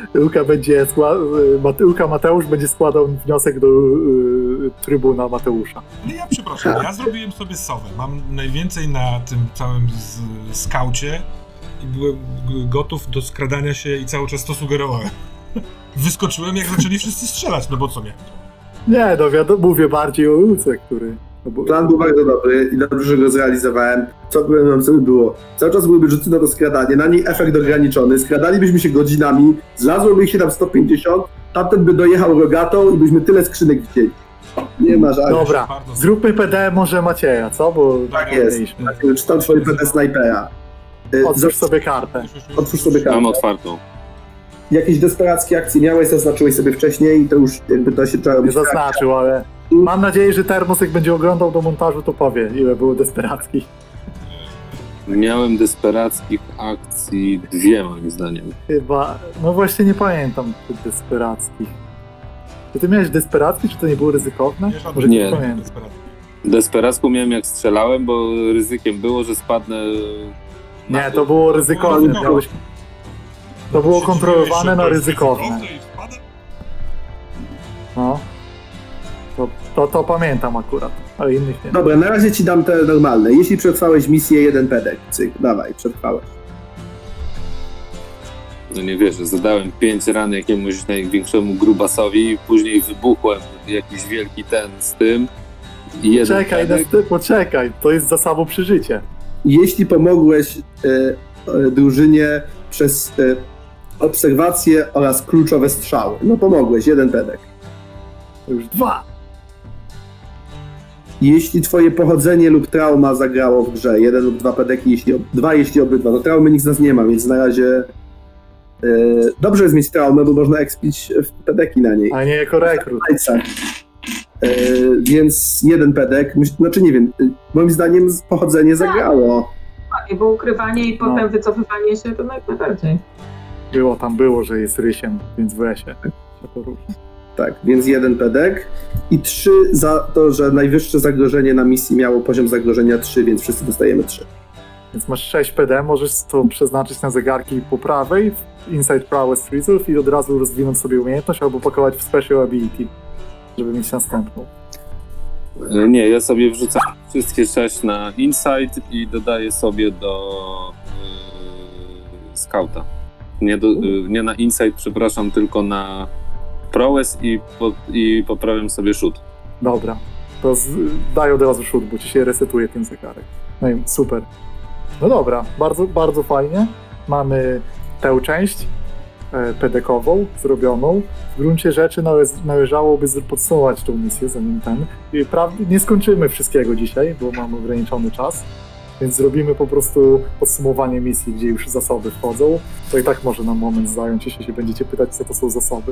Speaker 1: Luka Mateusz będzie składał wniosek do trybuna Mateusza.
Speaker 2: No ja przepraszam, ja zrobiłem sobie sowę. Mam najwięcej na tym całym skaucie i byłem gotów do skradania się i cały czas to sugerowałem. Wyskoczyłem, jak zaczęli wszyscy strzelać, no bo co miałem?
Speaker 1: Nie, no wiadomo, mówię bardziej o Luce, który... No bo...
Speaker 3: Plan był bardzo dobry i dobrze, że go zrealizowałem. Co by było? Cały czas byłyby rzuty na to skradanie, na niej efekt ograniczony, skradalibyśmy się godzinami, zlazłoby ich się tam 150, tamten by dojechał rogatą i byśmy tyle skrzynek widzieli. Nie ma żadnych.
Speaker 1: Dobra, zróbmy PD może Macieja, co? Bo
Speaker 2: Tak
Speaker 3: jest.
Speaker 1: mieliśmy.
Speaker 3: Czy tam twój PD snajpera?
Speaker 1: Otwórz sobie kartę.
Speaker 3: Otwórz sobie kartę.
Speaker 4: Mam otwartą.
Speaker 3: Jakieś desperackie akcje miałeś, zaznaczyłeś sobie wcześniej i to już jakby to się trzeba
Speaker 1: Nie
Speaker 3: robić.
Speaker 1: zaznaczył, ale mam nadzieję, że Termos jak będzie oglądał do montażu, to powie, ile było desperackich.
Speaker 4: Miałem desperackich akcji 2, moim zdaniem.
Speaker 1: Chyba, no właśnie nie pamiętam tych desperackich. Czy ty miałeś desperacki, czy to nie było ryzykowne? Może
Speaker 4: Nie.
Speaker 1: pamiętam.
Speaker 4: Desperacką miałem jak strzelałem, bo ryzykiem było, że spadnę... na
Speaker 1: Nie,
Speaker 4: dół.
Speaker 1: to było ryzykowne. To było kontrolowane na ryzykowne. No. To pamiętam akurat, ale innych nie.
Speaker 3: Dobra, na razie ci dam te normalne. Jeśli przetrwałeś misję 1 pedek, cyk, dawaj, przetrwałeś.
Speaker 4: No nie wierzę, zadałem 5 ran jakiemuś największemu grubasowi, później wybuchłem jakiś wielki ten z tym i jeden pedek.
Speaker 1: Poczekaj, to jest za samo przeżycie.
Speaker 3: Jeśli pomogłeś drużynie przez obserwacje oraz kluczowe strzały, no pomogłeś, 1 pedek.
Speaker 1: To już 2.
Speaker 3: Jeśli twoje pochodzenie lub trauma zagrało w grze, 1 lub 2 pedeki, jeśli obydwa. No traumy nikt z nas nie ma, więc na razie dobrze jest mieć traumę, bo można expić pedeki na niej.
Speaker 1: A nie jako rekrut.
Speaker 3: Więc 1 pedek, znaczy nie wiem, moim zdaniem pochodzenie zagrało.
Speaker 5: Bo ukrywanie i potem wycofywanie się to najbardziej.
Speaker 1: Było, że jest rysiem, więc w lesie się porusza.
Speaker 3: Tak, więc 1 pedek i 3 za to, że najwyższe zagrożenie na misji miało poziom zagrożenia 3, więc wszyscy dostajemy 3.
Speaker 1: Więc masz 6 PD, możesz to przeznaczyć na zegarki po prawej, w Inside Prowess Resolve i od razu rozwinąć sobie umiejętność albo pakować w Special Ability, żeby mieć następną.
Speaker 4: Nie, ja sobie wrzucam wszystkie 6 na Insight i dodaję sobie do Scouta. Nie na Insight, przepraszam, tylko na Prowess i poprawiam sobie shoot.
Speaker 1: Dobra, to daj od razu shoot, bo ci się resetuje ten zegarek. No i super. No dobra, bardzo, bardzo fajnie. Mamy tę część pedekową zrobioną. W gruncie rzeczy należałoby podsumować tą misję, zanim nie skończymy wszystkiego dzisiaj, bo mamy ograniczony czas, więc zrobimy po prostu podsumowanie misji, gdzie już zasoby wchodzą. To i tak może nam moment zająć, jeśli się będziecie pytać, co to są zasoby.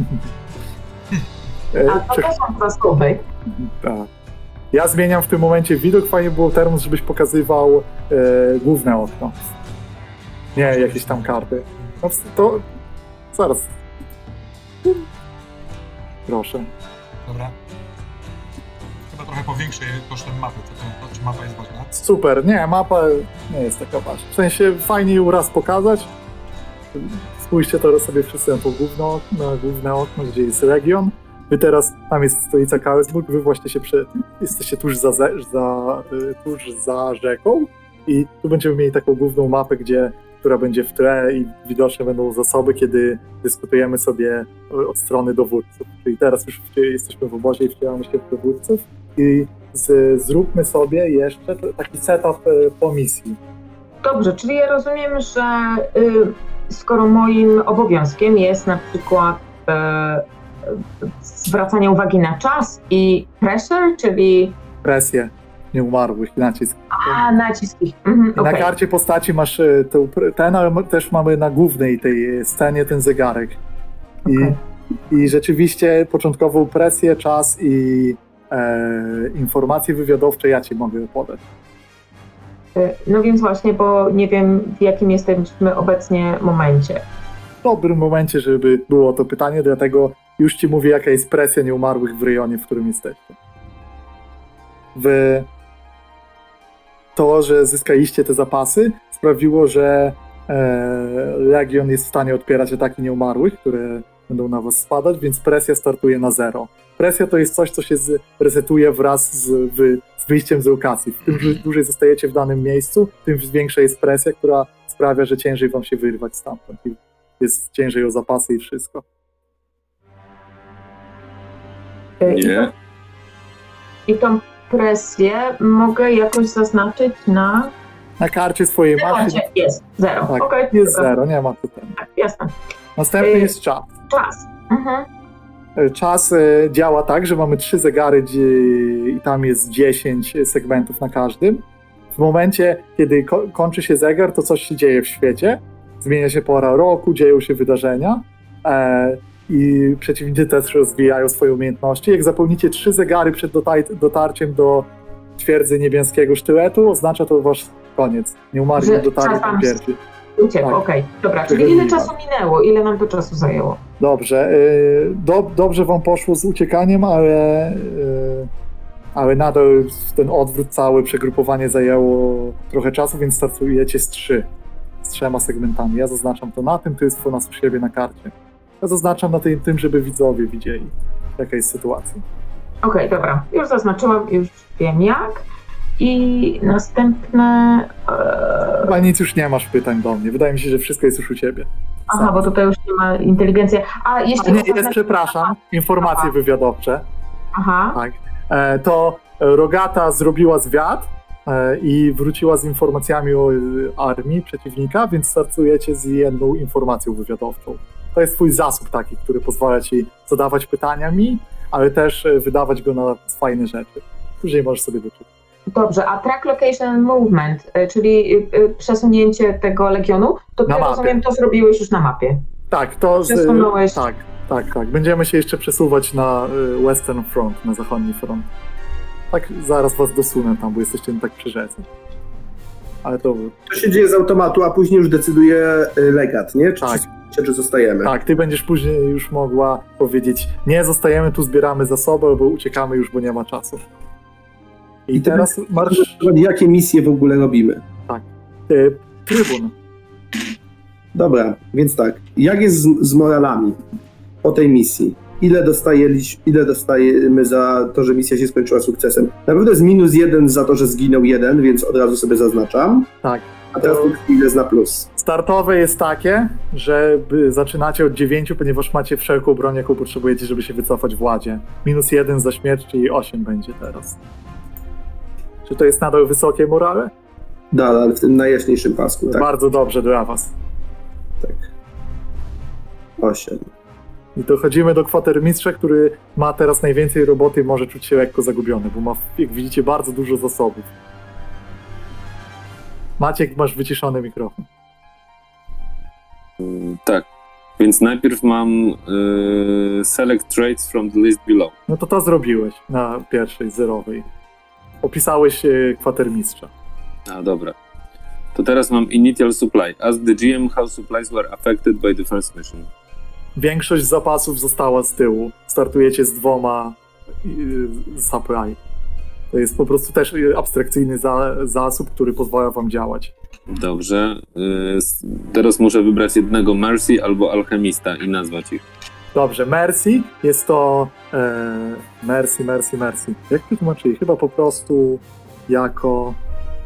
Speaker 5: A to są zasoby.
Speaker 1: Tak. Ja zmieniam w tym momencie widok. Fajnie było Termos, żebyś pokazywał główne okno. Nie jakieś tam karty. No to zaraz. Proszę.
Speaker 2: Dobra. Chyba trochę powiększę kosztem mapy, czy mapa jest ważna?
Speaker 1: Super. Nie, mapa nie jest taka ważna. W sensie fajnie ją raz pokazać. Spójrzcie teraz sobie wszyscy na to główne okno, gdzie jest region. Wy teraz, tam jest stolica Karlsburg, wy właśnie jesteście tuż za rzeką i tu będziemy mieli taką główną mapę, która będzie w tle i widoczne będą zasoby, kiedy dyskutujemy sobie od strony dowódców. Czyli teraz już jesteśmy w obozie i wcielamy się w dowódców i zróbmy sobie jeszcze taki setup po misji.
Speaker 5: Dobrze, czyli ja rozumiem, że skoro moim obowiązkiem jest na przykład zwracanie uwagi na czas i pressure, czyli...
Speaker 1: Presję nieumarłych, nacisk.
Speaker 5: Naciski.
Speaker 1: Na karcie postaci masz ten, ale też mamy na głównej tej scenie ten zegarek. I rzeczywiście początkową presję, czas i informacje wywiadowcze ja ci mogę podać.
Speaker 5: No więc właśnie, bo nie wiem, w jakim jesteśmy obecnie momencie.
Speaker 1: W dobrym momencie, żeby było to pytanie, dlatego już ci mówię, jaka jest presja nieumarłych w rejonie, w którym jesteście. To, że zyskaliście te zapasy, sprawiło, że Legion jest w stanie odpierać ataki nieumarłych, które będą na was spadać, więc presja startuje na 0. Presja to jest coś, co się resetuje wraz z wyjściem z lokacji. Tym dłużej zostajecie w danym miejscu, tym większa jest presja, która sprawia, że ciężej wam się wyrwać stamtąd i jest ciężej o zapasy i wszystko.
Speaker 4: Nie.
Speaker 5: I tą presję mogę jakoś zaznaczyć na...
Speaker 1: Na karcie swojej mapy
Speaker 5: Jest, 0.
Speaker 1: tak,
Speaker 5: Okej,
Speaker 1: jest
Speaker 5: dobra.
Speaker 1: 0, nie ma tutaj.
Speaker 5: Tak, jasne.
Speaker 1: Następny jest czas.
Speaker 5: Czas. Mhm.
Speaker 1: Czas działa tak, że mamy 3 zegary i tam jest 10 segmentów na każdym. W momencie, kiedy kończy się zegar, to coś się dzieje w świecie. Zmienia się pora roku, dzieją się wydarzenia i przeciwnicy też rozwijają swoje umiejętności. Jak zapełnicie 3 zegary przed dotarciem do twierdzy niebieskiego sztyletu, oznacza to wasz koniec. Nie umarli,
Speaker 5: Że
Speaker 1: nie dotarli
Speaker 5: czas
Speaker 1: do piersi.
Speaker 5: Uciekł,
Speaker 1: Tak.
Speaker 5: okej. Dobra, czyli
Speaker 1: Tego
Speaker 5: ile
Speaker 1: nie ma.
Speaker 5: czasu minęło? Ile nam to czasu zajęło?
Speaker 1: Dobrze. Dobrze wam poszło z uciekaniem, ale nadal ten odwrót, całe przegrupowanie zajęło trochę czasu, więc startujecie z 3 segmentami. Ja zaznaczam to na tym, to jest nas u siebie na karcie. Ja zaznaczam na tym, żeby widzowie widzieli, jaka jest sytuacja.
Speaker 5: Okej, dobra. Już zaznaczyłam, już wiem jak. I następne...
Speaker 1: Chyba nic już nie masz pytań do mnie. Wydaje mi się, że wszystko jest już u ciebie.
Speaker 5: Aha, bo tutaj już nie ma inteligencji. A jeśli...
Speaker 1: Nie, jest, przepraszam, informacje
Speaker 5: Aha.
Speaker 1: wywiadowcze.
Speaker 5: Aha.
Speaker 1: Tak. To Rogata zrobiła zwiad i wróciła z informacjami o armii przeciwnika, więc startujecie z jedną informacją wywiadowczą. To jest twój zasób taki, który pozwala ci zadawać pytania mi, ale też wydawać go na fajne rzeczy. Później możesz sobie doczytać.
Speaker 5: Dobrze, a track location and movement, czyli przesunięcie tego legionu, to ty,
Speaker 1: Na mapie.
Speaker 5: rozumiem, to zrobiłeś już na mapie.
Speaker 1: Tak, to
Speaker 5: Przesunąłeś.
Speaker 1: Tak. Będziemy się jeszcze przesuwać na Western Front, na zachodni front. Tak, zaraz was dosunę tam, bo jesteście tak przy rzece. Ale to...
Speaker 3: To się dzieje z automatu, a później już decyduje legat, nie? Czy,
Speaker 1: Tak.
Speaker 3: czy zostajemy.
Speaker 1: Tak, ty będziesz później już mogła powiedzieć, nie, zostajemy tu, zbieramy zasoby, albo uciekamy już, bo nie ma czasu. I
Speaker 3: ty
Speaker 1: teraz marsz...
Speaker 3: Jakie misje w ogóle robimy?
Speaker 1: Trybun.
Speaker 3: Dobra, więc tak. Jak jest z moralami po tej misji? Ile dostajemy za to, że misja się skończyła sukcesem? Na pewno jest -1 za to, że zginął jeden, więc od razu sobie zaznaczam.
Speaker 1: Tak.
Speaker 3: A teraz ile jest na plus?
Speaker 1: Startowe jest takie, że zaczynacie od 9, ponieważ macie wszelką broń, jaką potrzebujecie, żeby się wycofać w ładzie. -1 za śmierć, czyli 8 będzie teraz. Czy to jest nadal wysokie morale?
Speaker 3: Ale w tym najjaśniejszym pasku, tak?
Speaker 1: Bardzo dobrze dla was.
Speaker 3: Tak. 8.
Speaker 1: I dochodzimy do kwatermistrza, który ma teraz najwięcej roboty i może czuć się lekko zagubiony, bo ma, jak widzicie, bardzo dużo zasobów. Maciek, masz wyciszony mikrofon.
Speaker 4: Tak. Więc najpierw mam select traits from the list below.
Speaker 1: No to zrobiłeś na pierwszej, zerowej. Opisałeś kwatermistrza.
Speaker 4: A, dobra. To teraz mam initial supply. Ask the GM how supplies were affected by the first mission.
Speaker 1: Większość zapasów została z tyłu. Startujecie z 2 supply. To jest po prostu też abstrakcyjny zasób, który pozwala wam działać.
Speaker 4: Dobrze. Teraz muszę wybrać jednego Mercy albo Alchemista i nazwać ich.
Speaker 1: Dobrze, Mercy jest to... Mercy. Jak to tłumaczyli? Chyba po prostu jako...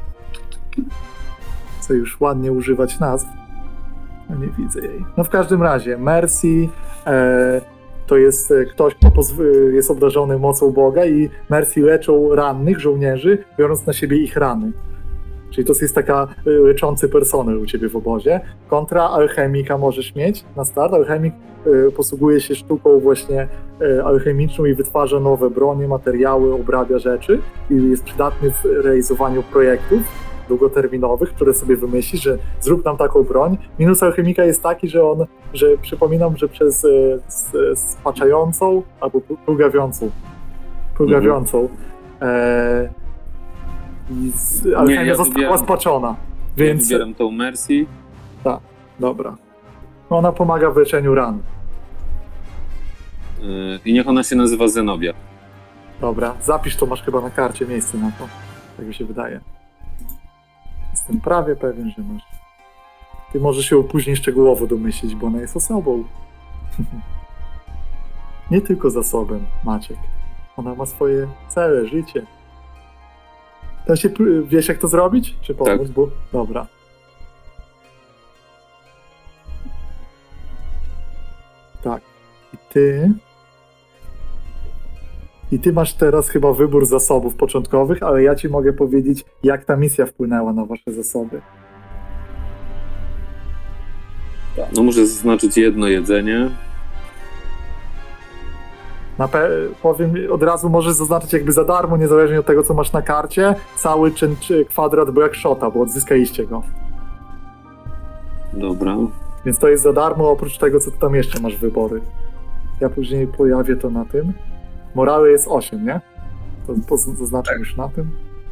Speaker 1: Chcę już ładnie używać nazw. No nie widzę jej. No w każdym razie, Mercy to jest ktoś, kto jest obdarzony mocą Boga i Mercy leczą rannych żołnierzy, biorąc na siebie ich rany. Czyli to jest taka leczący personel u ciebie w obozie. Kontra alchemika możesz mieć na start. Alchemik posługuje się sztuką właśnie alchemiczną i wytwarza nowe bronie, materiały, obrabia rzeczy i jest przydatny w realizowaniu projektów długoterminowych, które sobie wymyśli, że zrób nam taką broń. Minus alchemika jest taki, że przypominam, że przez spaczającą albo plugawiącą alchemia została spaczona. Więc
Speaker 4: Ja wybieram tą Mercy.
Speaker 1: tak, dobra. Ona pomaga w leczeniu ran.
Speaker 4: I niech ona się nazywa Zenobia.
Speaker 1: Dobra, zapisz to, masz chyba na karcie miejsce na to. Tak mi się wydaje. Jestem prawie pewien, że masz. Ty możesz się później szczegółowo domyślić, bo ona jest osobą. Nie tylko zasobem, Maciek. Ona ma swoje cele, życie. Wiesz, jak to zrobić? Czy pomóc?
Speaker 4: Tak.
Speaker 1: Bo... Dobra. ty masz teraz chyba wybór zasobów początkowych, ale ja ci mogę powiedzieć, jak ta misja wpłynęła na wasze zasoby.
Speaker 4: No muszę zaznaczyć jedno jedzenie.
Speaker 1: Powiem od razu, możesz zaznaczyć jakby za darmo, niezależnie od tego, co masz na karcie, cały czy kwadrat Blackshota, bo odzyskaliście go.
Speaker 4: Dobra.
Speaker 1: Więc to jest za darmo, oprócz tego, co ty tam jeszcze masz wybory. Ja później pojawię to na tym. Morale jest 8, nie? To zaznaczę już na tym.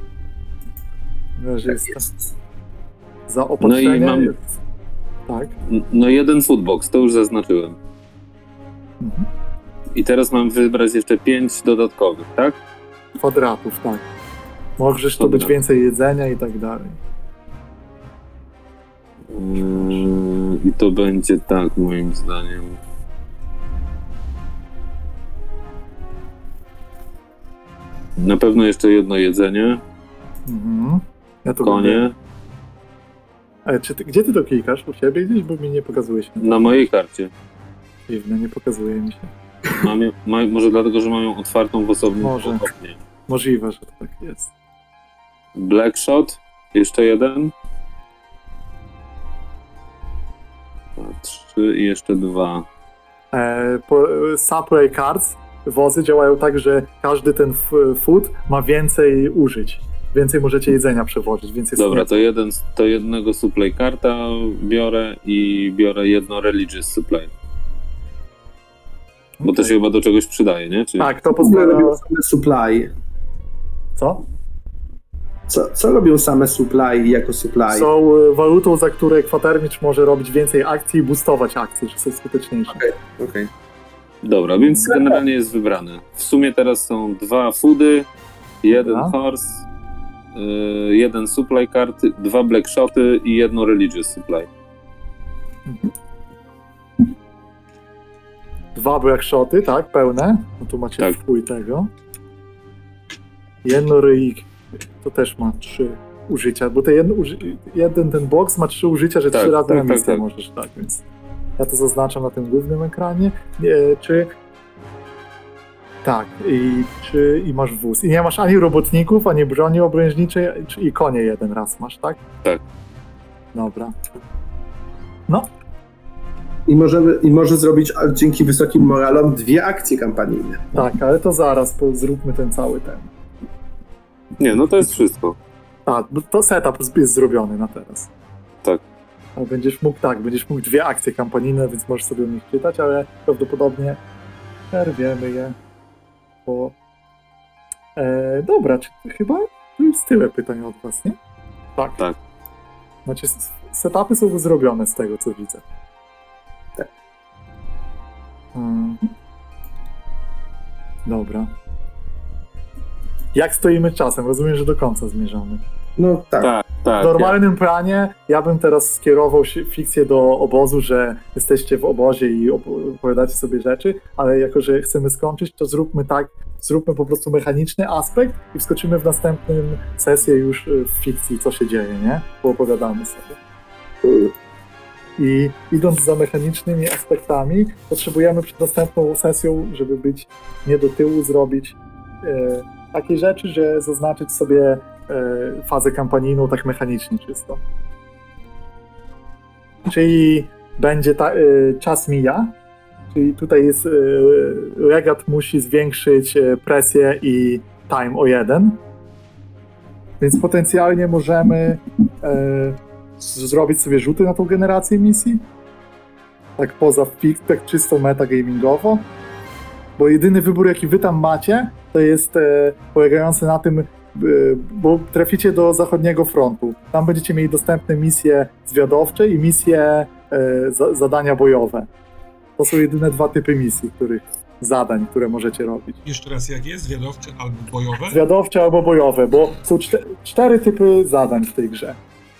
Speaker 1: Że jest za opatrzenie.
Speaker 4: No i mam-
Speaker 1: jest... Tak.
Speaker 4: No jeden foodbox, to już zaznaczyłem.
Speaker 1: Mhm.
Speaker 4: I teraz mam wybrać jeszcze 5 dodatkowych, tak?
Speaker 1: Kwadratów, tak. Możesz to
Speaker 4: Dobra.
Speaker 1: być więcej jedzenia i tak dalej.
Speaker 4: I to będzie tak, moim zdaniem. Na pewno jeszcze jedno jedzenie,
Speaker 1: Mhm. Ja to
Speaker 4: konie.
Speaker 1: Gdzie ty to klikasz? U siebie gdzieś? Bo mi nie pokazuje się.
Speaker 4: Na mojej karcie.
Speaker 1: Dziwne, nie pokazuje mi się.
Speaker 4: Może dlatego, że mam ją otwartą w osobnym
Speaker 1: Może.
Speaker 4: oknie.
Speaker 1: Możliwe, że to tak jest.
Speaker 4: Blackshot, jeszcze jeden. 3 i jeszcze 2.
Speaker 1: Supply cards, wozy działają tak, że każdy ten food ma więcej użyć. Więcej możecie jedzenia przewozić, więc jest
Speaker 4: Dobra, to jednego supply karta biorę i biorę jedno religious supply. Bo to się chyba do czegoś przydaje, nie? Czy...
Speaker 1: Tak, to
Speaker 3: W ogóle
Speaker 1: pozwala...
Speaker 3: robią same supply.
Speaker 1: Co?
Speaker 3: Co robią same supply jako supply?
Speaker 1: Są walutą, za które kwatermicz może robić więcej akcji i boostować akcje, że są skuteczniejsze.
Speaker 3: Okej.
Speaker 4: Dobra, więc generalnie jest wybrane. W sumie teraz są 2 foody, 1
Speaker 1: Dobra.
Speaker 4: horse, 1 supply card, 2 blackshoty i jedno religious supply.
Speaker 1: 2 blackshoty, tak, pełne. No tu macie
Speaker 4: Tak.
Speaker 1: wpój tego. Jedno ryik, to też ma 3 użycia, bo jeden ten box ma 3 użycia, że
Speaker 4: Tak,
Speaker 1: 3 razy
Speaker 4: tak,
Speaker 1: na
Speaker 4: tak,
Speaker 1: misję
Speaker 4: tak.
Speaker 1: możesz, tak, więc ja to zaznaczam na tym głównym ekranie. I masz wóz. I nie masz ani robotników, ani broni obrężniczej, i konie jeden raz masz, tak?
Speaker 4: Tak.
Speaker 1: Dobra. No,
Speaker 3: I może zrobić dzięki wysokim moralom 2 akcje kampanijne.
Speaker 1: tak, ale to zaraz zróbmy ten cały ten.
Speaker 4: Nie, no to jest wszystko.
Speaker 1: Tak, bo to setup jest zrobiony na teraz.
Speaker 4: Tak.
Speaker 1: Ale będziesz mógł 2 akcje kampanijne, więc możesz sobie o nich czytać, ale prawdopodobnie przerwiemy je. Bo... dobra, chyba już tyle pytań od was, nie? Tak.
Speaker 4: Tak.
Speaker 1: Znaczy, setupy są zrobione z tego, co widzę.
Speaker 3: Tak.
Speaker 1: Dobra. Jak stoimy czasem? Rozumiem, że do końca zmierzamy.
Speaker 3: No tak.
Speaker 4: Tak.
Speaker 1: W normalnym planie ja bym teraz skierował fikcję do obozu, że jesteście w obozie i opowiadacie sobie rzeczy, ale jako, że chcemy skończyć, to zróbmy po prostu mechaniczny aspekt i wskoczymy w następną sesję już w fikcji, co się dzieje, nie? Bo opowiadamy sobie. I idąc za mechanicznymi aspektami, potrzebujemy przed następną sesją, żeby być nie do tyłu, zrobić takie rzeczy, że zaznaczyć sobie fazę kampanijną tak mechanicznie czysto. Czyli będzie czas mija, czyli tutaj jest legat musi zwiększyć presję i time o 1, więc potencjalnie możemy zrobić sobie rzuty na tą generację misji, tak poza tak czysto metagamingowo, bo jedyny wybór jaki wy tam macie to jest polegający na tym, bo traficie do zachodniego frontu. Tam będziecie mieli dostępne misje zwiadowcze i misje zadania bojowe. To są jedyne 2 typy misji, zadań, które możecie robić.
Speaker 2: Jeszcze raz, jak jest? Zwiadowcze albo bojowe?
Speaker 1: Zwiadowcze albo bojowe, bo są 4 typy zadań w tej grze.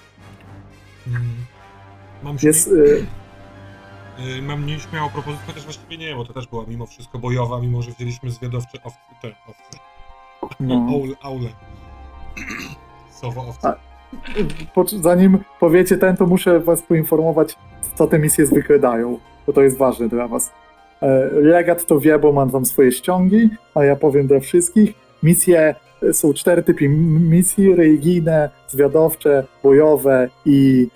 Speaker 2: Mam nieśmiałą propozycję, chociaż właściwie nie, bo to też była mimo wszystko bojowa, mimo że wzięliśmy zwiadowcze owce.
Speaker 1: No.
Speaker 2: Aule. Sowo owce.
Speaker 1: Zanim powiecie to muszę was poinformować, co te misje zwykle dają, bo to jest ważne dla was. Legat to wie, bo mam tam swoje ściągi, a ja powiem dla wszystkich. Misje są 4 typy misji: religijne, zwiadowcze, bojowe i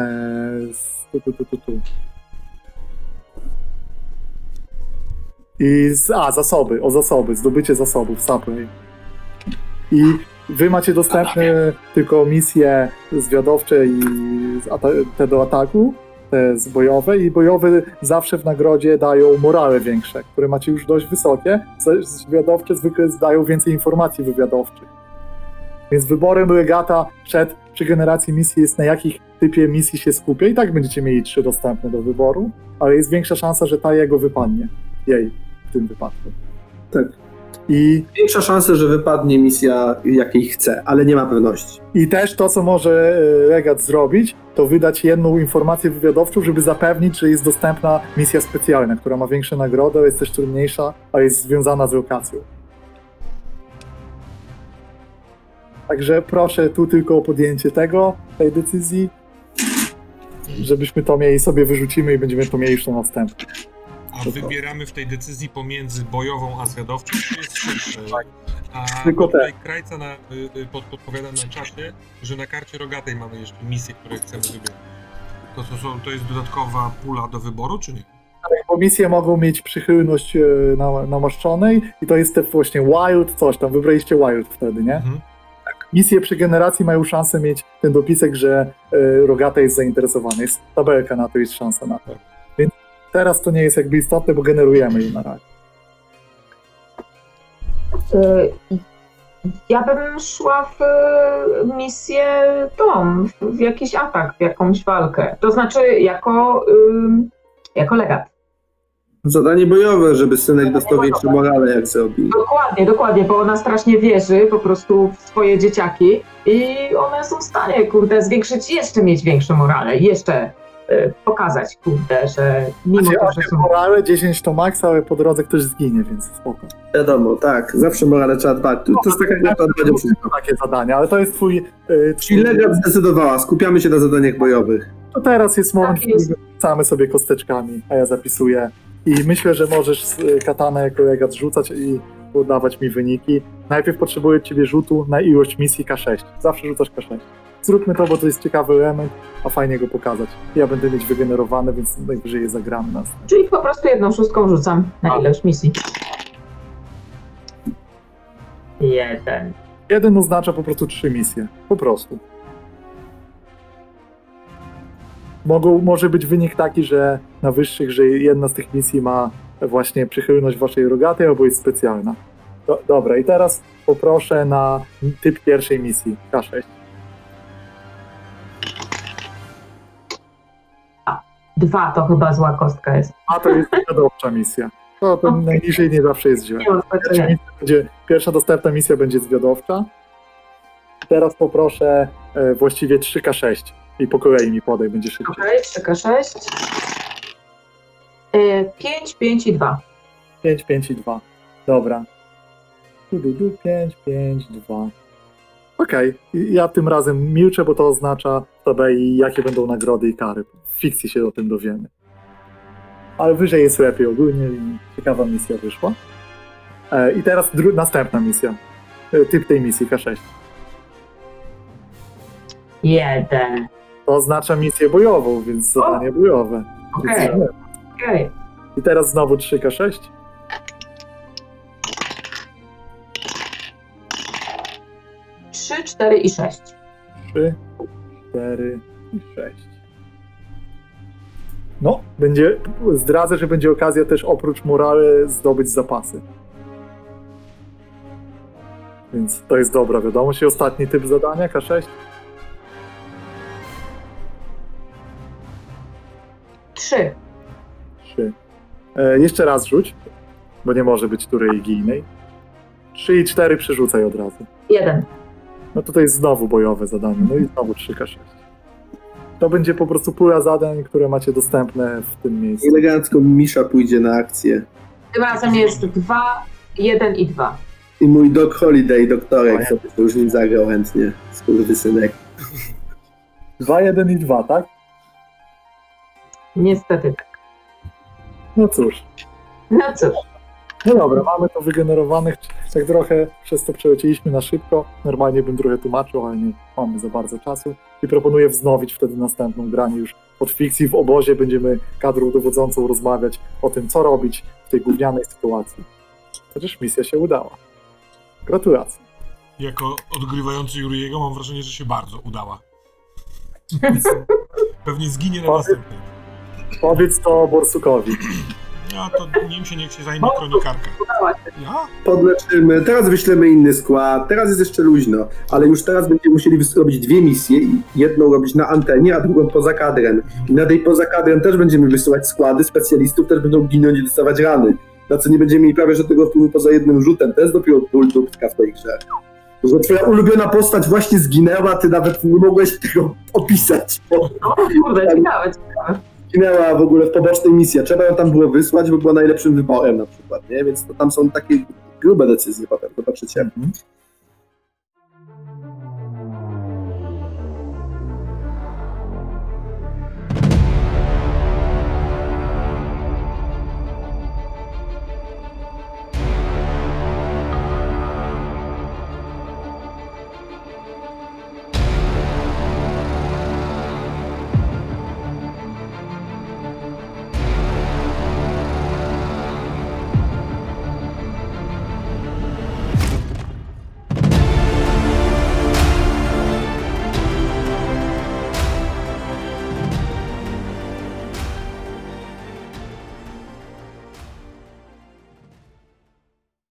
Speaker 1: zasoby, zdobycie zasobów, supply. I wy macie dostępne tylko misje zwiadowcze i te do ataku, te bojowe, i bojowe zawsze w nagrodzie dają morale większe, które macie już dość wysokie. Zwiadowcze zwykle dają więcej informacji wywiadowczych. Więc wyborem legata przy generacji misji jest, na jakich typie misji się skupia, i tak będziecie mieli 3 dostępne do wyboru, ale jest większa szansa, że ta jego wypadnie. Jej w tym wypadku.
Speaker 3: Tak.
Speaker 1: I
Speaker 3: Większa szansa, że wypadnie misja, jakiej chce, ale nie ma pewności.
Speaker 1: I też to, co może legat zrobić, to wydać jedną informację wywiadowczą, żeby zapewnić, że jest dostępna misja specjalna, która ma większe nagrody, jest też trudniejsza, a jest związana z lokacją. Także proszę tu tylko o podjęcie tej decyzji, żebyśmy to mieli, sobie wyrzucimy i będziemy to mieli już na następne.
Speaker 2: A wybieramy w tej decyzji pomiędzy bojową a zwiadowczą, czy jest szybsze? A
Speaker 1: Tylko
Speaker 2: tutaj Krajca podpowiada na czacie, że na karcie rogatej mamy jeszcze misje, które chcemy wybierać. To jest dodatkowa pula do wyboru, czy nie?
Speaker 1: Bo misje mogą mieć przychylność namaszczonej i to jest te właśnie wild, coś tam, wybraliście wild wtedy, nie?
Speaker 2: Mhm.
Speaker 1: Misje przy generacji mają szansę mieć ten dopisek, że rogata jest zainteresowana. Jest tabelka na to, jest szansa na to. Więc teraz to nie jest jakby istotne, bo generujemy je na razie.
Speaker 5: Ja bym szła w misję w jakiś atak, w jakąś walkę. To znaczy jako legat.
Speaker 3: Zadanie bojowe, żeby synek dostał większe morale, jak zrobi.
Speaker 5: Dokładnie, bo ona strasznie wierzy po prostu w swoje dzieciaki i one są w stanie, zwiększyć, jeszcze mieć większe morale, jeszcze pokazać, że mimo to, że są...
Speaker 1: morale, 10 to maks, ale po drodze ktoś zginie, więc spoko.
Speaker 3: Wiadomo, tak, zawsze morale trzeba dbać. To jest taka gra, dbać o wszystko.
Speaker 1: Takie zadania, ale to jest twój...
Speaker 3: Czyli legat zdecydowała, skupiamy się na zadaniach bojowych.
Speaker 1: To teraz jest moment,
Speaker 5: Tak jest.
Speaker 1: w którym rzucamy sobie kosteczkami, a ja zapisuję. I myślę, że możesz katanę jako legat rzucać i podawać mi wyniki. Najpierw potrzebuję od ciebie rzutu na ilość misji K6. Zawsze rzucasz K6. Zróbmy to, bo to jest ciekawy element, a fajnie go pokazać. Ja będę mieć wygenerowane, więc najwyżej je zagram nas.
Speaker 5: Czyli po prostu 1/6 rzucam na ilość misji. 1.
Speaker 1: 1 oznacza po prostu 3 misje. Po prostu. Może być wynik taki, że na wyższych, że jedna z tych misji ma właśnie przychylność waszej rogatej, albo jest specjalna. Dobra, i teraz poproszę na typ pierwszej misji, K6.
Speaker 5: 2 to chyba zła kostka jest.
Speaker 1: A to jest zwiadowcza misja. To najniżej nie zawsze jest źle.
Speaker 5: Nie mam znaczenia.
Speaker 1: Pierwsza dostępna misja będzie zwiadowcza. Teraz poproszę właściwie 3K6 i po kolei mi podaj, będzie szybciej.
Speaker 5: Okej, 3K6. 5, 5 i 2.
Speaker 1: 5, 5 i 2. Dobra. 5, 5, 2. Okej. Ja tym razem milczę, bo to oznacza w tabeli, jakie będą nagrody i kary. W fikcji się o tym dowiemy. Ale wyżej jest lepiej ogólnie i ciekawa misja wyszła. I teraz następna misja. Typ tej misji, K6.
Speaker 5: 1.
Speaker 1: To oznacza misję bojową, więc zadanie bojowe.
Speaker 5: Okej.
Speaker 1: I teraz znowu 3K6.
Speaker 5: 3, 4 i 6.
Speaker 1: 3, 4 i 6. No, zdradzę, że będzie okazja też oprócz morale zdobyć zapasy. Więc to jest dobra wiadomość. I ostatni typ zadania, K6.
Speaker 5: 3.
Speaker 1: 3. Jeszcze raz rzuć, bo nie może być tu religijnej. 3 i 4 przerzucaj od razu.
Speaker 5: 1.
Speaker 1: No to jest znowu bojowe zadanie. No i znowu 3K6. To będzie po prostu pula zadań, które macie dostępne w tym miejscu.
Speaker 3: Elegancko Misza pójdzie na akcję.
Speaker 5: Tym razem jest 2, 1 i 2.
Speaker 3: I mój Doc Holiday, doktorek, sobie to już nim zagrał chętnie. Skurwysynek.
Speaker 1: 2, 1 i 2, tak?
Speaker 5: Niestety tak.
Speaker 1: No cóż.
Speaker 5: No cóż,
Speaker 1: No dobra, mamy to wygenerowanych, tak trochę przez to przelecieliśmy na szybko. Normalnie bym trochę tłumaczył, ale nie mamy za bardzo czasu. I proponuję wznowić wtedy następną granie już od fikcji w obozie. Będziemy kadrą dowodzącą rozmawiać o tym, co robić w tej gównianej sytuacji. Chociaż misja się udała. Gratulacje.
Speaker 2: Jako odgrywający Juriego mam wrażenie, że się bardzo udała. Pewnie zginie na następnej.
Speaker 1: Powiedz to Borsukowi.
Speaker 2: A to nim się niech się zajmie kronikarka.
Speaker 5: udała się.
Speaker 2: Ja?
Speaker 3: Podleczymy, teraz wyślemy inny skład, teraz jest jeszcze luźno, ale już teraz będziemy musieli robić 2 misje i jedną robić na antenie, a drugą poza kadrem. I na tej poza kadrem też będziemy wysyłać składy, specjalistów też będą ginąć i dostawać rany. Na co nie będziemy mieli prawie żadnego wpływu poza jednym rzutem. To jest dopiero ból dupka w tej grze. Że twoja ulubiona postać właśnie zginęła, ty nawet nie mogłeś tego opisać.
Speaker 5: O kurde, ciekawe.
Speaker 3: Zginęła w ogóle w pobocznej misji. Trzeba ją tam było wysłać, bo była najlepszym wyborem na przykład, nie? Więc to tam są takie grube decyzje potem, zobaczycie.